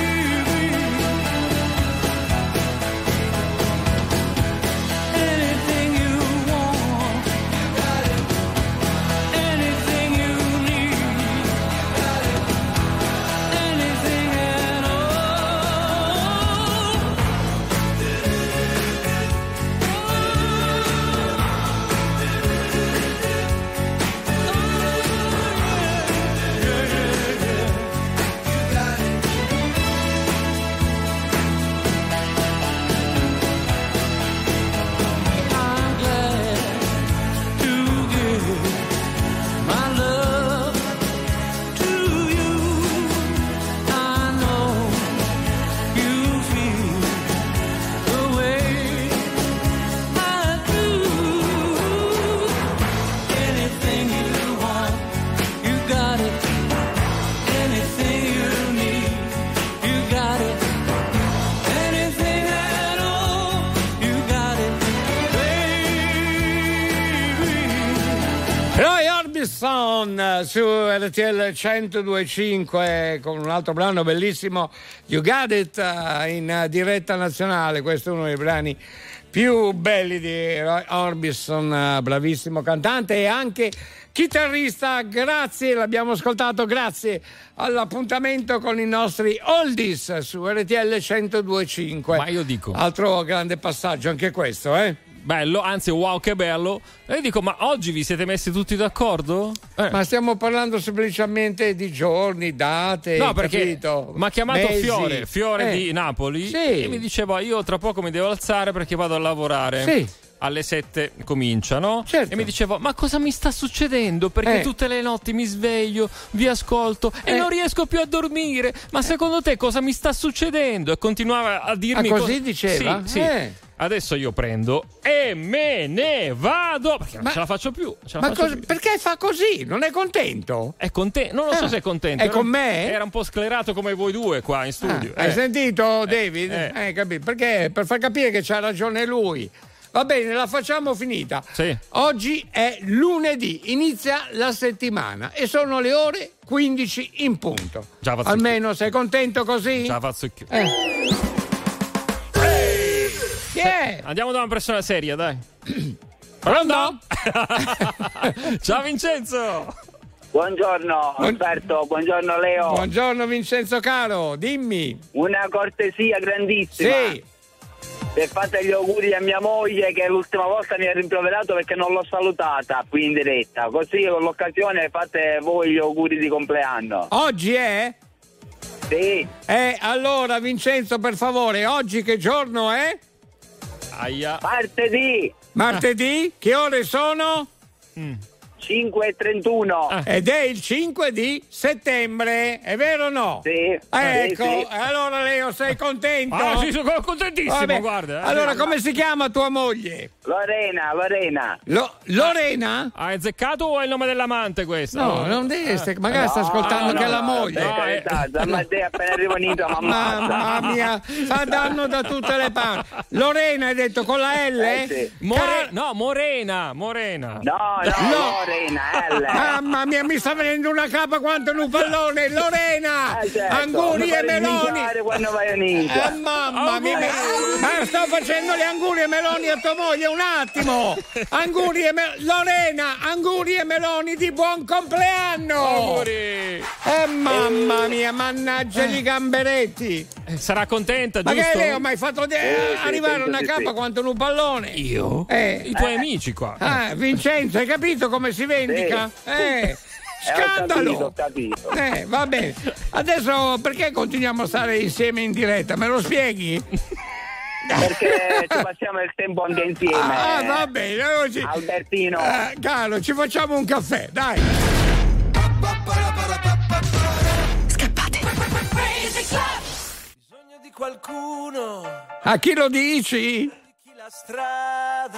[SPEAKER 23] Anything you want, you got it. Anything you need, you got it. Anything at I'm glad to give my love to you. I know you feel the way I do. Anything you want, you got it. Anything you need, you got it. Anything at all, you got it, baby.
[SPEAKER 1] Roy Orbison su RTL 102.5 con un altro brano bellissimo, You Got It, in diretta nazionale. Questo è uno dei brani più belli di Roy Orbison, bravissimo cantante e anche chitarrista. Grazie, l'abbiamo ascoltato grazie all'appuntamento con i nostri oldies su RTL 102.5.
[SPEAKER 2] Ma io dico,
[SPEAKER 1] altro grande passaggio anche questo,
[SPEAKER 2] bello, anzi wow che bello. E dico, ma oggi vi siete messi tutti d'accordo?
[SPEAKER 1] Ma stiamo parlando semplicemente di giorni, date,
[SPEAKER 2] no, perché
[SPEAKER 1] capito?
[SPEAKER 2] mi ha chiamato
[SPEAKER 1] Mesi.
[SPEAKER 2] Fiore di Napoli,
[SPEAKER 1] sì.
[SPEAKER 2] E mi diceva, io tra poco mi devo alzare perché vado a lavorare.
[SPEAKER 1] Sì.
[SPEAKER 2] Alle 7 cominciano,
[SPEAKER 1] certo.
[SPEAKER 2] E mi diceva, ma cosa mi sta succedendo? Perché tutte le notti mi sveglio, vi ascolto e non riesco più a dormire. Ma secondo te cosa mi sta succedendo? E continuava a dirmi
[SPEAKER 1] così diceva?
[SPEAKER 2] Sì. Adesso io prendo e me ne vado perché non ce la faccio più.
[SPEAKER 1] Perché fa così? Non è contento?
[SPEAKER 2] È contento, non lo so se è contento.
[SPEAKER 1] È con me?
[SPEAKER 2] Era un po' sclerato come voi due qua in studio.
[SPEAKER 1] Hai sentito, David? Capito? Perché per far capire che c'ha ragione lui. Va bene, la facciamo finita.
[SPEAKER 2] Sì.
[SPEAKER 1] Oggi è lunedì, inizia la settimana e sono le ore 15 in punto. Almeno sei contento così?
[SPEAKER 2] Già Fazzocchio.
[SPEAKER 1] Yeah.
[SPEAKER 2] Andiamo da una persona seria, dai. Pronto? Ciao Vincenzo.
[SPEAKER 3] Buongiorno Alberto, buongiorno Leo.
[SPEAKER 1] Buongiorno Vincenzo caro, dimmi.
[SPEAKER 3] Una cortesia grandissima.
[SPEAKER 1] Sì.
[SPEAKER 3] E fate gli auguri a mia moglie che l'ultima volta mi ha rimproverato perché non l'ho salutata qui in diretta. Così con l'occasione fate voi gli auguri di compleanno.
[SPEAKER 1] Oggi è?
[SPEAKER 3] Sì.
[SPEAKER 1] Allora, Vincenzo, per favore, oggi che giorno è?
[SPEAKER 2] Aia.
[SPEAKER 1] Martedì? Che ore sono?
[SPEAKER 3] 5:31.
[SPEAKER 1] Ed è il 5 di settembre, è vero o no?
[SPEAKER 3] Sì.
[SPEAKER 1] Ecco,
[SPEAKER 3] sì.
[SPEAKER 1] Allora Leo, sei contento?
[SPEAKER 2] Sì, sono contentissimo, vabbè. Guarda.
[SPEAKER 1] Allora, come si chiama tua moglie?
[SPEAKER 3] Lorena.
[SPEAKER 1] Lorena?
[SPEAKER 2] Hai azzeccato o è il nome dell'amante questo?
[SPEAKER 1] No, non deve, magari sta ascoltando anche la moglie.
[SPEAKER 3] Matteo appena arrivo Nito,
[SPEAKER 1] mamma mia, fa danno da tutte le parti. Lorena hai detto con la L?
[SPEAKER 3] Sì.
[SPEAKER 2] Morena.
[SPEAKER 3] No, Lorena.
[SPEAKER 1] Mamma mia, mi sta venendo una capa quanto un pallone. Lorena, certo. Anguri e meloni
[SPEAKER 3] quando vai a Nizza.
[SPEAKER 1] Mamma mia, sto facendo le anguri e meloni a tua moglie, un attimo. Lorena, anguri e meloni di buon compleanno. Mamma mia, mannaggia gli gamberetti.
[SPEAKER 2] Sarà contenta,
[SPEAKER 1] giusto? Ma che Leo, mi hai fatto arrivare una capa quanto un pallone?
[SPEAKER 2] Io? I tuoi amici qua.
[SPEAKER 1] Vincenzo, hai capito come si vendica? Scandalo!
[SPEAKER 3] Ho capito.
[SPEAKER 1] Va bene. Adesso perché continuiamo a stare insieme in diretta? Me lo spieghi?
[SPEAKER 3] Perché ci passiamo il tempo anche insieme.
[SPEAKER 1] Va bene.
[SPEAKER 3] Albertino.
[SPEAKER 1] Caro, ci facciamo un caffè, dai.
[SPEAKER 17] Scappate.
[SPEAKER 22] Bisogno di qualcuno.
[SPEAKER 1] A chi lo dici?
[SPEAKER 22] Chi la strada.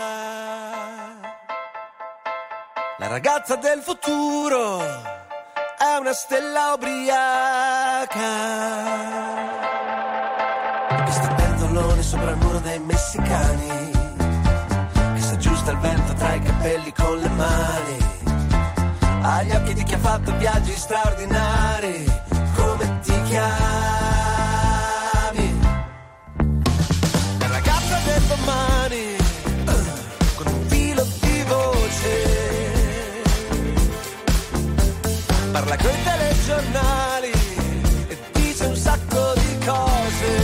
[SPEAKER 22] La ragazza del futuro è una stella ubriaca che sta pentolone sopra il muro dei messicani, che si aggiusta il vento tra i capelli con le mani, ha gli occhi di chi ha fatto viaggi straordinari. Come ti chiami? La ragazza del domani, con un filo di voce, parla coi telegiornali e dice un sacco di cose.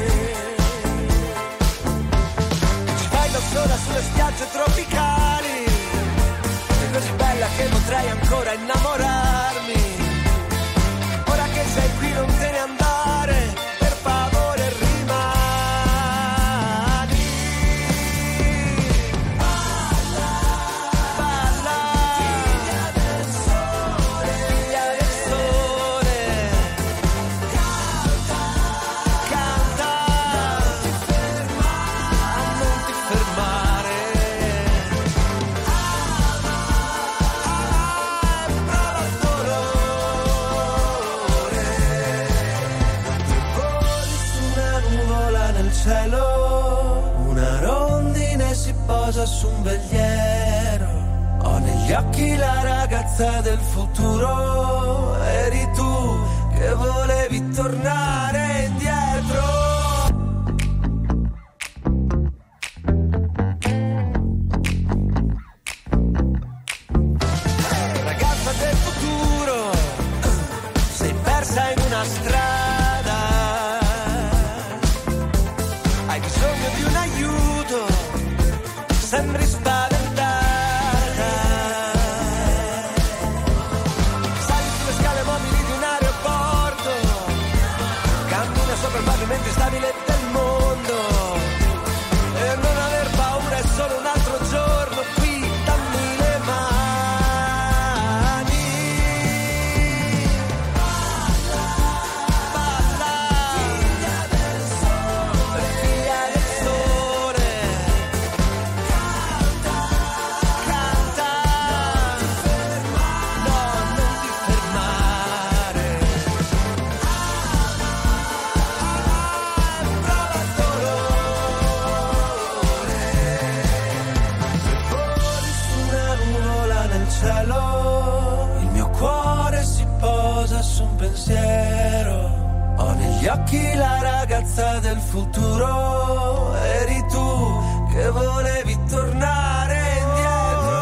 [SPEAKER 22] Ci fai da sola sulle spiagge tropicali, sei così bella che potrei ancora innamorarmi. Ora che sei qui non te ne andare, per favore rimani. Una rondine si posa su un vegliero, ho negli occhi la ragazza del futuro, eri tu che volevi tornare indietro. Ragazza del futuro, sei persa in una strada, sembri spaventata, sali sulle scale mobili di un aeroporto, cammina sopra il pavimento instabile del mondo, e non aver paura è solo un altro giorno qui, dammi le mani. Balla, figlia del sole, figlia del sole. Il mio cuore si posa su un pensiero, ho negli occhi la ragazza del futuro, eri tu che volevi tornare indietro.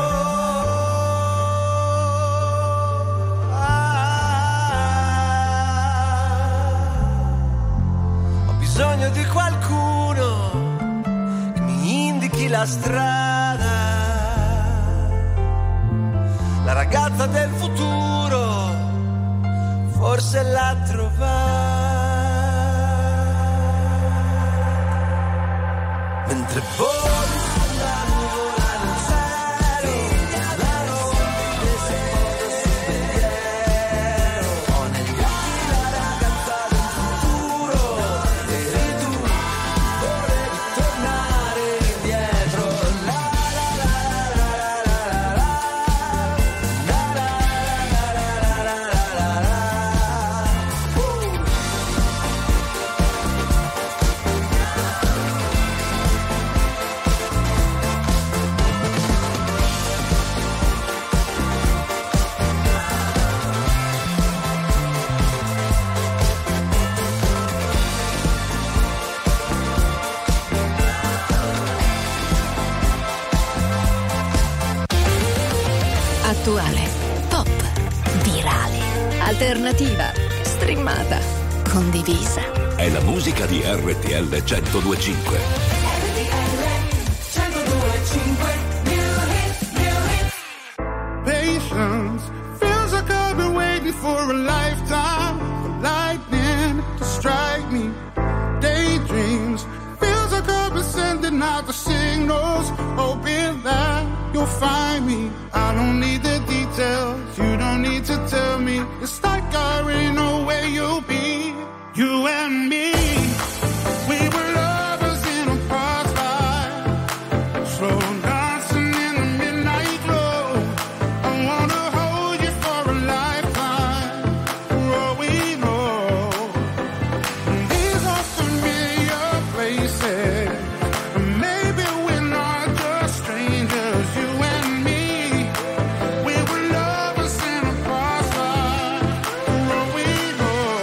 [SPEAKER 22] Ho bisogno di qualcuno che mi indichi la strada. La ragazza del futuro forse l'ha trovata.
[SPEAKER 21] mentre voli sulla nuvola del cielo, la notte si muove sul pensiero, ho negli occhi la ragazza del futuro, eri tu, volevi tornare indietro, la la la la la la la
[SPEAKER 7] Attuale, pop, virale, alternativa, streamata, condivisa.
[SPEAKER 9] È la musica di RTL 102.5.
[SPEAKER 21] Patience feels like I've been waiting for a lifetime for lightning to strike me. Daydreams feels like I've been sending out the signals, hoping that you'll find me. I don't need the details, you don't need to tell me. It's like I already know where you'll be. You and me, we were lovers in a past life, slow dancing in the midnight glow. I wanna hold you for a lifetime, for all we know. These are familiar places, maybe we're not just strangers. You and me, we were lovers in a past life, for all we know.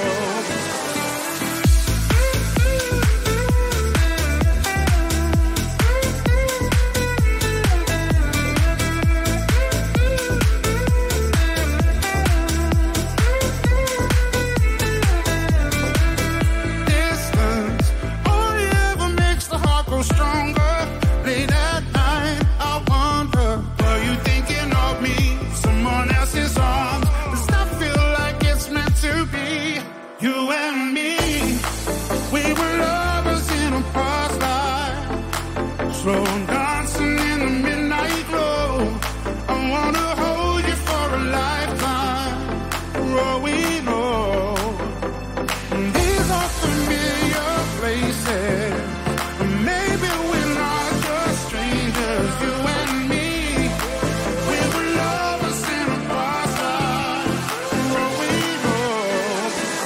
[SPEAKER 21] Distance only ever makes the heart grow stronger. Late at night, I wonder, are you thinking of me? Someone else's arms. Does that feel like it's meant to be? You and me, we were lovers in a past life, slow dancing in the midnight glow. I wanna hold you for a lifetime, for all we know. These are familiar places, maybe we're not just strangers. You and me, we were lovers in a past life, for all we know.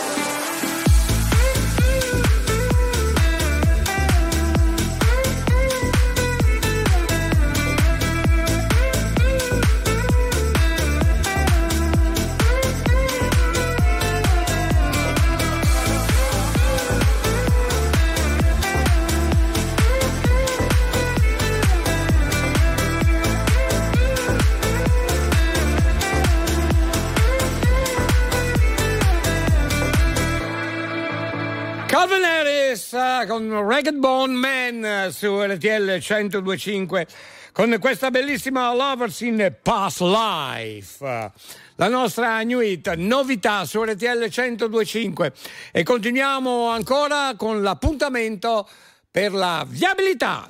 [SPEAKER 1] Calvin Harris con Ragged Bone Man su RTL 102.5 con questa bellissima Lovers in Past Life, la nostra new hit, novità su RTL 102.5. E continuiamo ancora con l'appuntamento per la viabilità.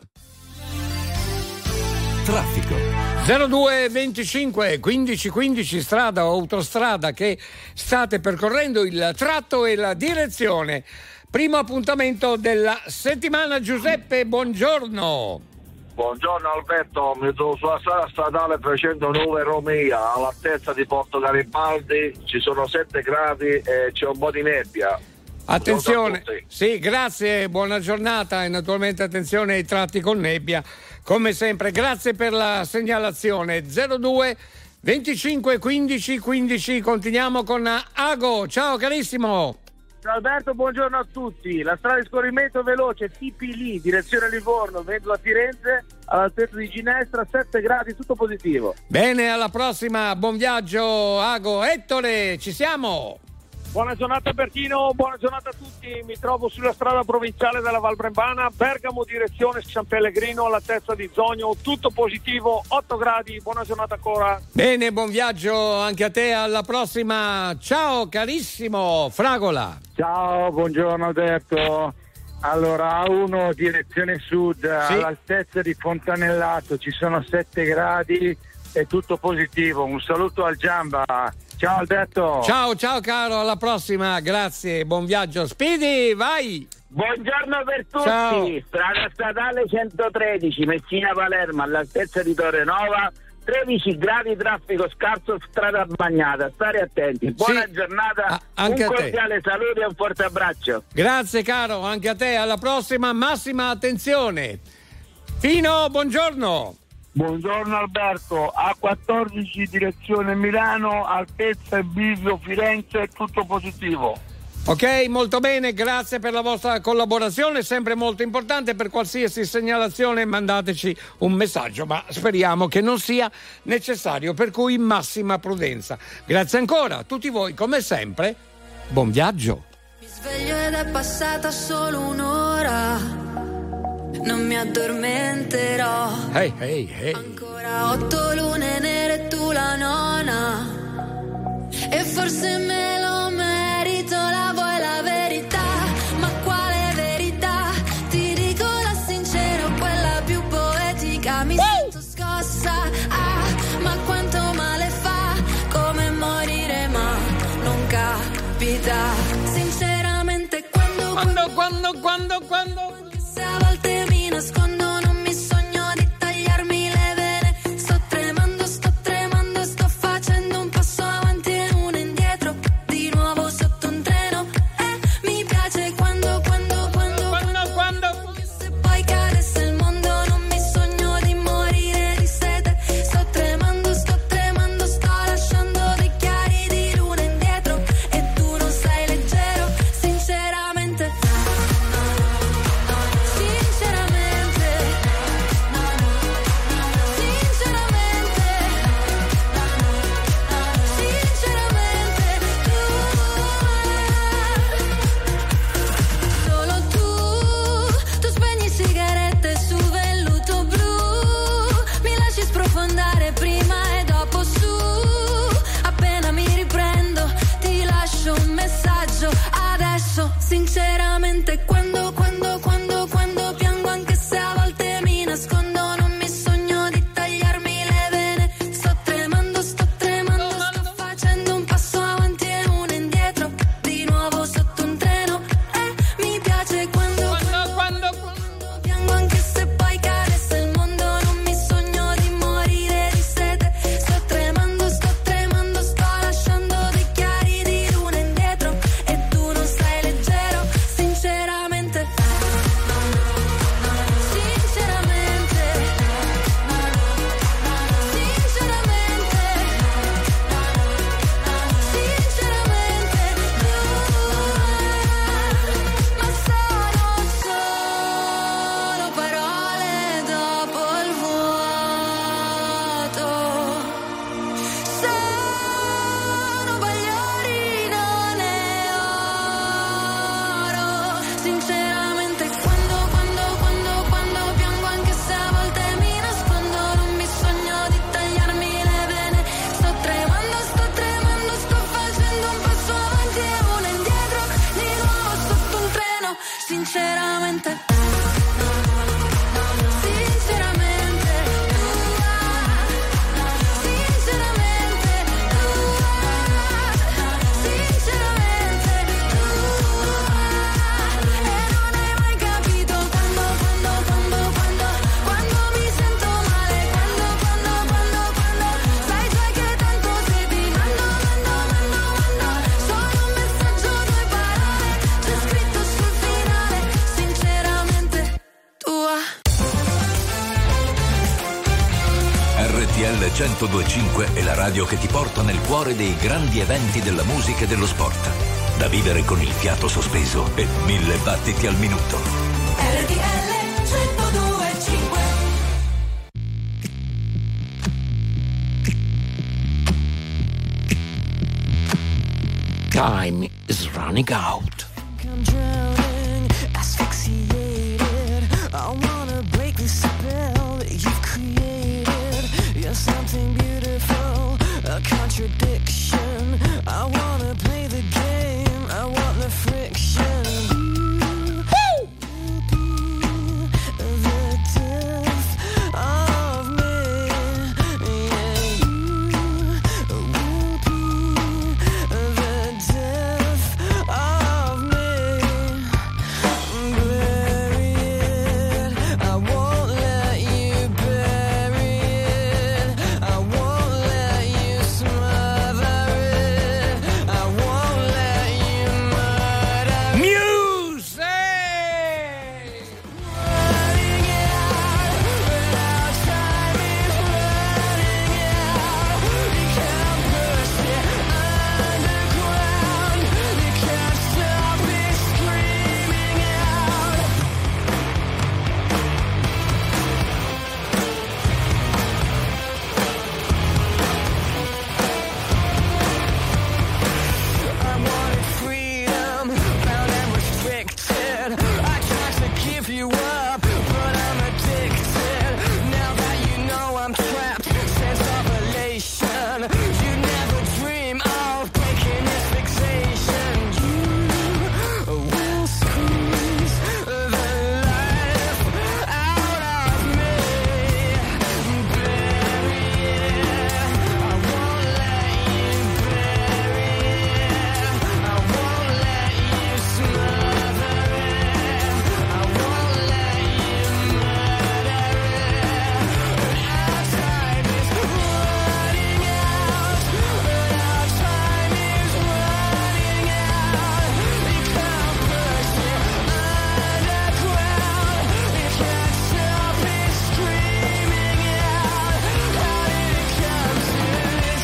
[SPEAKER 9] Traffico.
[SPEAKER 1] 02 25 15 15 strada o autostrada che state percorrendo, il tratto e la direzione. Primo appuntamento della settimana. Giuseppe, buongiorno.
[SPEAKER 8] Buongiorno Alberto, mi trovo sulla strada statale 309 Romea, all'altezza di Porto Garibaldi, ci sono 7 gradi e c'è un po' di nebbia.
[SPEAKER 1] Attenzione, sì, grazie, buona giornata e naturalmente attenzione ai tratti con nebbia, come sempre. Grazie per la segnalazione. 02 25 15 15, continuiamo con Ago. Ciao carissimo.
[SPEAKER 18] Ciao Alberto, buongiorno a tutti. La strada di scorrimento veloce Tipi direzione Livorno, vendo a Firenze, all'altezza di Ginestra, 7 gradi, tutto positivo.
[SPEAKER 1] Bene, alla prossima, buon viaggio Ago. Ettore, ci siamo?
[SPEAKER 18] Buona giornata Bertino, buona giornata a tutti. Mi trovo sulla strada provinciale della Val Brembana, Bergamo direzione San Pellegrino, all'altezza di Zogno, tutto positivo, 8 gradi, buona giornata ancora.
[SPEAKER 1] Bene, buon viaggio anche a te, alla prossima. Ciao carissimo Fragola.
[SPEAKER 24] Ciao, buongiorno Alberto.
[SPEAKER 10] Allora, A1 direzione sud, all'altezza di Fontanellato, ci sono 7 gradi, è tutto positivo. Un saluto al Giamba. Ciao Alberto.
[SPEAKER 1] Ciao caro, alla prossima, grazie, buon viaggio. Speedy, vai.
[SPEAKER 3] Buongiorno per tutti.
[SPEAKER 1] Ciao.
[SPEAKER 3] Strada statale 113 Messina-Palermo, all'altezza di Torrenova, 13 gradi, traffico scarso, strada bagnata, stare attenti. Buona giornata,
[SPEAKER 1] anche
[SPEAKER 3] un
[SPEAKER 1] a te.
[SPEAKER 3] cordiale saluto e un forte abbraccio.
[SPEAKER 1] Grazie caro, anche a te, alla prossima, massima attenzione. Pino, buongiorno.
[SPEAKER 10] Buongiorno Alberto, A14 direzione Milano, altezza Bivio Firenze, tutto positivo.
[SPEAKER 1] Ok, molto bene, grazie per la vostra collaborazione, sempre molto importante. Per qualsiasi segnalazione mandateci un messaggio, ma speriamo che non sia necessario, per cui massima prudenza. Grazie ancora a tutti voi, come sempre, buon viaggio.
[SPEAKER 11] Mi sveglio ed è passata solo un'ora, non mi addormenterò.
[SPEAKER 1] Hey.
[SPEAKER 11] Ancora 8 lune nere e tu la nona, e forse me lo merito, la vuoi la verità? Ma quale verità? Ti dico la sincera, quella più poetica. Mi sento scossa, ma quanto male fa, come morire ma non capita. Sinceramente quando se a volte mi nascondo, non mi sogno di tagliarmi le vene. Sto tremando, sto facendo un passo avanti e uno indietro, di nuovo sotto un treno. Mi piace quando se poi cadesse il mondo, non mi sogno di morire di sete. Sto tremando, sto lasciando dei chiari di luna indietro, e tu non sei leggero. Sinceramente solo tu spegni sigarette su velluto blu, mi lasci sprofondare prima e dopo su. Appena mi riprendo ti lascio un messaggio adesso. Sinceramente quando piango, anche se a volte mi nascondo, non mi sogno di tagliarmi le vene. Sto tremando, sto facendo un passo avanti e uno indietro, di nuovo sotto un treno. Mi piace quando piango, anche se poi cadesse il mondo, non mi sogno di morire di sete. Sto tremando, sto lasciando dei chiari di luna indietro, e tu non sei leggero. Sinceramente ma sono solo parole dopo il vuoto, sono bagliori, non è oro. Sinceramente quando piango, anche se a volte mi nascondo, non mi sogno di tagliarmi le vene. Sto tremando, sto facendo un passo avanti e uno indietro, di nuovo sotto un treno. Sinceramente non hai mai capito quando mi sento male, quando sai già che tanto se ti mando solo un messaggio, 2 parole, c'è scritto sul finale. Sinceramente tua.
[SPEAKER 9] RTL 102.5 è la radio che ti porta nel cuore dei grandi eventi della musica e dello sport. Da vivere con il fiato sospeso e 1000 battiti al minuto.
[SPEAKER 11] RTL 102.5.
[SPEAKER 1] Time is running out.
[SPEAKER 23] I'm drowning, asphyxiated. I wanna break the spell that you've created. You're something beautiful, a contradiction. I wanna play the game, I want the friction. Ooh.
[SPEAKER 21] up, but I'm addicted. Now that you know I'm trapped, sense of elation. You never dream of breaking this fixation. You will squeeze the life out of me. Bury it, I won't let you bury it. I won't let you smother it. I won't let you murder it. Our time is running out. Our time is running out. You can't push it underground. You can't stop it screaming out. How did it come to this?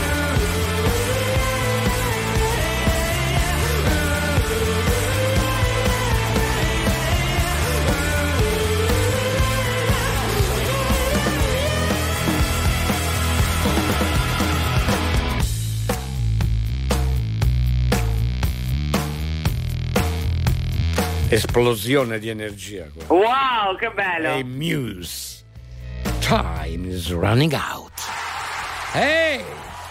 [SPEAKER 1] Esplosione di energia qua.
[SPEAKER 13] Wow, che bello!
[SPEAKER 1] E Muse. Time is running out. Ehi!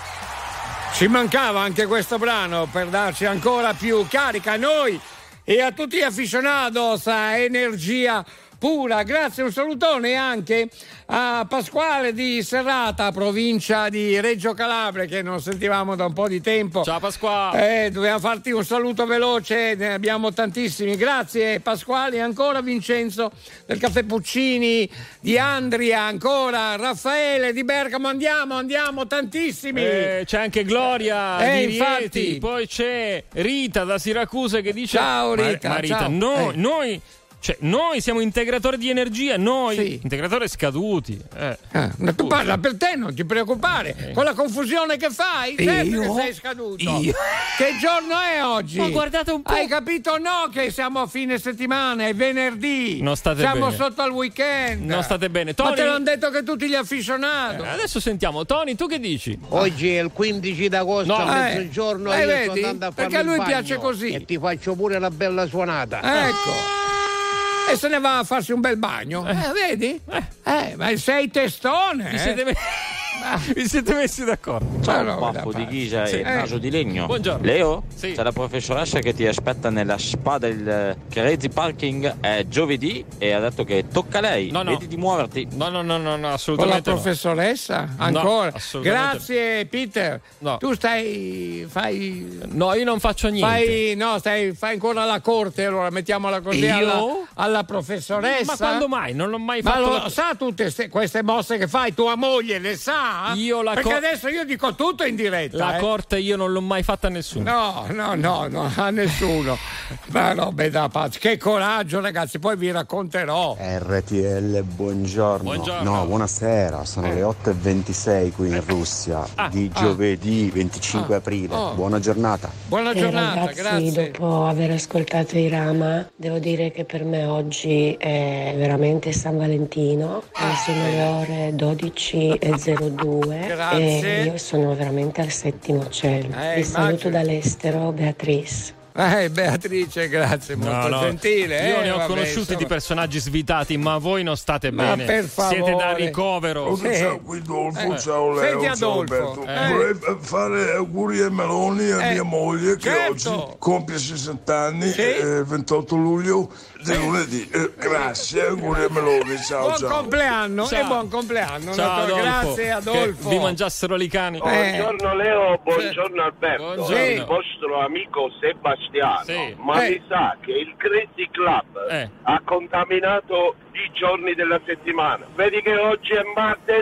[SPEAKER 1] Ci mancava anche questo brano per darci ancora più carica a noi e a tutti gli aficionados a energia pura. Grazie, un salutone anche a Pasquale di Serrata, provincia di Reggio Calabria, che non sentivamo da un po' di tempo.
[SPEAKER 2] Ciao Pasquale.
[SPEAKER 1] Dobbiamo farti un saluto veloce, ne abbiamo tantissimi. Grazie Pasquale, e ancora Vincenzo del Caffè Puccini di Andria, ancora Raffaele di Bergamo, andiamo tantissimi.
[SPEAKER 2] C'è anche Gloria di Rieti,
[SPEAKER 1] infatti.
[SPEAKER 2] poi c'è Rita da Siracusa che dice:
[SPEAKER 1] ciao Rita,
[SPEAKER 2] Rita,
[SPEAKER 1] ciao.
[SPEAKER 2] noi siamo integratori di energia, integratori scaduti.
[SPEAKER 1] Tu parla per te, non ti preoccupare. Con la confusione che fai, certo che sei scaduto. Che giorno è oggi?
[SPEAKER 2] Ma guardate un po'.
[SPEAKER 1] Hai capito che siamo a fine settimana, è venerdì.
[SPEAKER 2] Non state
[SPEAKER 1] siamo
[SPEAKER 2] bene.
[SPEAKER 1] sotto al weekend.
[SPEAKER 2] Non state bene. Tony...
[SPEAKER 1] Ma te l'hanno detto che tutti gli aficionati.
[SPEAKER 2] Adesso sentiamo. Tony, tu che dici?
[SPEAKER 12] Oggi è il 15 d'agosto a mezzogiorno. Io
[SPEAKER 1] vedi?
[SPEAKER 12] sto andando a
[SPEAKER 1] Perché a lui piace così.
[SPEAKER 12] E ti faccio pure una bella suonata.
[SPEAKER 1] Ecco. E se ne va a farsi un bel bagno. Vedi? Ma sei testone.
[SPEAKER 2] Vi siete messi d'accordo?
[SPEAKER 14] Ciao, baffo di ghisa e naso di legno.
[SPEAKER 2] Buongiorno.
[SPEAKER 14] Leo?
[SPEAKER 2] Sì.
[SPEAKER 14] C'è la professoressa che ti aspetta nella spa del Crazy Parking giovedì e ha detto che tocca a lei.
[SPEAKER 2] No.
[SPEAKER 14] Vedi di muoverti.
[SPEAKER 2] No, assolutamente.
[SPEAKER 1] Con la professoressa? Ancora?
[SPEAKER 2] Assolutamente.
[SPEAKER 1] Grazie Peter.
[SPEAKER 2] No.
[SPEAKER 1] Tu fai.
[SPEAKER 2] No, io non faccio niente.
[SPEAKER 1] Fai ancora la corte, allora mettiamola così. Alla professoressa.
[SPEAKER 2] Ma quando mai? Non l'ho mai fatto.
[SPEAKER 1] Ma lo sa tutte queste mosse che fai? Tua moglie le sa? Perché adesso io dico tutto in diretta.
[SPEAKER 2] La corte io non l'ho mai fatta a nessuno.
[SPEAKER 1] No, a nessuno. Ma robe da pazzi. Che coraggio, ragazzi, poi vi racconterò.
[SPEAKER 15] RTL, buongiorno. No, buonasera, sono le 8:26 qui in Russia di giovedì 25 aprile. Buona giornata.
[SPEAKER 1] Buona giornata,
[SPEAKER 24] ragazzi,
[SPEAKER 1] grazie.
[SPEAKER 24] Dopo aver ascoltato i Rama, devo dire che per me oggi è veramente San Valentino. Sono le ore 12:02. E io sono veramente al settimo cielo. Vi saluto dall'estero, Beatrice.
[SPEAKER 1] Beatrice, grazie, molto gentile.
[SPEAKER 2] Io ne ho conosciuti di personaggi svitati, ma voi non state bene.
[SPEAKER 1] Per favore.
[SPEAKER 2] Siete da ricovero.
[SPEAKER 25] Ciao Guidolfo, ciao Leo,
[SPEAKER 1] Senti
[SPEAKER 25] ciao
[SPEAKER 1] Adolfo.
[SPEAKER 25] Alberto. Vorrei fare auguri a Meloni e a mia moglie che oggi compie 60 anni, il 28 luglio del lunedì. Grazie, auguri a Meloni, ciao.
[SPEAKER 1] Buon compleanno e buon compleanno.
[SPEAKER 2] Ciao, Adolfo.
[SPEAKER 1] Grazie Adolfo.
[SPEAKER 2] Che vi mangiassero i cani.
[SPEAKER 8] Buongiorno Leo, buongiorno Alberto.
[SPEAKER 2] Buongiorno.
[SPEAKER 8] Il vostro amico Sebastiano. Ma mi sa che il Crazy Club ha contaminato i giorni della settimana. Vedi che oggi è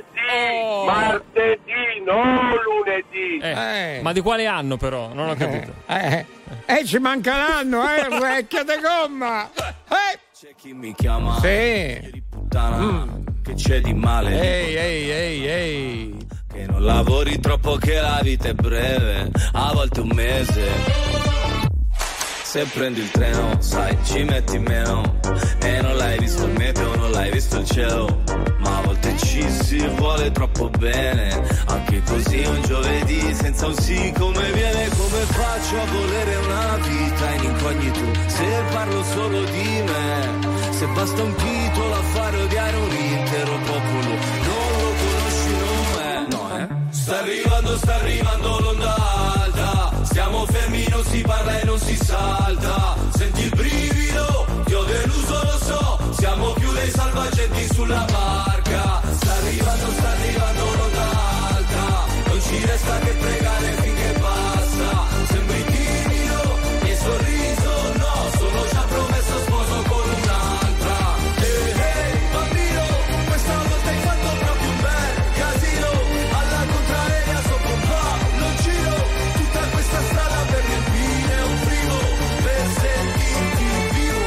[SPEAKER 8] martedì, non lunedì.
[SPEAKER 2] Ma di quale anno però? Non ho capito.
[SPEAKER 1] Ci manca l'anno, vecchia de gomma.
[SPEAKER 26] C'è chi mi chiama di puttana, che c'è di male.
[SPEAKER 1] Ehi.
[SPEAKER 26] Che non lavori troppo, che la vita è breve, a volte un mese. Se prendi il treno, sai, ci metti meno. E non l'hai visto il meteo, non l'hai visto il cielo. Ma a volte ci si vuole troppo bene. Anche così un giovedì senza un sì come viene. Come faccio a volere una vita in incognito se parlo solo di me? Se basta un titolo a fare odiare un intero popolo, non lo conosci, no. Sta arrivando l'onda alta, stiamo fermi, non si parla e non si salta. Senti il brivido, ti ho deluso, lo so, siamo più dei salvagenti sulla barca. Sta arrivando l'onda alta, non ci resta che pregare finché passa. Sembri timido, mi sorriso, no, sono già promesso sposo con un'altra. Ehi, bambino, questa volta hai fatto proprio un bel casino. Alla contraria sopra un po', non giro tutta questa strada per riempire un frigo, per sentirti vivo.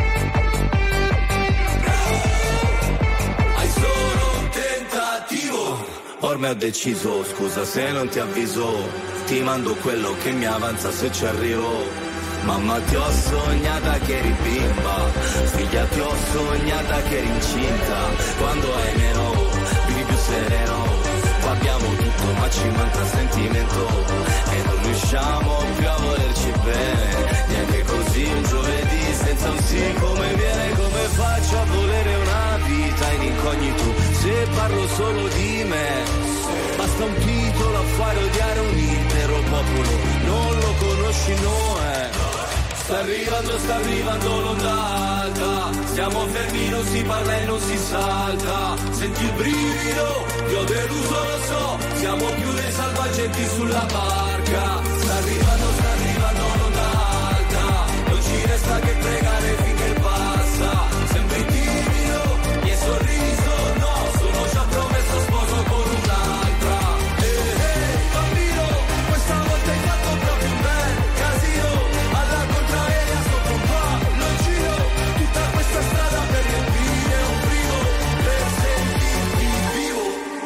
[SPEAKER 26] Hai solo un tentativo. Ormai ho deciso, scusa se non ti avviso, ti mando quello che mi avanza se ci arrivo. Mamma ti ho sognata che eri bimba, figlia ti ho sognata che eri incinta. Quando hai meno, vivi più sereno. Qua abbiamo tutto ma ci manca sentimento e non riusciamo più a volerci bene. Neanche così un giovedì senza un sì come viene. Come faccio a volere una vita in incognito se parlo solo di me? Basta un titolo a fare odiare un intero popolo, non lo conosci, Sta arrivando l'onda alta, stiamo fermi, non si parla e non si salta. Senti il brivido, ti ho deluso, lo so, siamo più dei salvagenti sulla barca. Sta arrivando l'onda alta, non ci resta che pregare finché passa. Sembri timido, mi hai sorriso, no, sono già promesso sposo con un'altra. Bambino, questa volta hai fatto proprio un bel casino. Alla contraria sopra un po', non giro tutta questa strada per riempire un frigo, per sentirti vivo.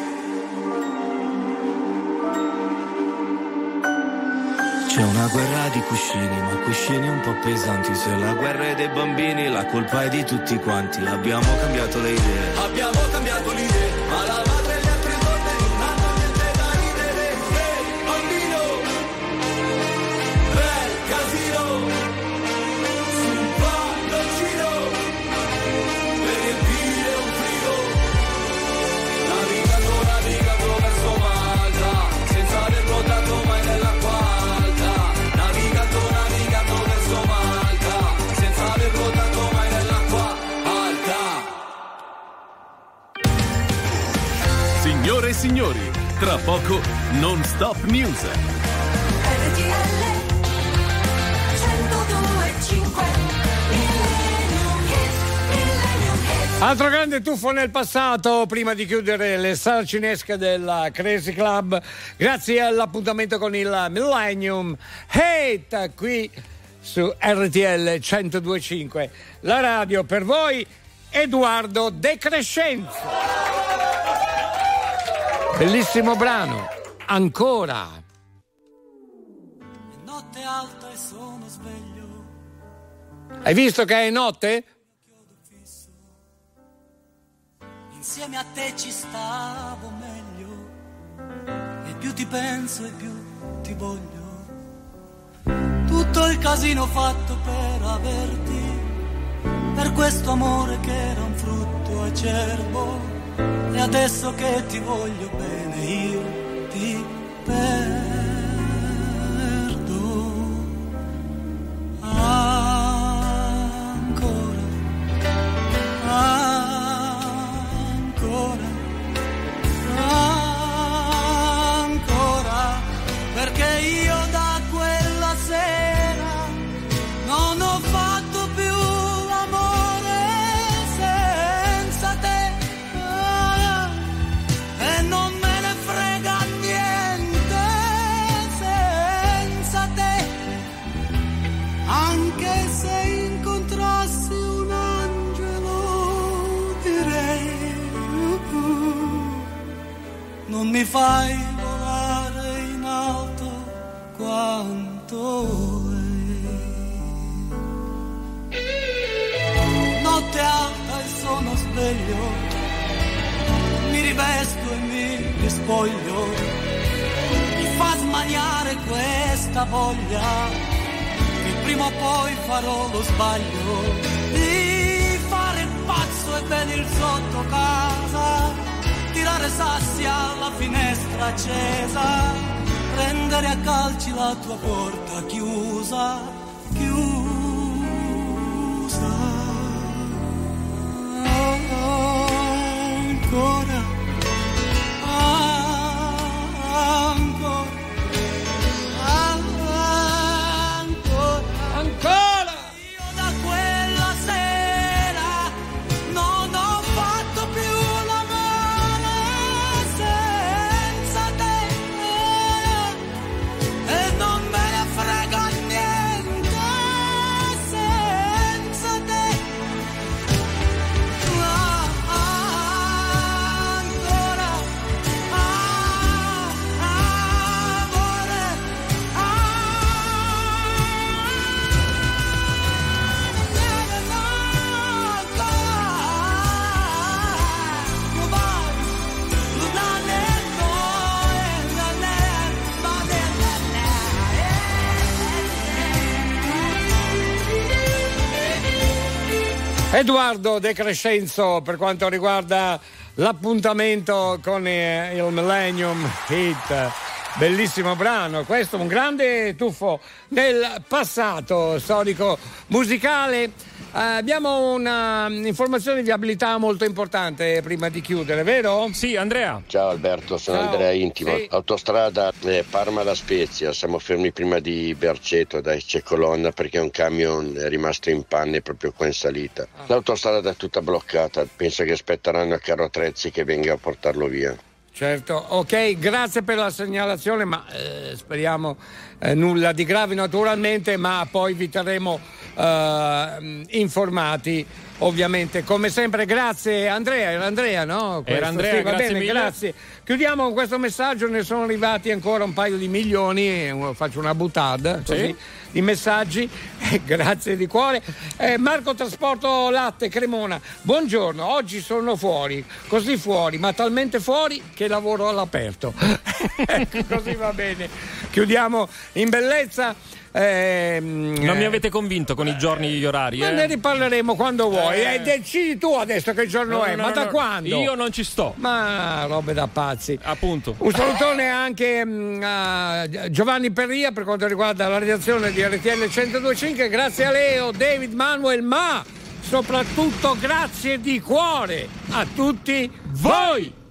[SPEAKER 26] C'è una guerra di cuscini, ma cuscini un po' pesanti. Se la guerra è dei bambini, la colpa è di tutti quanti. Abbiamo cambiato le idee, ma la madre e le altre donne non hanno niente da ridere. Bambino, bel casino, sul palloncino, per riempire un frigo. Navigando verso Malta, senza aver nuotato mai nell'acqua alta. Navigando verso Malta, senza aver nuotato mai nell'acqua alta.
[SPEAKER 5] Signore e signori, tra poco Non Stop News.
[SPEAKER 1] Altro grande tuffo nel passato prima di chiudere le sale cinesche del Crazy Club, grazie all'appuntamento con il Millennium Hate qui su RTL 102.5, la radio per voi. Edoardo De Crescenzo, bellissimo brano, ancora.
[SPEAKER 23] Notte alta e sono sveglio.
[SPEAKER 1] Hai visto che è notte?
[SPEAKER 23] Insieme a te ci stavo meglio, e più ti penso e più ti voglio. Tutto il casino fatto per averti, per questo amore che era un frutto acerbo, e adesso che ti voglio bene io ti perdo. Ancora, perché io da quella sera non ho fatto più l'amore senza te, e non me ne frega niente senza te, anche se incontrassi un angelo direi non mi fai volare in alto quanto è. Notte alta e sono sveglio, mi rivesto e mi rispoglio, mi fa smaniare questa voglia che prima o poi farò lo sbaglio di fare il sotto casa, tirare sassi alla finestra accesa, prendere a calci la tua porta chiusa, chiusa. Ancora,
[SPEAKER 1] ancora.
[SPEAKER 23] Io da quella sera non ho fatto più l'amore senza te, e non me ne frega niente senza te.
[SPEAKER 1] Edoardo De Crescenzo per quanto riguarda l'appuntamento con il Millennium Hit. Bellissimo brano, questo un grande tuffo nel passato storico musicale. Abbiamo una informazione di viabilità molto importante prima di chiudere, vero?
[SPEAKER 2] Sì, Andrea.
[SPEAKER 4] Ciao Alberto, sono
[SPEAKER 1] Ciao.
[SPEAKER 4] Andrea Intimo.
[SPEAKER 1] Sì.
[SPEAKER 4] Autostrada Parma-La Spezia, siamo fermi prima di Berceto, c'è colonna perché un camion è rimasto in panne proprio qua in salita. L'autostrada è tutta bloccata, penso che aspetteranno il carro attrezzi che venga a portarlo via.
[SPEAKER 1] Certo, ok, grazie per la segnalazione, ma speriamo nulla di grave naturalmente, ma poi vi terremo informati ovviamente. Come sempre grazie Andrea, era Andrea, no?
[SPEAKER 2] Era Andrea,
[SPEAKER 1] sì, va
[SPEAKER 2] grazie
[SPEAKER 1] bene,
[SPEAKER 2] mille.
[SPEAKER 1] grazie. Chiudiamo con questo messaggio, ne sono arrivati ancora un paio di milioni, faccio una boutade così,
[SPEAKER 2] Sì.
[SPEAKER 1] di messaggi, grazie di cuore. Marco Trasporto Latte Cremona, buongiorno, oggi sono fuori, così fuori, ma talmente fuori che lavoro all'aperto. Ecco, così va bene. Chiudiamo in bellezza.
[SPEAKER 2] Non mi avete convinto con i giorni e gli orari,
[SPEAKER 1] Ma ne riparleremo quando vuoi. Decidi tu adesso che giorno è, ma da quando?
[SPEAKER 2] Io non ci sto.
[SPEAKER 1] Ma robe da pazzi.
[SPEAKER 2] Appunto.
[SPEAKER 1] Un salutone anche a Giovanni Perria per quanto riguarda la redazione di RTL 102.5. Grazie a Leo, David, Manuel, ma soprattutto grazie di cuore a tutti voi.